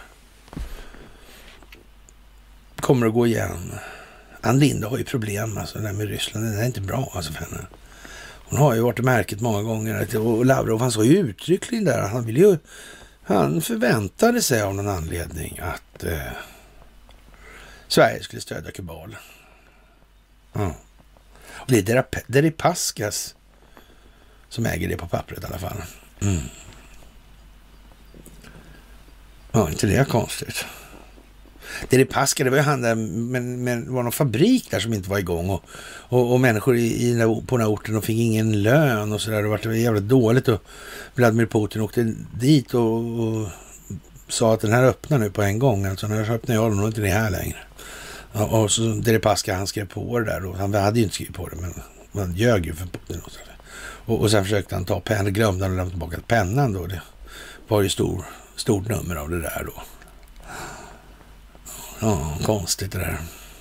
kommer att gå igen. Ann Linde har ju problem alltså, där med Ryssland. Det är inte bra alltså för henne. Hon har ju varit i märket många gånger. Och Lavrov, han sa ju uttryckligen där. Han ville ju, han förväntade sig av någon anledning att eh, Sverige skulle stödja Kubal. Ja. Och det är Deripaska som äger det på pappret i alla fall. Mm. Ja, inte det är konstigt. Deripaska, det var ju han där, men, men det var någon fabrik där som inte var igång och, och, och människor i, i, på den här orten, de fick ingen lön och sådär. Det var jävligt dåligt och Vladimir Putin åkte dit och, och sa att den här öppnar nu på en gång. Alltså när jag öppnar jag den, inte det här längre. Och, och så Deripaska, han skrev på det där och han hade ju inte skrivit på det, men man ljög ju för Putin och sådär. Och, och sen försökte han ta pennan, glömde han och lämna tillbaka pennan då. Det var ju stor, stort nummer av det där då. Ja, konstigt det där.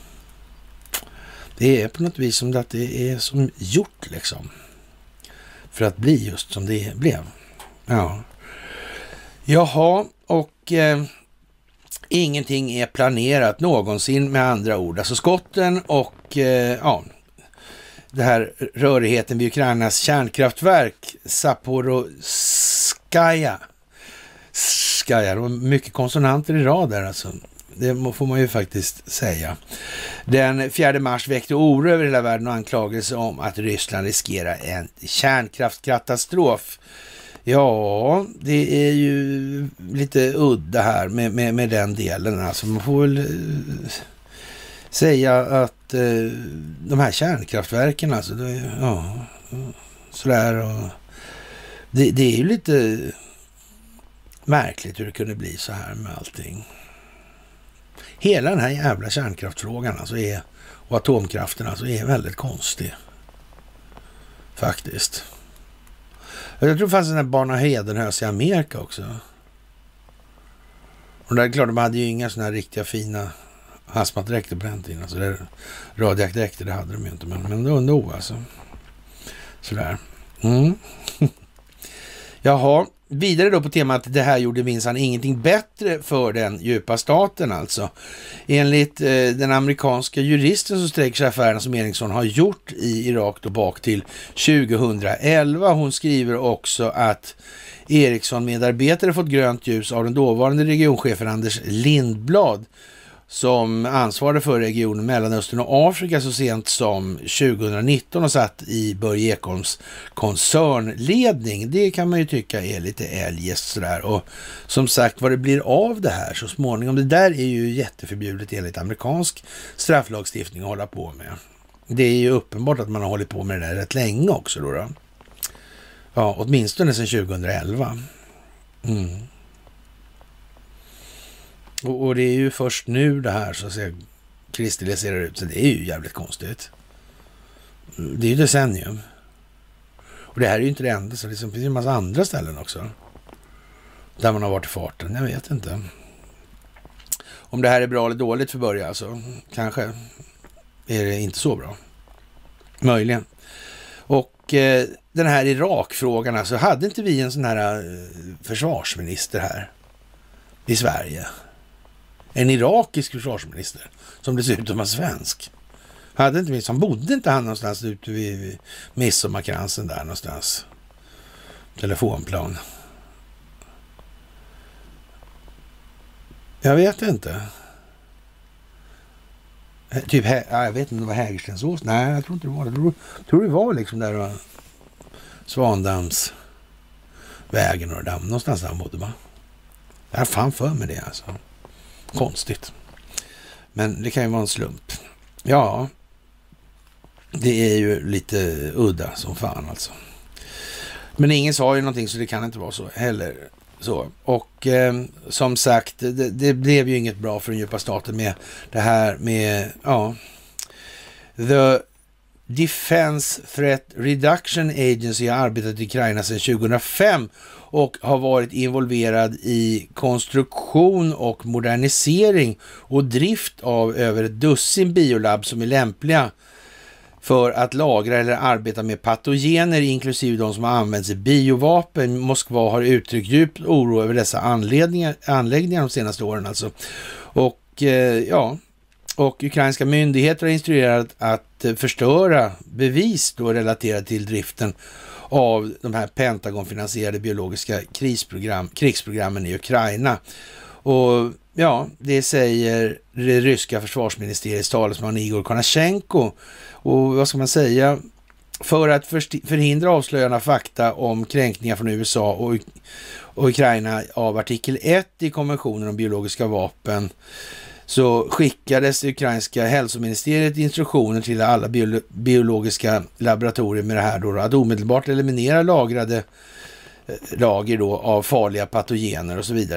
Det är på något vis som att det är som gjort liksom. För att bli just som det blev. Ja. Jaha, och eh, ingenting är planerat någonsin med andra ord. Alltså skotten och eh, ja, det här rörigheten vid Ukrainas kärnkraftverk Zaporizjzja. Skaja, det var mycket konsonanter i rad där alltså. Det får man ju faktiskt säga. Den fjärde mars väckte oro över hela världen och anklagelse om att Ryssland riskerar en kärnkraftskatastrof. Ja, det är ju lite udda här med, med, med den delen. Alltså man får väl eh, säga att eh, de här kärnkraftverken, alltså, det, ja, sådär. Och det, det är ju lite märkligt hur det kunde bli så här med allting. Hela den här jävla kärnkraftfrågan alltså är, och atomkraften alltså är väldigt konstig. Faktiskt. Jag tror det fanns en där Barna Hedenhös i Amerika också. Och det är klart, de hade ju inga såna här riktiga fina hazmatdräkter på den tiden. Alltså det radioaktdräkter, det hade de ju inte. Men, men då ändå alltså. Sådär. Mm. Jaha. Vidare då på temat att det här gjorde minsann ingenting bättre för den djupa staten alltså. Enligt eh, den amerikanska juristen så sträcker sig affärerna som Ericsson har gjort i Irak då bak till tjugohundraelva. Hon skriver också att Ericsson-medarbetare fått grönt ljus av den dåvarande regionchefen Anders Lindblad som ansvarade för regionen Mellanöstern och Afrika så sent som tjugohundranitton och satt i Börje Ekholms koncernledning. Det kan man ju tycka är lite eljest sådär. Och som sagt, vad det blir av det här så småningom, det där är ju jätteförbjudet enligt amerikansk strafflagstiftning att hålla på med. Det är ju uppenbart att man har hållit på med det där rätt länge också då. då. Ja, åtminstone sedan tjugohundraelva. Mm. Och, och det är ju först nu det här så att säga kristalliserar ut. Så det är ju jävligt konstigt. Det är ju decennium. Och det här är ju inte det enda. Så det finns ju en massa andra ställen också. Där man har varit i farten. Jag vet inte. Om det här är bra eller dåligt för början så kanske är det inte så bra. Möjligen. Och eh, den här Irak-frågan. Alltså hade inte vi en sån här eh, försvarsminister här i Sverige? En irakisk försvarsminister som dessutom var svensk. Hade inte minst, han bodde inte han någonstans ute vid Midsommarkransen där någonstans. Telefonplan. Jag vet inte. Typ, jag vet inte om det var Hägerstensås. Nej, jag tror inte det var det. Jag tror, tror det var liksom där var Svandams vägen och damm. Någonstans där han bodde, va? Jag har fan för mig det alltså. Konstigt. Men det kan ju vara en slump. Ja. Det är ju lite udda som fan alltså. Men ingen sa ju någonting så det kan inte vara så heller. Så. Och eh, som sagt, det, det blev ju inget bra för den djupa staten med det här med, ja, The Defense Threat Reduction Agency har arbetat i Ukraina sedan tjugohundrafem och har varit involverad i konstruktion och modernisering och drift av över ett dussin biolab som är lämpliga för att lagra eller arbeta med patogener inklusive de som har använts i biovapen. Moskva har uttryckt djup oro över dessa anledningar, anläggningar de senaste åren alltså. Och eh, ja, och ukrainska myndigheter har instruerat att förstöra bevis då relaterat till driften av de här Pentagon-finansierade biologiska krisprogram, krigsprogrammen i Ukraina. Och ja, det säger det ryska försvarsministeriets talesman Igor Konashenko. Och vad ska man säga? För att förhindra avslöjande fakta om kränkningar från U S A och, och Ukraina av artikel ett i konventionen om biologiska vapen så skickades det ukrainska hälsoministeriet instruktioner till alla bio, biologiska laboratorier med det här då, att omedelbart eliminera lagrade lager då av farliga patogener och så vidare.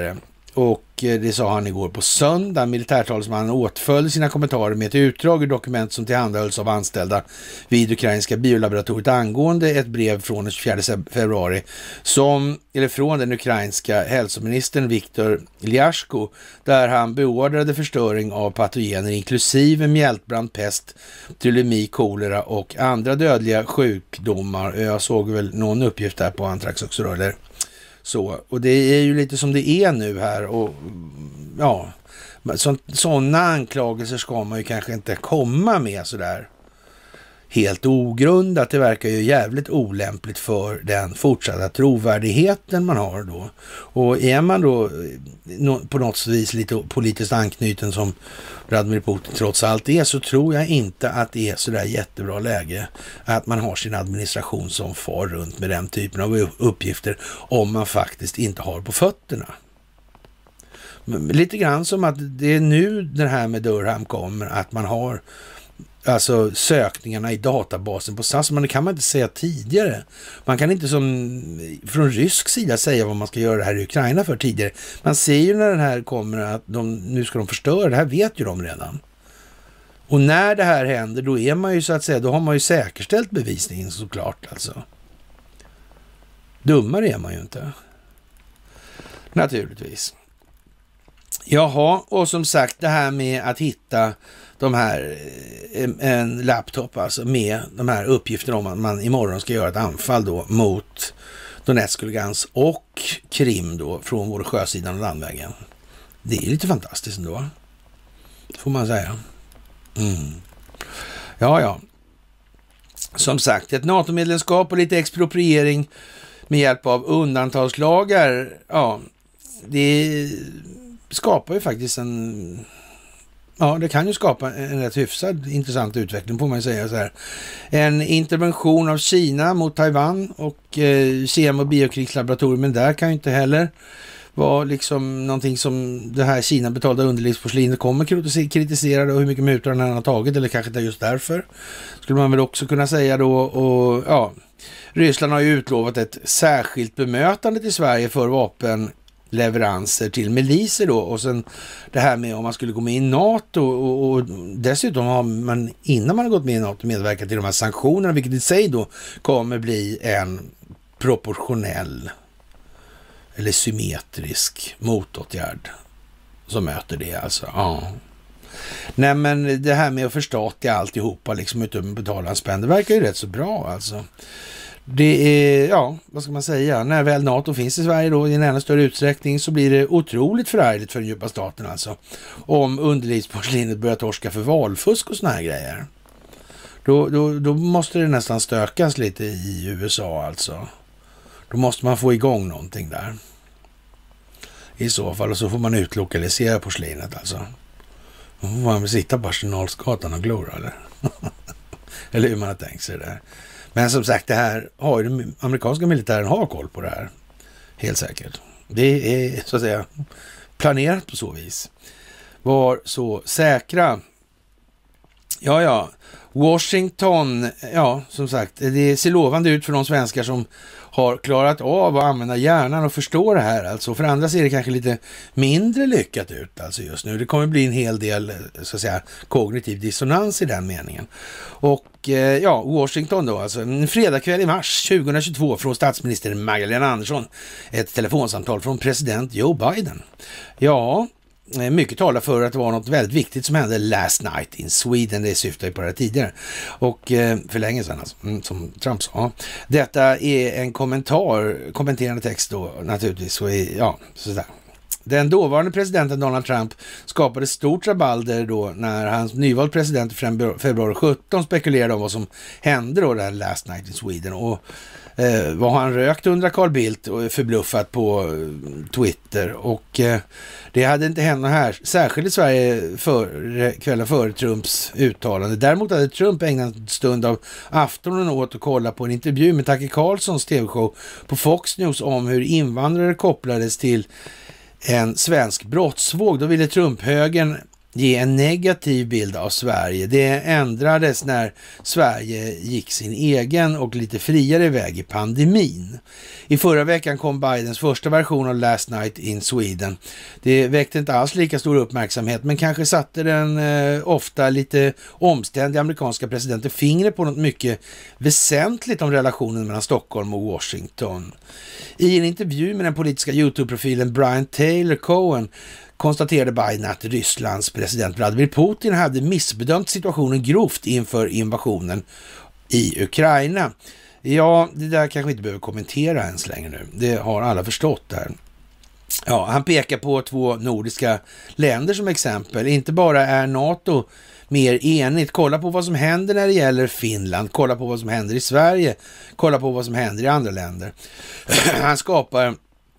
Och det sa han igår på söndag. Militärtalsmannen åtföljde sina kommentarer med ett utdrag ur dokument som tillhandahölls av anställda vid ukrainska biolaboratoriet angående ett brev från den tjugofjärde februari som, eller från den ukrainska hälsoministern Viktor Lyashko, där han beordrade förstöring av patogener inklusive mjältbrand, pest, tylemi, kolera och andra dödliga sjukdomar. Jag såg väl någon uppgift där på antrax också då, eller så. Och det är ju lite som det är nu här, och ja, sådana anklagelser ska man ju kanske inte komma med sådär helt ogrundat. Det verkar ju jävligt olämpligt för den fortsatta trovärdigheten man har då. Och är man då på något vis lite politiskt anknuten som Vladimir Putin trots allt är, så tror jag inte att det är sådär jättebra läge att man har sin administration som far runt med den typen av uppgifter om man faktiskt inte har på fötterna. Lite grann som att det är nu det här med Durham kommer, att man har alltså sökningarna i databasen på S A S, men det kan man inte säga tidigare. Man kan inte som från rysk sida säga vad man ska göra det här i Ukraina för tidigare. Man ser ju när den här kommer att de, nu ska de förstöra, det här vet ju de redan. Och när det här händer, då är man ju så att säga, då har man ju säkerställt bevisningen såklart alltså. Dummare är man ju inte. Naturligtvis. Jaha, och som sagt det här med att hitta de här, en laptop alltså med de här uppgifterna om att man imorgon ska göra ett anfall då mot Donetsk, Lugansk och Krim då från vår sjösidan och landvägen. Det är lite fantastiskt ändå, får man säga. Mm. Ja, ja. Som sagt, ett NATO-medlemskap och lite expropriering med hjälp av undantagslagar, ja, det skapar ju faktiskt en, ja, det kan ju skapa en rätt hyfsad intressant utveckling, får man ju säga så här. En intervention av Kina mot Taiwan och eh, Kem- och biokrigslaboratorium, men där kan ju inte heller vara liksom någonting som det här Kina betalda underlivsporslinet kommer kritisera, och hur mycket mutor han har tagit, eller kanske inte just därför, skulle man väl också kunna säga då. Och ja, Ryssland har ju utlovat ett särskilt bemötande till Sverige för vapen leveranser till miliser då, och sen det här med om man skulle gå med i NATO, och, och dessutom har man innan man har gått med i NATO medverkat till de här sanktionerna, vilket i sig då kommer bli en proportionell eller symmetrisk motåtgärd som möter det alltså. Ja. Nej, men det här med att förstatliga alltihopa liksom utan att betala en spänn, det verkar ju rätt så bra alltså. Det är, ja, vad ska man säga, när väl NATO finns i Sverige då i en ännu större utsträckning, så blir det otroligt förargligt för den djupa staten alltså. Om underlivsporslinet börjar torska för valfusk och såna här grejer. Då, då, då måste det nästan stökas lite i U S A alltså. Då måste man få igång någonting där. I så fall, och så får man utlokalisera porslinet alltså. Då får man sitta på Arsenalsgatan och glora, eller? Eller hur man har tänkt sig det där. Men som sagt, det här har ju den amerikanska militären har koll på det här. Helt säkert. Det är så att säga planerat på så vis. Var så säkra. Ja, ja. Washington, ja, som sagt, det ser lovande ut för de svenskar som har klarat av att använda hjärnan och förstå det här. Alltså för andra ser det kanske lite mindre lyckat ut alltså just nu. Det kommer bli en hel del, så att säga, kognitiv dissonans i den meningen. Och eh, ja, Washington då, alltså en fredagkväll i mars tjugohundratjugotvå från statsminister Magdalena Andersson. Ett telefonsamtal från president Joe Biden. Ja, mycket talar för att det var något väldigt viktigt som hände last night in Sweden. Det syftar ju på det här tidigare. Och eh, för länge sedan alltså, som Trump sa. Detta är en kommentar, kommenterande text då naturligtvis. Så är, ja, sådär. Den dåvarande presidenten Donald Trump skapade stort rabalder då när hans nyvald president i februari sjutton spekulerade om vad som hände då där last night in Sweden. Och eh, vad han rökt under Carl Bildt och förbluffat på eh, Twitter. Och eh, det hade inte hänt något här, särskilt i Sverige för, kvällen före Trumps uttalande. Däremot hade Trump ägnat en stund av aftonen åt att kolla på en intervju med Tucker Carlsons tv-show på Fox News om hur invandrare kopplades till en svensk brottsvåg. Då ville Trump-högern ge en negativ bild av Sverige. Det ändrades när Sverige gick sin egen och lite friare väg i pandemin. I förra veckan kom Bidens första version av Last Night in Sweden. Det väckte inte alls lika stor uppmärksamhet, men kanske satte den eh, ofta lite omständiga amerikanska presidenten fingret på något mycket väsentligt om relationen mellan Stockholm och Washington. I en intervju med den politiska YouTube-profilen Brian Taylor Cohen konstaterade Biden att Rysslands president Vladimir Putin hade missbedömt situationen grovt inför invasionen i Ukraina. Ja, det där kanske vi inte behöver kommentera ens längre nu. Det har alla förstått där. Ja, han pekar på två nordiska länder som exempel. Inte bara är NATO mer enigt. Kolla på vad som händer när det gäller Finland. Kolla på vad som händer i Sverige. Kolla på vad som händer i andra länder. Han skapar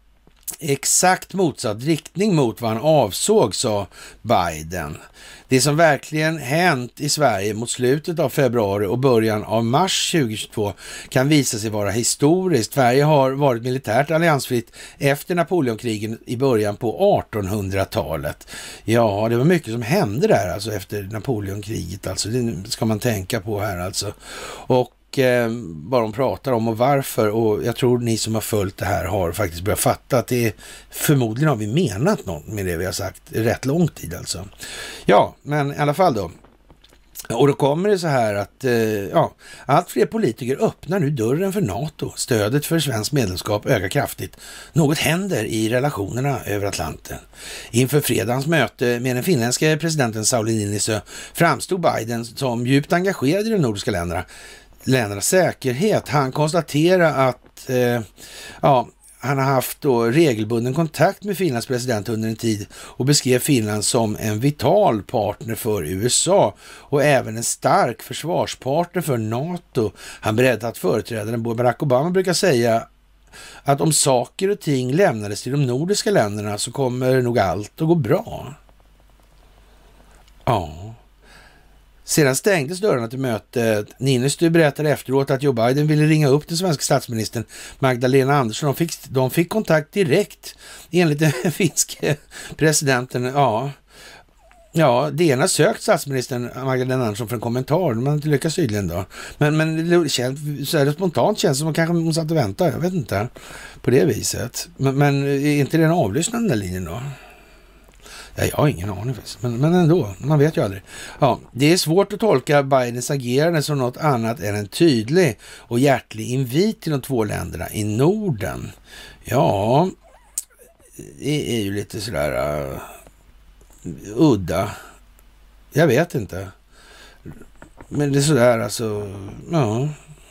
exakt motsatt riktning mot vad han avsåg, sa Biden. Det som verkligen hänt i Sverige mot slutet av februari och början av mars tjugohundratjugotvå kan visa sig vara historiskt. Sverige har varit militärt alliansfritt efter Napoleonkrigen i början på artonhundratalet. Ja, det var mycket som hände där alltså efter Napoleonkriget. Alltså, det ska man tänka på här alltså. Och Eh, vad de pratar om och varför, och jag tror ni som har följt det här har faktiskt börjat fatta att det är, förmodligen har vi menat något med det vi har sagt rätt lång tid alltså. Ja, men i alla fall då. Och då kommer det så här att eh, ja, allt fler politiker öppnar nu dörren för NATO. Stödet för svensk medlemskap ökar kraftigt. Något händer i relationerna över Atlanten. Inför fredagens möte med den finländska presidenten Sauli Niinistö framstod Biden som djupt engagerad i de nordiska länderna. ländernas säkerhet. Han konstaterar att eh, ja, han har haft då regelbunden kontakt med Finlands president under en tid och beskrev Finland som en vital partner för U S A och även en stark försvarspartner för NATO. Han berättade att företrädaren Barack Obama brukar säga att om saker och ting lämnades till de nordiska länderna så kommer nog allt att gå bra. Ja. Sedan stängdes dörrarna till mötet. Niinistö berättade efteråt att Joe Biden ville ringa upp den svenska statsministern Magdalena Andersson. De fick, de fick kontakt direkt enligt den finske presidenten. Ja, ja det ena sökt statsministern Magdalena Andersson för en kommentar. Man inte lyckas tydligen då. Men, men det känns, så är det spontant känns som att kanske hon satt och väntade. Jag vet inte. På det viset. Men, men är inte det en avlyssnande linjen då? Ja, jag har ingen aning, men, men ändå, man vet ju aldrig. Ja, det är svårt att tolka Bidens agerande som något annat än en tydlig och hjärtlig invit till de två länderna i Norden. Ja, det är ju lite sådär uh, udda. Jag vet inte. Men det är sådär alltså, ja.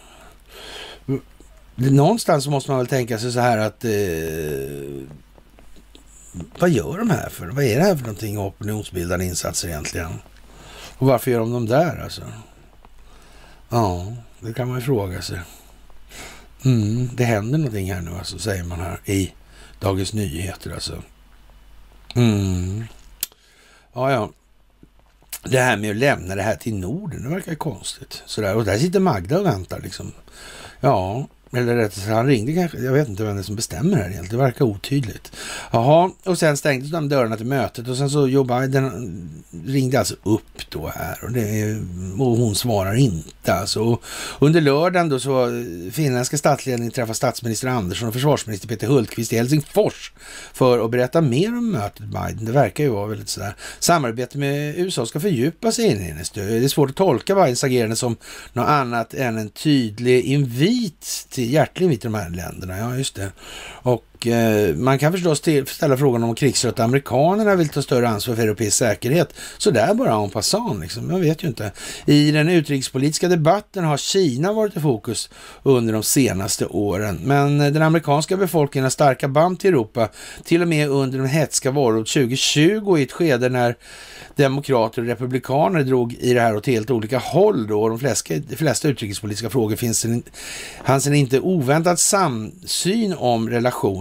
Någonstans så måste man väl tänka sig så här att uh, vad gör de här för? Vad är det här för någonting opinionsbildande insatser egentligen? Och varför gör de dem där alltså? Ja, det kan man ju fråga sig. Mm, det händer någonting här nu alltså, säger man här i Dagens Nyheter alltså. Mm. Ja, ja. Det här med att lämna det här till Norden, det verkar konstigt. Sådär. Och där sitter Magda och väntar liksom. Ja, eller rätt så han ringde kanske, jag vet inte vem det är som bestämmer här egentligen, det verkar otydligt. Jaha, och sen stängdes de dörrarna till mötet och sen så Joe Biden ringde alltså upp då här och, det, och hon svarar inte alltså. Och under lördagen då så finländska statsledningen träffade statsminister Andersson och försvarsminister Peter Hultqvist i Helsingfors för att berätta mer om mötet Biden. Det verkar ju vara väldigt sådär. Samarbete med U S A ska fördjupa sig in i det. Det är svårt att tolka Bidens agerande som något annat än en tydlig invit till hjärtlig invit till de här länderna. Ja, just det. Och eh, man kan förstås till, ställa frågan om krigsröta amerikanerna vill ta större ansvar för europeisk säkerhet. Så där bara en passant liksom. Jag vet ju inte. I den utrikespolitiska debatten har Kina varit i fokus under de senaste åren. Men den amerikanska befolkningen har starka band till Europa. Till och med under de hetska valåret tjugo tjugo i ett skede när demokrater och republikaner drog i det här åt helt olika håll då. De flesta, de flesta utrikespolitiska frågor finns en, fanns en inte oväntad samsyn om relationen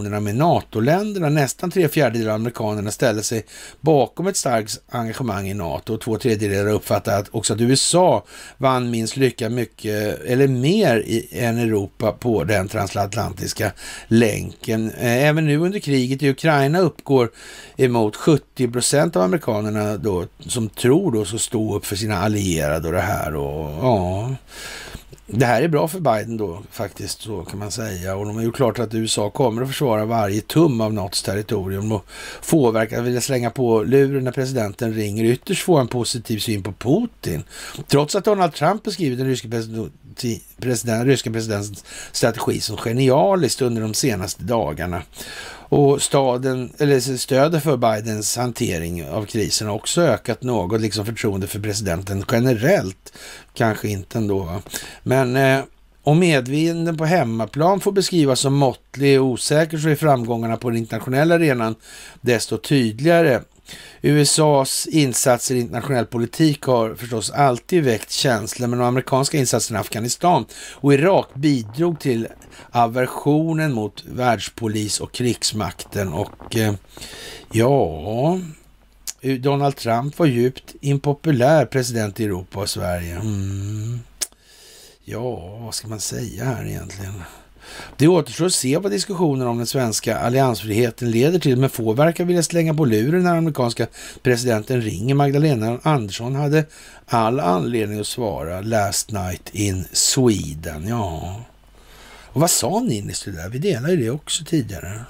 relationerna med NATO-länderna. Nästan tre fjärdedelar av amerikanerna ställer sig bakom ett starkt engagemang i NATO och två tredjedelar uppfattar att också att U S A vann minst lika mycket eller mer i, än Europa på den transatlantiska länken. Även nu under kriget i Ukraina uppgår emot sjuttio procent av amerikanerna då, som tror då så stå upp för sina allierade och det här. Och, ja, det här är bra för Biden då faktiskt, så kan man säga. Och de har ju klart att U S A kommer att försvara varje tum av NATOs territorium och påverka, vill slänga på luren när presidenten ringer, ytterst få en positiv syn på Putin. Trots att Donald Trump beskrivit den ryska president, president, ryska presidentens strategi som genialiskt under de senaste dagarna. Och staden, eller stödet för Bidens hantering av krisen har också ökat något, liksom förtroende för presidenten generellt. Kanske inte ändå, va? Men eh, om medvinden på hemmaplan får beskrivas som måttlig och osäker, så är framgångarna på den internationella arenan desto tydligare. U S A:s insatser i internationell politik har förstås alltid väckt känslor, men de amerikanska insatserna i Afghanistan och Irak bidrog till aversionen mot världspolis och krigsmakten. Och eh, ja, Donald Trump var djupt impopulär president i Europa och Sverige. Mm. Ja, vad ska man säga här egentligen? Det återstår att se vad diskussionen om den svenska alliansfriheten leder till, men få verkar vilja slänga på luren när amerikanska presidenten ringer. Magdalena Andersson hade all anledning att svara last night in Sweden. Ja, och vad sa Niinistö där? Vi delade ju det också tidigare.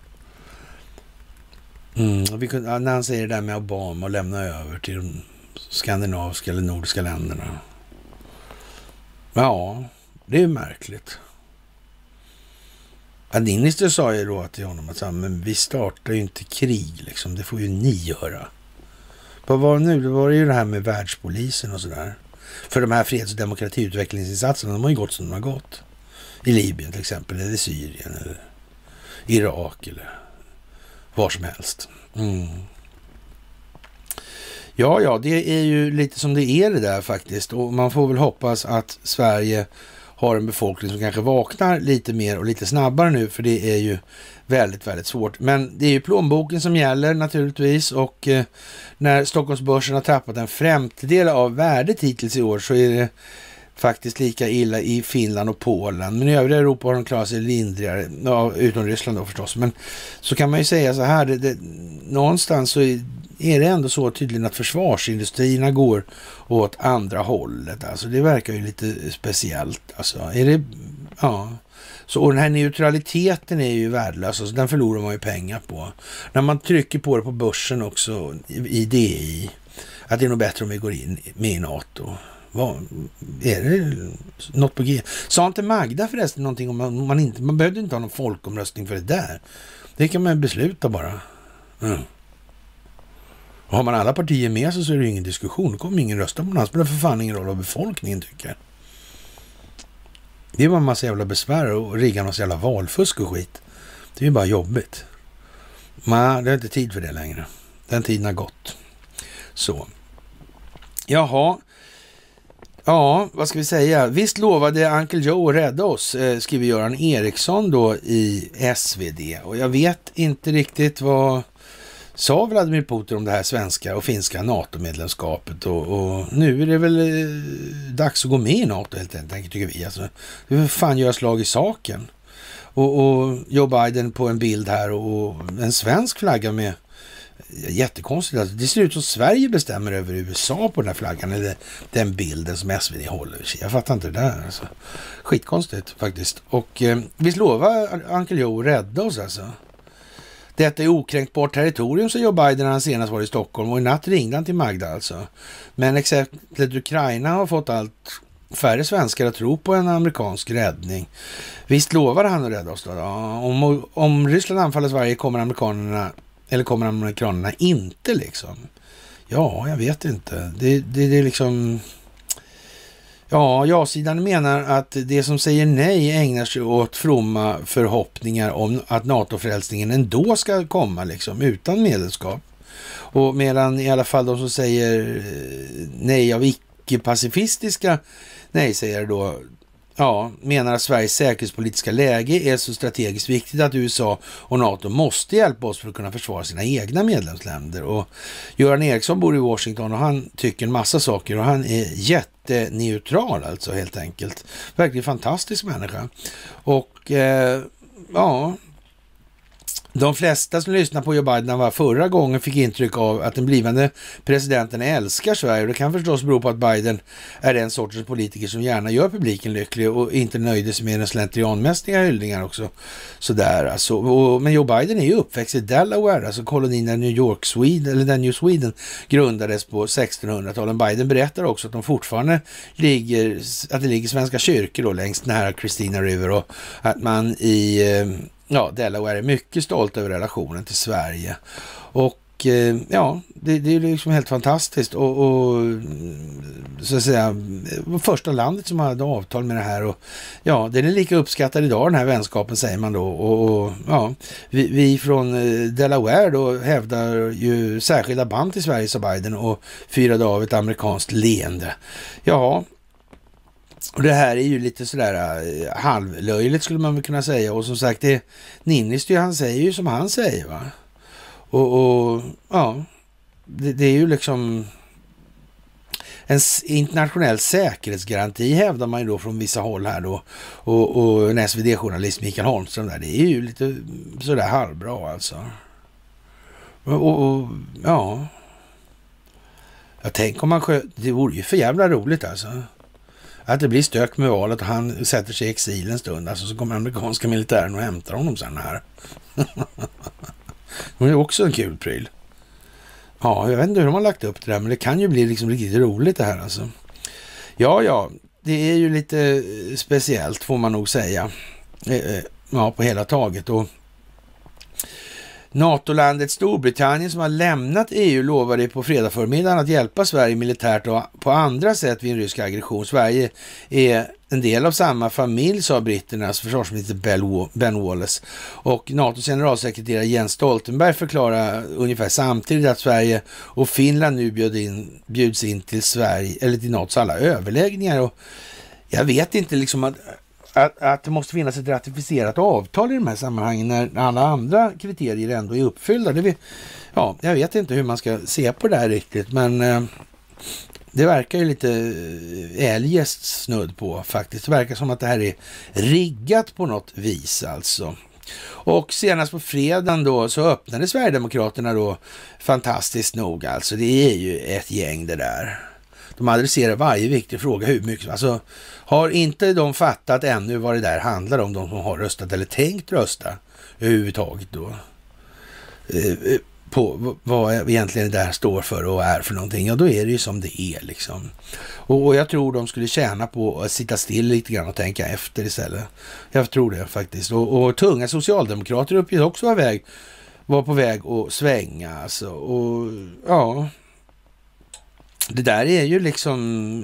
Mm, vi kunde, när han säger det där med Obama och lämna över till de skandinaviska eller nordiska länderna. Ja, det är ju märkligt. Niinistö sa ju då till honom att men vi startar ju inte krig liksom, det får ju ni göra. Vad var det nu? Det var ju det här med världspolisen och sådär. För de här freds- och demokratiutvecklingsinsatserna, de har ju gått som de har gått. I Libyen till exempel, eller Syrien, eller Irak, eller var som helst. Mm. Ja, ja, det är ju lite som det är det där faktiskt. Och man får väl hoppas att Sverige har en befolkning som kanske vaknar lite mer och lite snabbare nu, för det är ju väldigt, väldigt svårt. Men det är ju plånboken som gäller naturligtvis, och eh, när Stockholmsbörsen har tappat en femtedel av värdet hittills i år, så är det faktiskt lika illa i Finland och Polen. Men i övriga Europa har de klarat sig lindrigare, ja, utom Ryssland då förstås. Men så kan man ju säga så här, det, det, någonstans så är, är det ändå så tydligen att försvarsindustrierna går åt andra hållet. Alltså det verkar ju lite speciellt. Alltså är det, ja. Så, och den här neutraliteten är ju värdelös, alltså den förlorar man ju pengar på. När man trycker på det på börsen också, i D I, att det är nog bättre om vi går in med i NATO. Vad, är det något på G? Sa inte Magda förresten någonting om man, man inte, man behövde inte ha någon folkomröstning för det där. Det kan man besluta bara. Mm. Och har man alla partier med sig så är det ingen diskussion. Då kommer ingen rösta på någon. Det spelar för fan ingen roll vad befolkningen tycker. Det är bara en massa jävla besvär och rigga någon jävla valfusk och skit. Det är ju bara jobbigt. Men det är inte tid för det längre. Den tiden har gått. Så. Jaha. Ja, vad ska vi säga? Visst lovade Uncle Joe att rädda oss, eh, skriver Göran Eriksson då i S V D. Och jag vet inte riktigt vad sa Vladimir Putin om det här svenska och finska NATO-medlemskapet. Och, och nu är det väl eh, dags att gå med i NATO helt enkelt, tycker vi. Alltså, det vill fan göra slag i saken. Och, och Joe Biden på en bild här och en svensk flagga med jättekonstigt. Alltså, det ser ut som Sverige bestämmer över U S A på den här flaggan, eller den bilden som S V D håller. Jag fattar inte det där. Alltså. Skitkonstigt faktiskt. Och eh, visst lovar Uncle Joe att rädda oss alltså. Detta är okränkbart territorium, så Joe Biden när han senast var i Stockholm, och i natt ringde han till Magda alltså. Men exemplet Ukraina har fått allt färre svenskar att tro på en amerikansk räddning. Visst lovar han att rädda oss då? Ja, om, om Ryssland anfaller Sverige kommer amerikanerna eller kommer amerikanerna inte liksom? Ja, jag vet inte. Det, det, det är liksom... Ja, ja-sidan menar att det som säger nej ägnar sig åt fromma förhoppningar om att NATO-frälsningen ändå ska komma liksom, utan medlemskap. Och medan i alla fall de som säger nej av icke-pacifistiska nej säger då ja, menar att Sveriges säkerhetspolitiska läge är så strategiskt viktigt att U S A och NATO måste hjälpa oss för att kunna försvara sina egna medlemsländer. Och Göran Eriksson bor i Washington och han tycker en massa saker och han är jätteneutral alltså helt enkelt. Verkligen fantastisk människa. Och eh, ja... De flesta som lyssnade på Joe Biden var förra gången fick intryck av att den blivande presidenten älskar Sverige. Och det kan förstås bero på att Biden är en sortens politiker som gärna gör publiken lycklig och inte nöjde sig med den slentrianmässiga hyllningar också. Sådär alltså. Och, men Joe Biden är ju uppväxt i Delaware, alltså kolonin där New York Sweden, eller där New Sweden grundades på sextonhundratalet. Biden berättar också att de fortfarande ligger, att det ligger svenska kyrkor då längs den här Christina River och att man i... Ja, Delaware är mycket stolt över relationen till Sverige. Och eh, ja, det, det är liksom helt fantastiskt. Och, och så att säga, första landet som hade avtal med det här. Och ja, den är lika uppskattad idag, den här vänskapen, säger man då. Och, och ja, vi, vi från Delaware då hävdar ju särskilda band till Sverige, sa Biden, och firade av ett amerikanskt leende. Ja, och det här är ju lite sådär uh, halvlöjligt skulle man väl kunna säga. Och som sagt, det Niinistö, han säger ju som han säger, va. Och, och ja, det, det är ju liksom en internationell säkerhetsgaranti, hävdar man ju då från vissa håll här då. Och, och en S V D-journalist, Mikael Holmström där, det är ju lite sådär halvbra alltså. Och, och ja, jag tänker om man skö- det vore ju för jävla roligt alltså. Att det blir stök med valet och han sätter sig i exil en stund. Alltså så kommer amerikanska militären och hämtar honom sen här. Det är också en kul pryl. Ja, jag vet inte hur de har lagt upp det där, men det kan ju bli liksom riktigt roligt det här alltså. Ja, ja, det är ju lite speciellt får man nog säga. Ja, på hela taget. Och NATO-landet Storbritannien som har lämnat E U lovade på fredag förmiddagen att hjälpa Sverige militärt och på andra sätt vid en rysk aggression. Sverige är en del av samma familj, sa britternas försvarsminister Ben Wallace. Och NATOs generalsekreterare Jens Stoltenberg förklarar ungefär samtidigt att Sverige och Finland nu bjöd in, bjuds in till Sverige eller till NATOs alla överläggningar. Och jag vet inte liksom att Att, att det måste finnas ett ratificerat avtal i de här sammanhangen när alla andra kriterier ändå är uppfyllda. Det vi, ja, jag vet inte hur man ska se på det här riktigt, men eh, det verkar ju lite eljest snudd på faktiskt. Det verkar som att det här är riggat på något vis alltså. Och senast på fredagen då så öppnade Sverigedemokraterna då fantastiskt nog alltså. Det är ju ett gäng det där. De adresserar varje viktig fråga hur mycket, alltså har inte de fattat ännu vad det där handlar om, de som har röstat eller tänkt rösta överhuvudtaget då eh, på vad egentligen det där står för och är för någonting, ja då är det ju som det är liksom. Och, och jag tror de skulle tjäna på att sitta still lite grann och tänka efter istället. Jag tror det faktiskt. Och, och tunga socialdemokrater uppges också vara, väg, var på väg att svänga alltså. Och ja, det där är ju liksom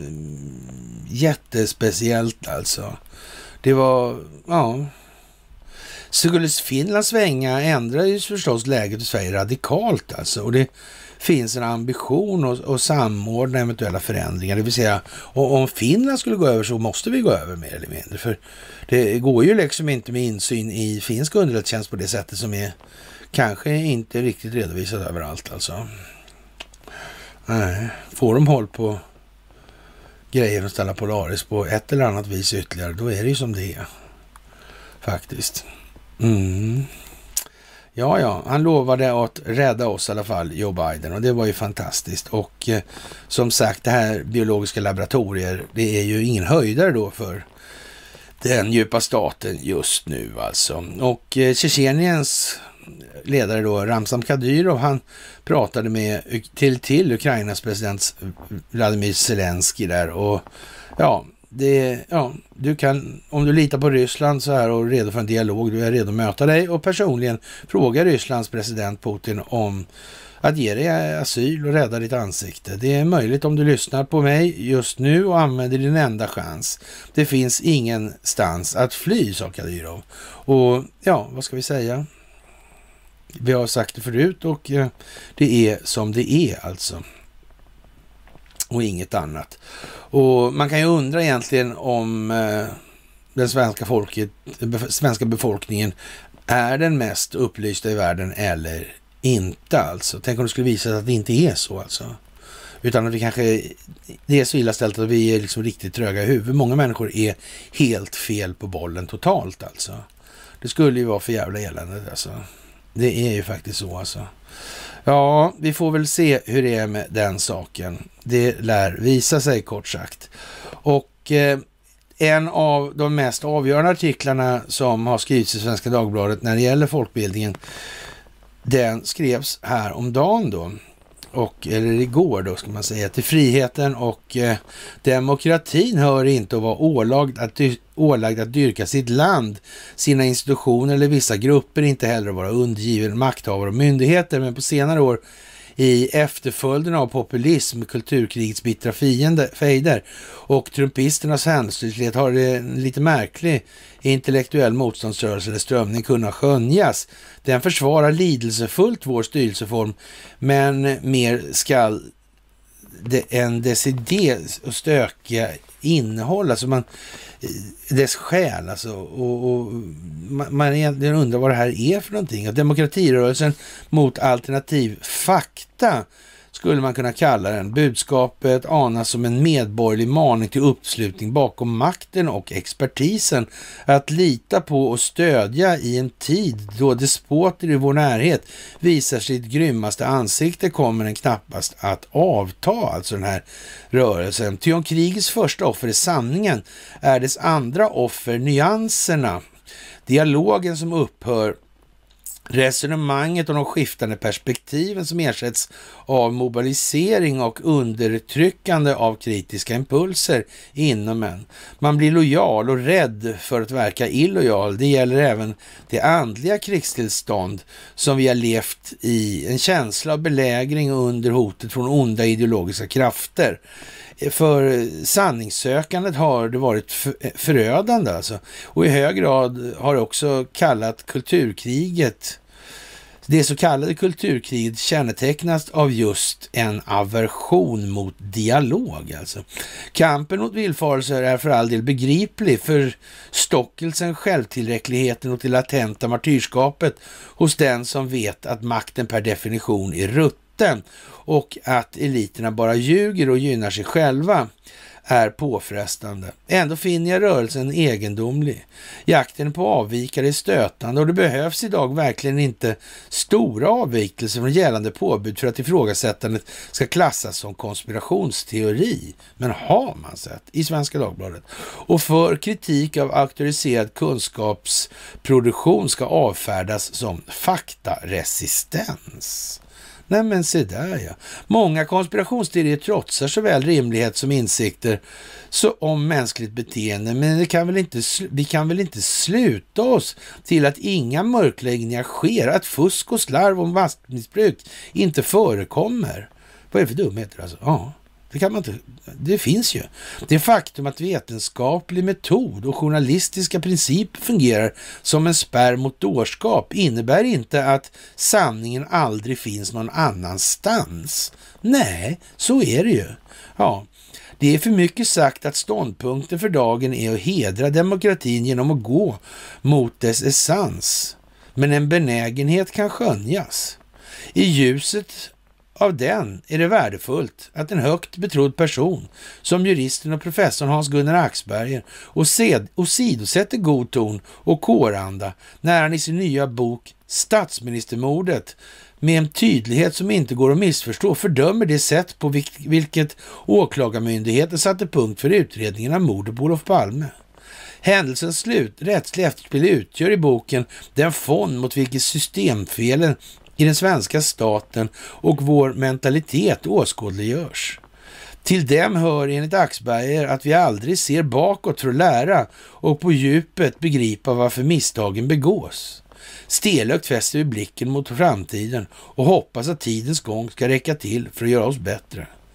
jättespeciellt alltså. Det var, ja. Skulle Finland svänga ändrar ju förstås läget i Sverige radikalt alltså. Och det finns en ambition att, att samordna eventuella förändringar. Det vill säga, och om Finland skulle gå över så måste vi gå över mer eller mindre. För det går ju liksom inte med insyn i finsk underrättelsetjänst på det sättet som är kanske inte riktigt redovisat överallt alltså. Nej, får de håll på grejer och ställa Polaris på ett eller annat vis ytterligare, då är det ju som det är. Faktiskt. Mm. Ja, ja, han lovade att rädda oss i alla fall, Joe Biden, och det var ju fantastiskt. Och eh, som sagt, det här biologiska laboratorier, det är ju ingen höjdare då för den djupa staten just nu alltså. Och eh, Tjetjeniens ledare då, Ramzan Kadyrov, han pratade med till till Ukrainas president Vladimir Zelensky där och ja, det, ja, du kan, om du litar på Ryssland så här och är redo för en dialog, du är redo att möta dig och personligen fråga Rysslands president Putin om att ge dig asyl och rädda ditt ansikte. Det är möjligt om du lyssnar på mig just nu och använder din enda chans. Det finns ingenstans att fly, sa Kadyrov. Och ja, vad ska vi säga? Vi har sagt det förut och eh, det är som det är alltså. Och inget annat. Och man kan ju undra egentligen om eh, den svenska folket, svenska befolkningen är den mest upplysta i världen eller inte alltså. Tänk om det skulle visa sig att det inte är så alltså. Utan att vi kanske, det är så illa ställt att vi är liksom riktigt tröga i huvudet. Många människor är helt fel på bollen totalt alltså. Det skulle ju vara för jävla eländet alltså. Det är ju faktiskt så alltså. Ja, vi får väl se hur det är med den saken. Det lär visa sig kort sagt. Och eh, en av de mest avgörande artiklarna som har skrivits i Svenska Dagbladet när det gäller folkbildningen, den skrevs här om dagen då. Och, eller igår då ska man säga, till friheten och eh, demokratin hör inte att vara ålagd att, ålagd att dyrka sitt land, sina institutioner eller vissa grupper, inte heller att vara undergiven makthavare och myndigheter. Men på senare år i efterföljden av populism, kulturkrigets bittra fiende, fejder och trumpisternas hänsynslöshet har det en lite märklig intellektuell motståndsrörelse eller strömning kunnat skönjas. Den försvarar lidelsefullt vår styrelseform, men mer skall det en dess idé och stökiga innehåll, alltså man, dess själ alltså, och, och man, man egentligen undrar vad det här är för någonting. Och demokratirörelsen mot alternativ fakta skulle man kunna kalla den. Budskapet anas som en medborgerlig maning till uppslutning bakom makten och expertisen. Att lita på och stödja i en tid då despoter i vår närhet visar sitt grymmaste ansikte kommer den knappast att avta, alltså den här rörelsen. Ty om krigets första offer är sanningen är dess andra offer nyanserna. Dialogen som upphör, resonemanget och de skiftande perspektiven som ersätts av mobilisering och undertryckande av kritiska impulser inom en. Man blir lojal och rädd för att verka illojal. Det gäller även det andliga krigstillstånd som vi har levt i. En känsla av belägring under hotet från onda ideologiska krafter. För sanningssökandet har det varit förödande alltså. Och i hög grad har det också kallat kulturkriget, det så kallade kulturkriget kännetecknas av just en aversion mot dialog alltså. Kampen mot villfarelser är för all del begriplig, för stockelsen, självtillräckligheten och det latenta martyrskapet hos den som vet att makten per definition är rutten och att eliterna bara ljuger och gynnar sig själva är påfrestande. Ändå finner jag rörelsen egendomlig. Jakten på avvikare är stötande och det behövs idag verkligen inte stora avvikelser från gällande påbud för att ifrågasättandet ska klassas som konspirationsteori. Men har man sett i Svenska Dagbladet. Och för kritik av auktoriserad kunskapsproduktion ska avfärdas som faktaresistens. Nej men se där ja. Många konspirationsteorier trotsar såväl rimlighet som insikter så om mänskligt beteende, men det kan väl inte, vi kan väl inte sluta oss till att inga mörkläggningar sker, att fusk och slarv och maktmissbruk inte förekommer. Vad är det för dumheter alltså? Ja. Det kan man inte, det finns ju. Det faktum att vetenskaplig metod och journalistiska principer fungerar som en spärr mot dårskap innebär inte att sanningen aldrig finns någon annanstans. Nej, så är det ju. Ja, det är för mycket sagt att ståndpunkten för dagen är att hedra demokratin genom att gå mot dess essens. Men en benägenhet kan skönjas. I ljuset av den är det värdefullt att en högt betrodd person som juristen och professorn Hans-Gunnar Axberger och, sed, och sidosätter god ton och kåranda när han i sin nya bok Statsministermordet med en tydlighet som inte går att missförstå fördömer det sätt på vilket åklagarmyndigheten satte punkt för utredningen av mordet på Olof Palme. Händelsens slut, rättsliga efterspel utgör i boken den fond mot vilket systemfelen i den svenska staten och vår mentalitet åskådliggörs. Till dem hör enligt Axberger att vi aldrig ser bakåt för att lära och på djupet begripa varför misstagen begås. Stelögt fäster vi blicken mot framtiden och hoppas att tidens gång ska räcka till för att göra oss bättre.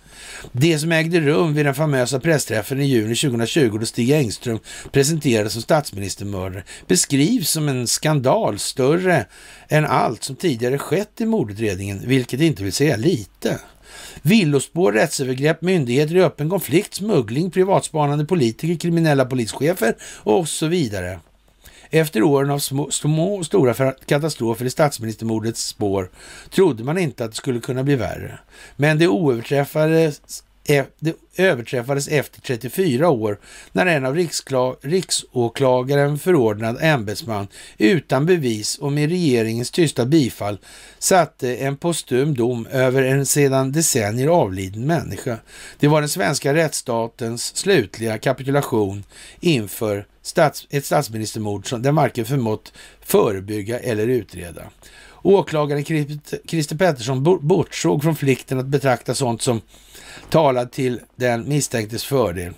Det som ägde rum vid den famösa pressträffen i juni tjugohundratjugo då Stig Engström presenterades som statsministermördare beskrivs som en skandal större än allt som tidigare skett i mordutredningen, vilket inte vill säga lite. Villospår, rättsövergrepp, myndigheter i öppen konflikt, smuggling, privatspanande politiker, kriminella polischefer och så vidare. Efter åren av små, små och stora katastrofer i statsministermordets spår trodde man inte att det skulle kunna bli värre. Men det oöverträffades, det överträffades efter trettiofyra år när en av rikskla, riksåklagaren förordnad ämbetsman utan bevis och med regeringens tysta bifall satte en postum dom över en sedan decennier avliden människa. Det var den svenska rättsstatens slutliga kapitulation inför stats, ett statsministermord som den varken förmått förebygga eller utreda. Åklagaren Christer Pettersson bortsåg från plikten att betrakta sånt som talad till den misstänktes fördel.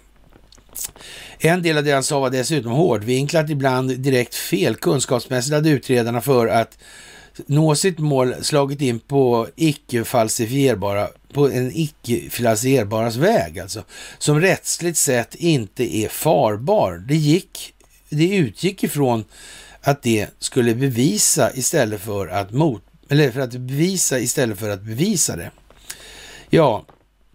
En del av det han sa var dessutom hårdvinklat, ibland direkt fel. Kunskapsmässigt hade utredarna för att nå sitt mål slagit in på icke-falsifierbara, på en icke-falsifierbaras väg, alltså, som rättsligt sett inte är farbar. Det gick, det utgick ifrån att det skulle bevisa istället för att mot, eller för att bevisa istället för att bevisa det. Ja,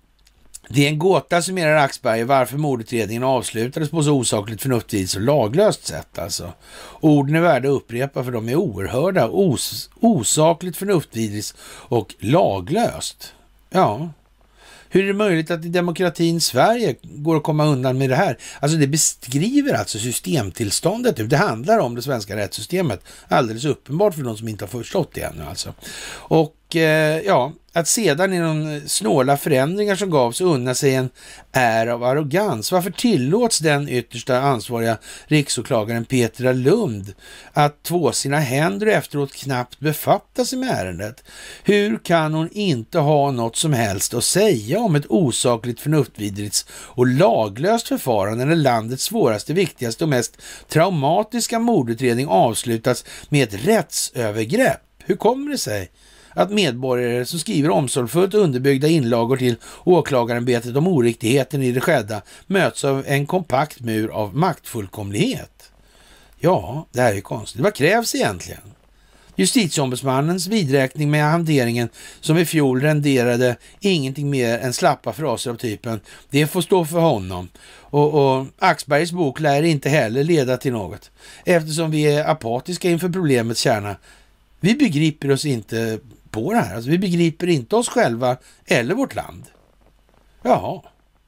det är en gåta, summerar Axberger, varför mordutredningen avslutades på så osakligt, förnuftigt och laglöst sätt. Alltså. Orden är värda att upprepa för de är oerhörda, os- osakligt, förnuftigt och laglöst. Ja, hur är det möjligt att i demokratin Sverige går att komma undan med det här? Alltså det beskriver alltså systemtillståndet. Det handlar om det svenska rättssystemet. Alldeles uppenbart för de som inte har förstått det ännu alltså. Och eh, ja, att sedan i de snåla förändringar som gavs unna sig en är av arrogans. Varför tillåts den yttersta ansvariga riksåklagaren Petra Lund att två sina händer efteråt knappt befatta sig med ärendet? Hur kan hon inte ha något som helst att säga om ett osakligt, förnuftvidrigt och laglöst förfarande när landets svåraste, viktigaste och mest traumatiska mordutredning avslutas med ett rättsövergrepp? Hur kommer det sig att medborgare som skriver omsorgsfullt underbyggda inlagor till åklagarämbetet om oriktigheten i det skedda möts av en kompakt mur av maktfullkomlighet? Ja, det här är konstigt. Vad krävs egentligen? Justitieombudsmannens vidräkning med hanteringen som i fjol renderade ingenting mer än slappa fraser av typen det får stå för honom. Och, och Axbergs bok lär inte heller leda till något eftersom vi är apatiska inför problemets kärna. Vi begriper oss inte på det här. Alltså, vi begriper inte oss själva eller vårt land. Ja.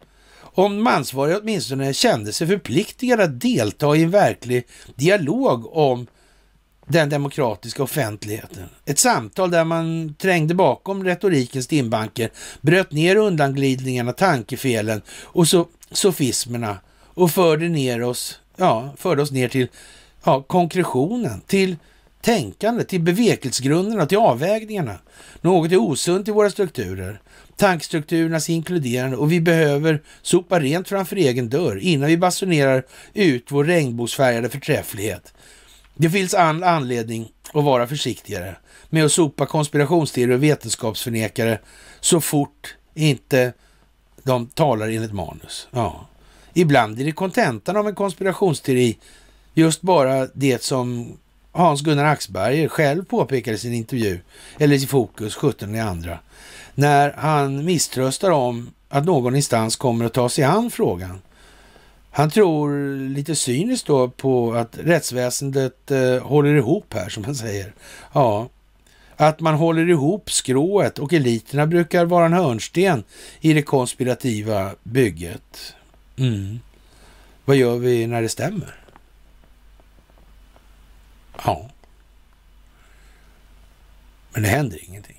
Om de ansvariga åtminstone kände sig förpliktigade att delta i en verklig dialog om den demokratiska offentligheten. Ett samtal där man trängde bakom retorikens dimbanker, bröt ner undanglidningarna, tankefelen och så, sofismerna och förde ner oss, ja, förde oss ner till ja, konkretionen, till tänkande, till bevekelsegrunderna, till avvägningarna. Något är osunt i våra strukturer. Tankstrukturernas inkluderande och vi behöver sopa rent framför egen dörr innan vi basunerar ut vår regnbågsfärgade förträfflighet. Det finns all anledning att vara försiktigare med att sopa konspirationsteorier och vetenskapsförnekare så fort inte de talar enligt manus. Ja. Ibland är det kontentan av en konspirationsteori just bara det som Hans-Gunnar Axberger själv påpekade i sin intervju, eller i Fokus sjutton i andra, när han misströstar om att någon instans kommer att ta sig an frågan. Han tror lite cyniskt då på att rättsväsendet eh, håller ihop här, som man säger. Ja, att man håller ihop skrået och eliterna brukar vara en hörnsten i det konspirativa bygget. Mm. Vad gör vi när det stämmer? Ja. Men det händer ingenting.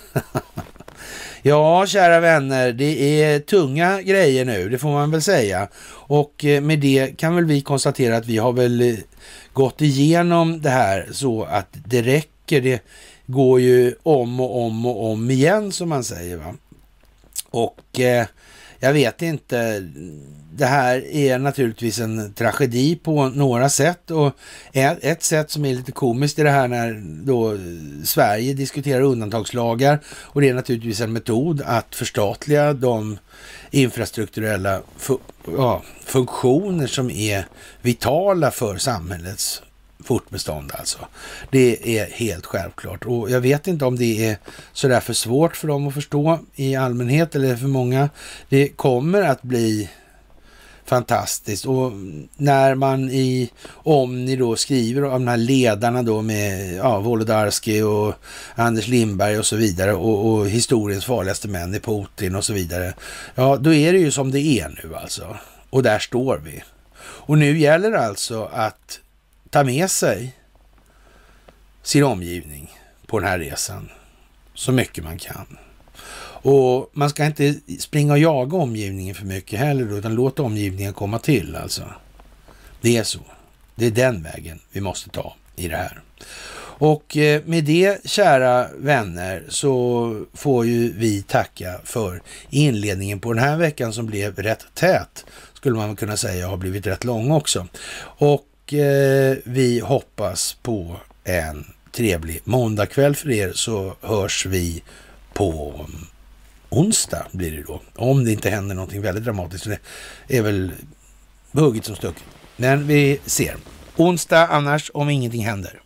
Ja, kära vänner, det är tunga grejer nu, det får man väl säga. Och med det kan väl vi konstatera att vi har väl gått igenom det här så att det räcker. Det går ju om och om och om igen, som man säger, va. Och eh, jag vet inte. Det här är naturligtvis en tragedi på några sätt, och ett sätt som är lite komiskt är det här när då Sverige diskuterar undantagslagar, och det är naturligtvis en metod att förstatliga de infrastrukturella fu- ja, funktioner som är vitala för samhällets fortbestånd alltså. Det är helt självklart, och jag vet inte om det är så där för svårt för dem att förstå i allmänhet eller för många. Det kommer att bli fantastiskt, och när man i Omni då skriver om de här ledarna då med ja, Wolodarski och Anders Lindberg och så vidare, och, och historiens farligaste män i Putin och så vidare, ja då är det ju som det är nu alltså, och där står vi. Och nu gäller det alltså att ta med sig sin omgivning på den här resan så mycket man kan. Och man ska inte springa och jaga omgivningen för mycket heller då, utan låta omgivningen komma till alltså. Det är så. Det är den vägen vi måste ta i det här. Och med det, kära vänner, så får ju vi tacka för inledningen på den här veckan som blev rätt tät, skulle man kunna säga, har blivit rätt lång också. Och eh, vi hoppas på en trevlig måndagkväll för er, så hörs vi på onsdag blir det då. Om det inte händer någonting väldigt dramatiskt, så det är väl hugget som stucket. Men vi ser. Onsdag annars, om ingenting händer.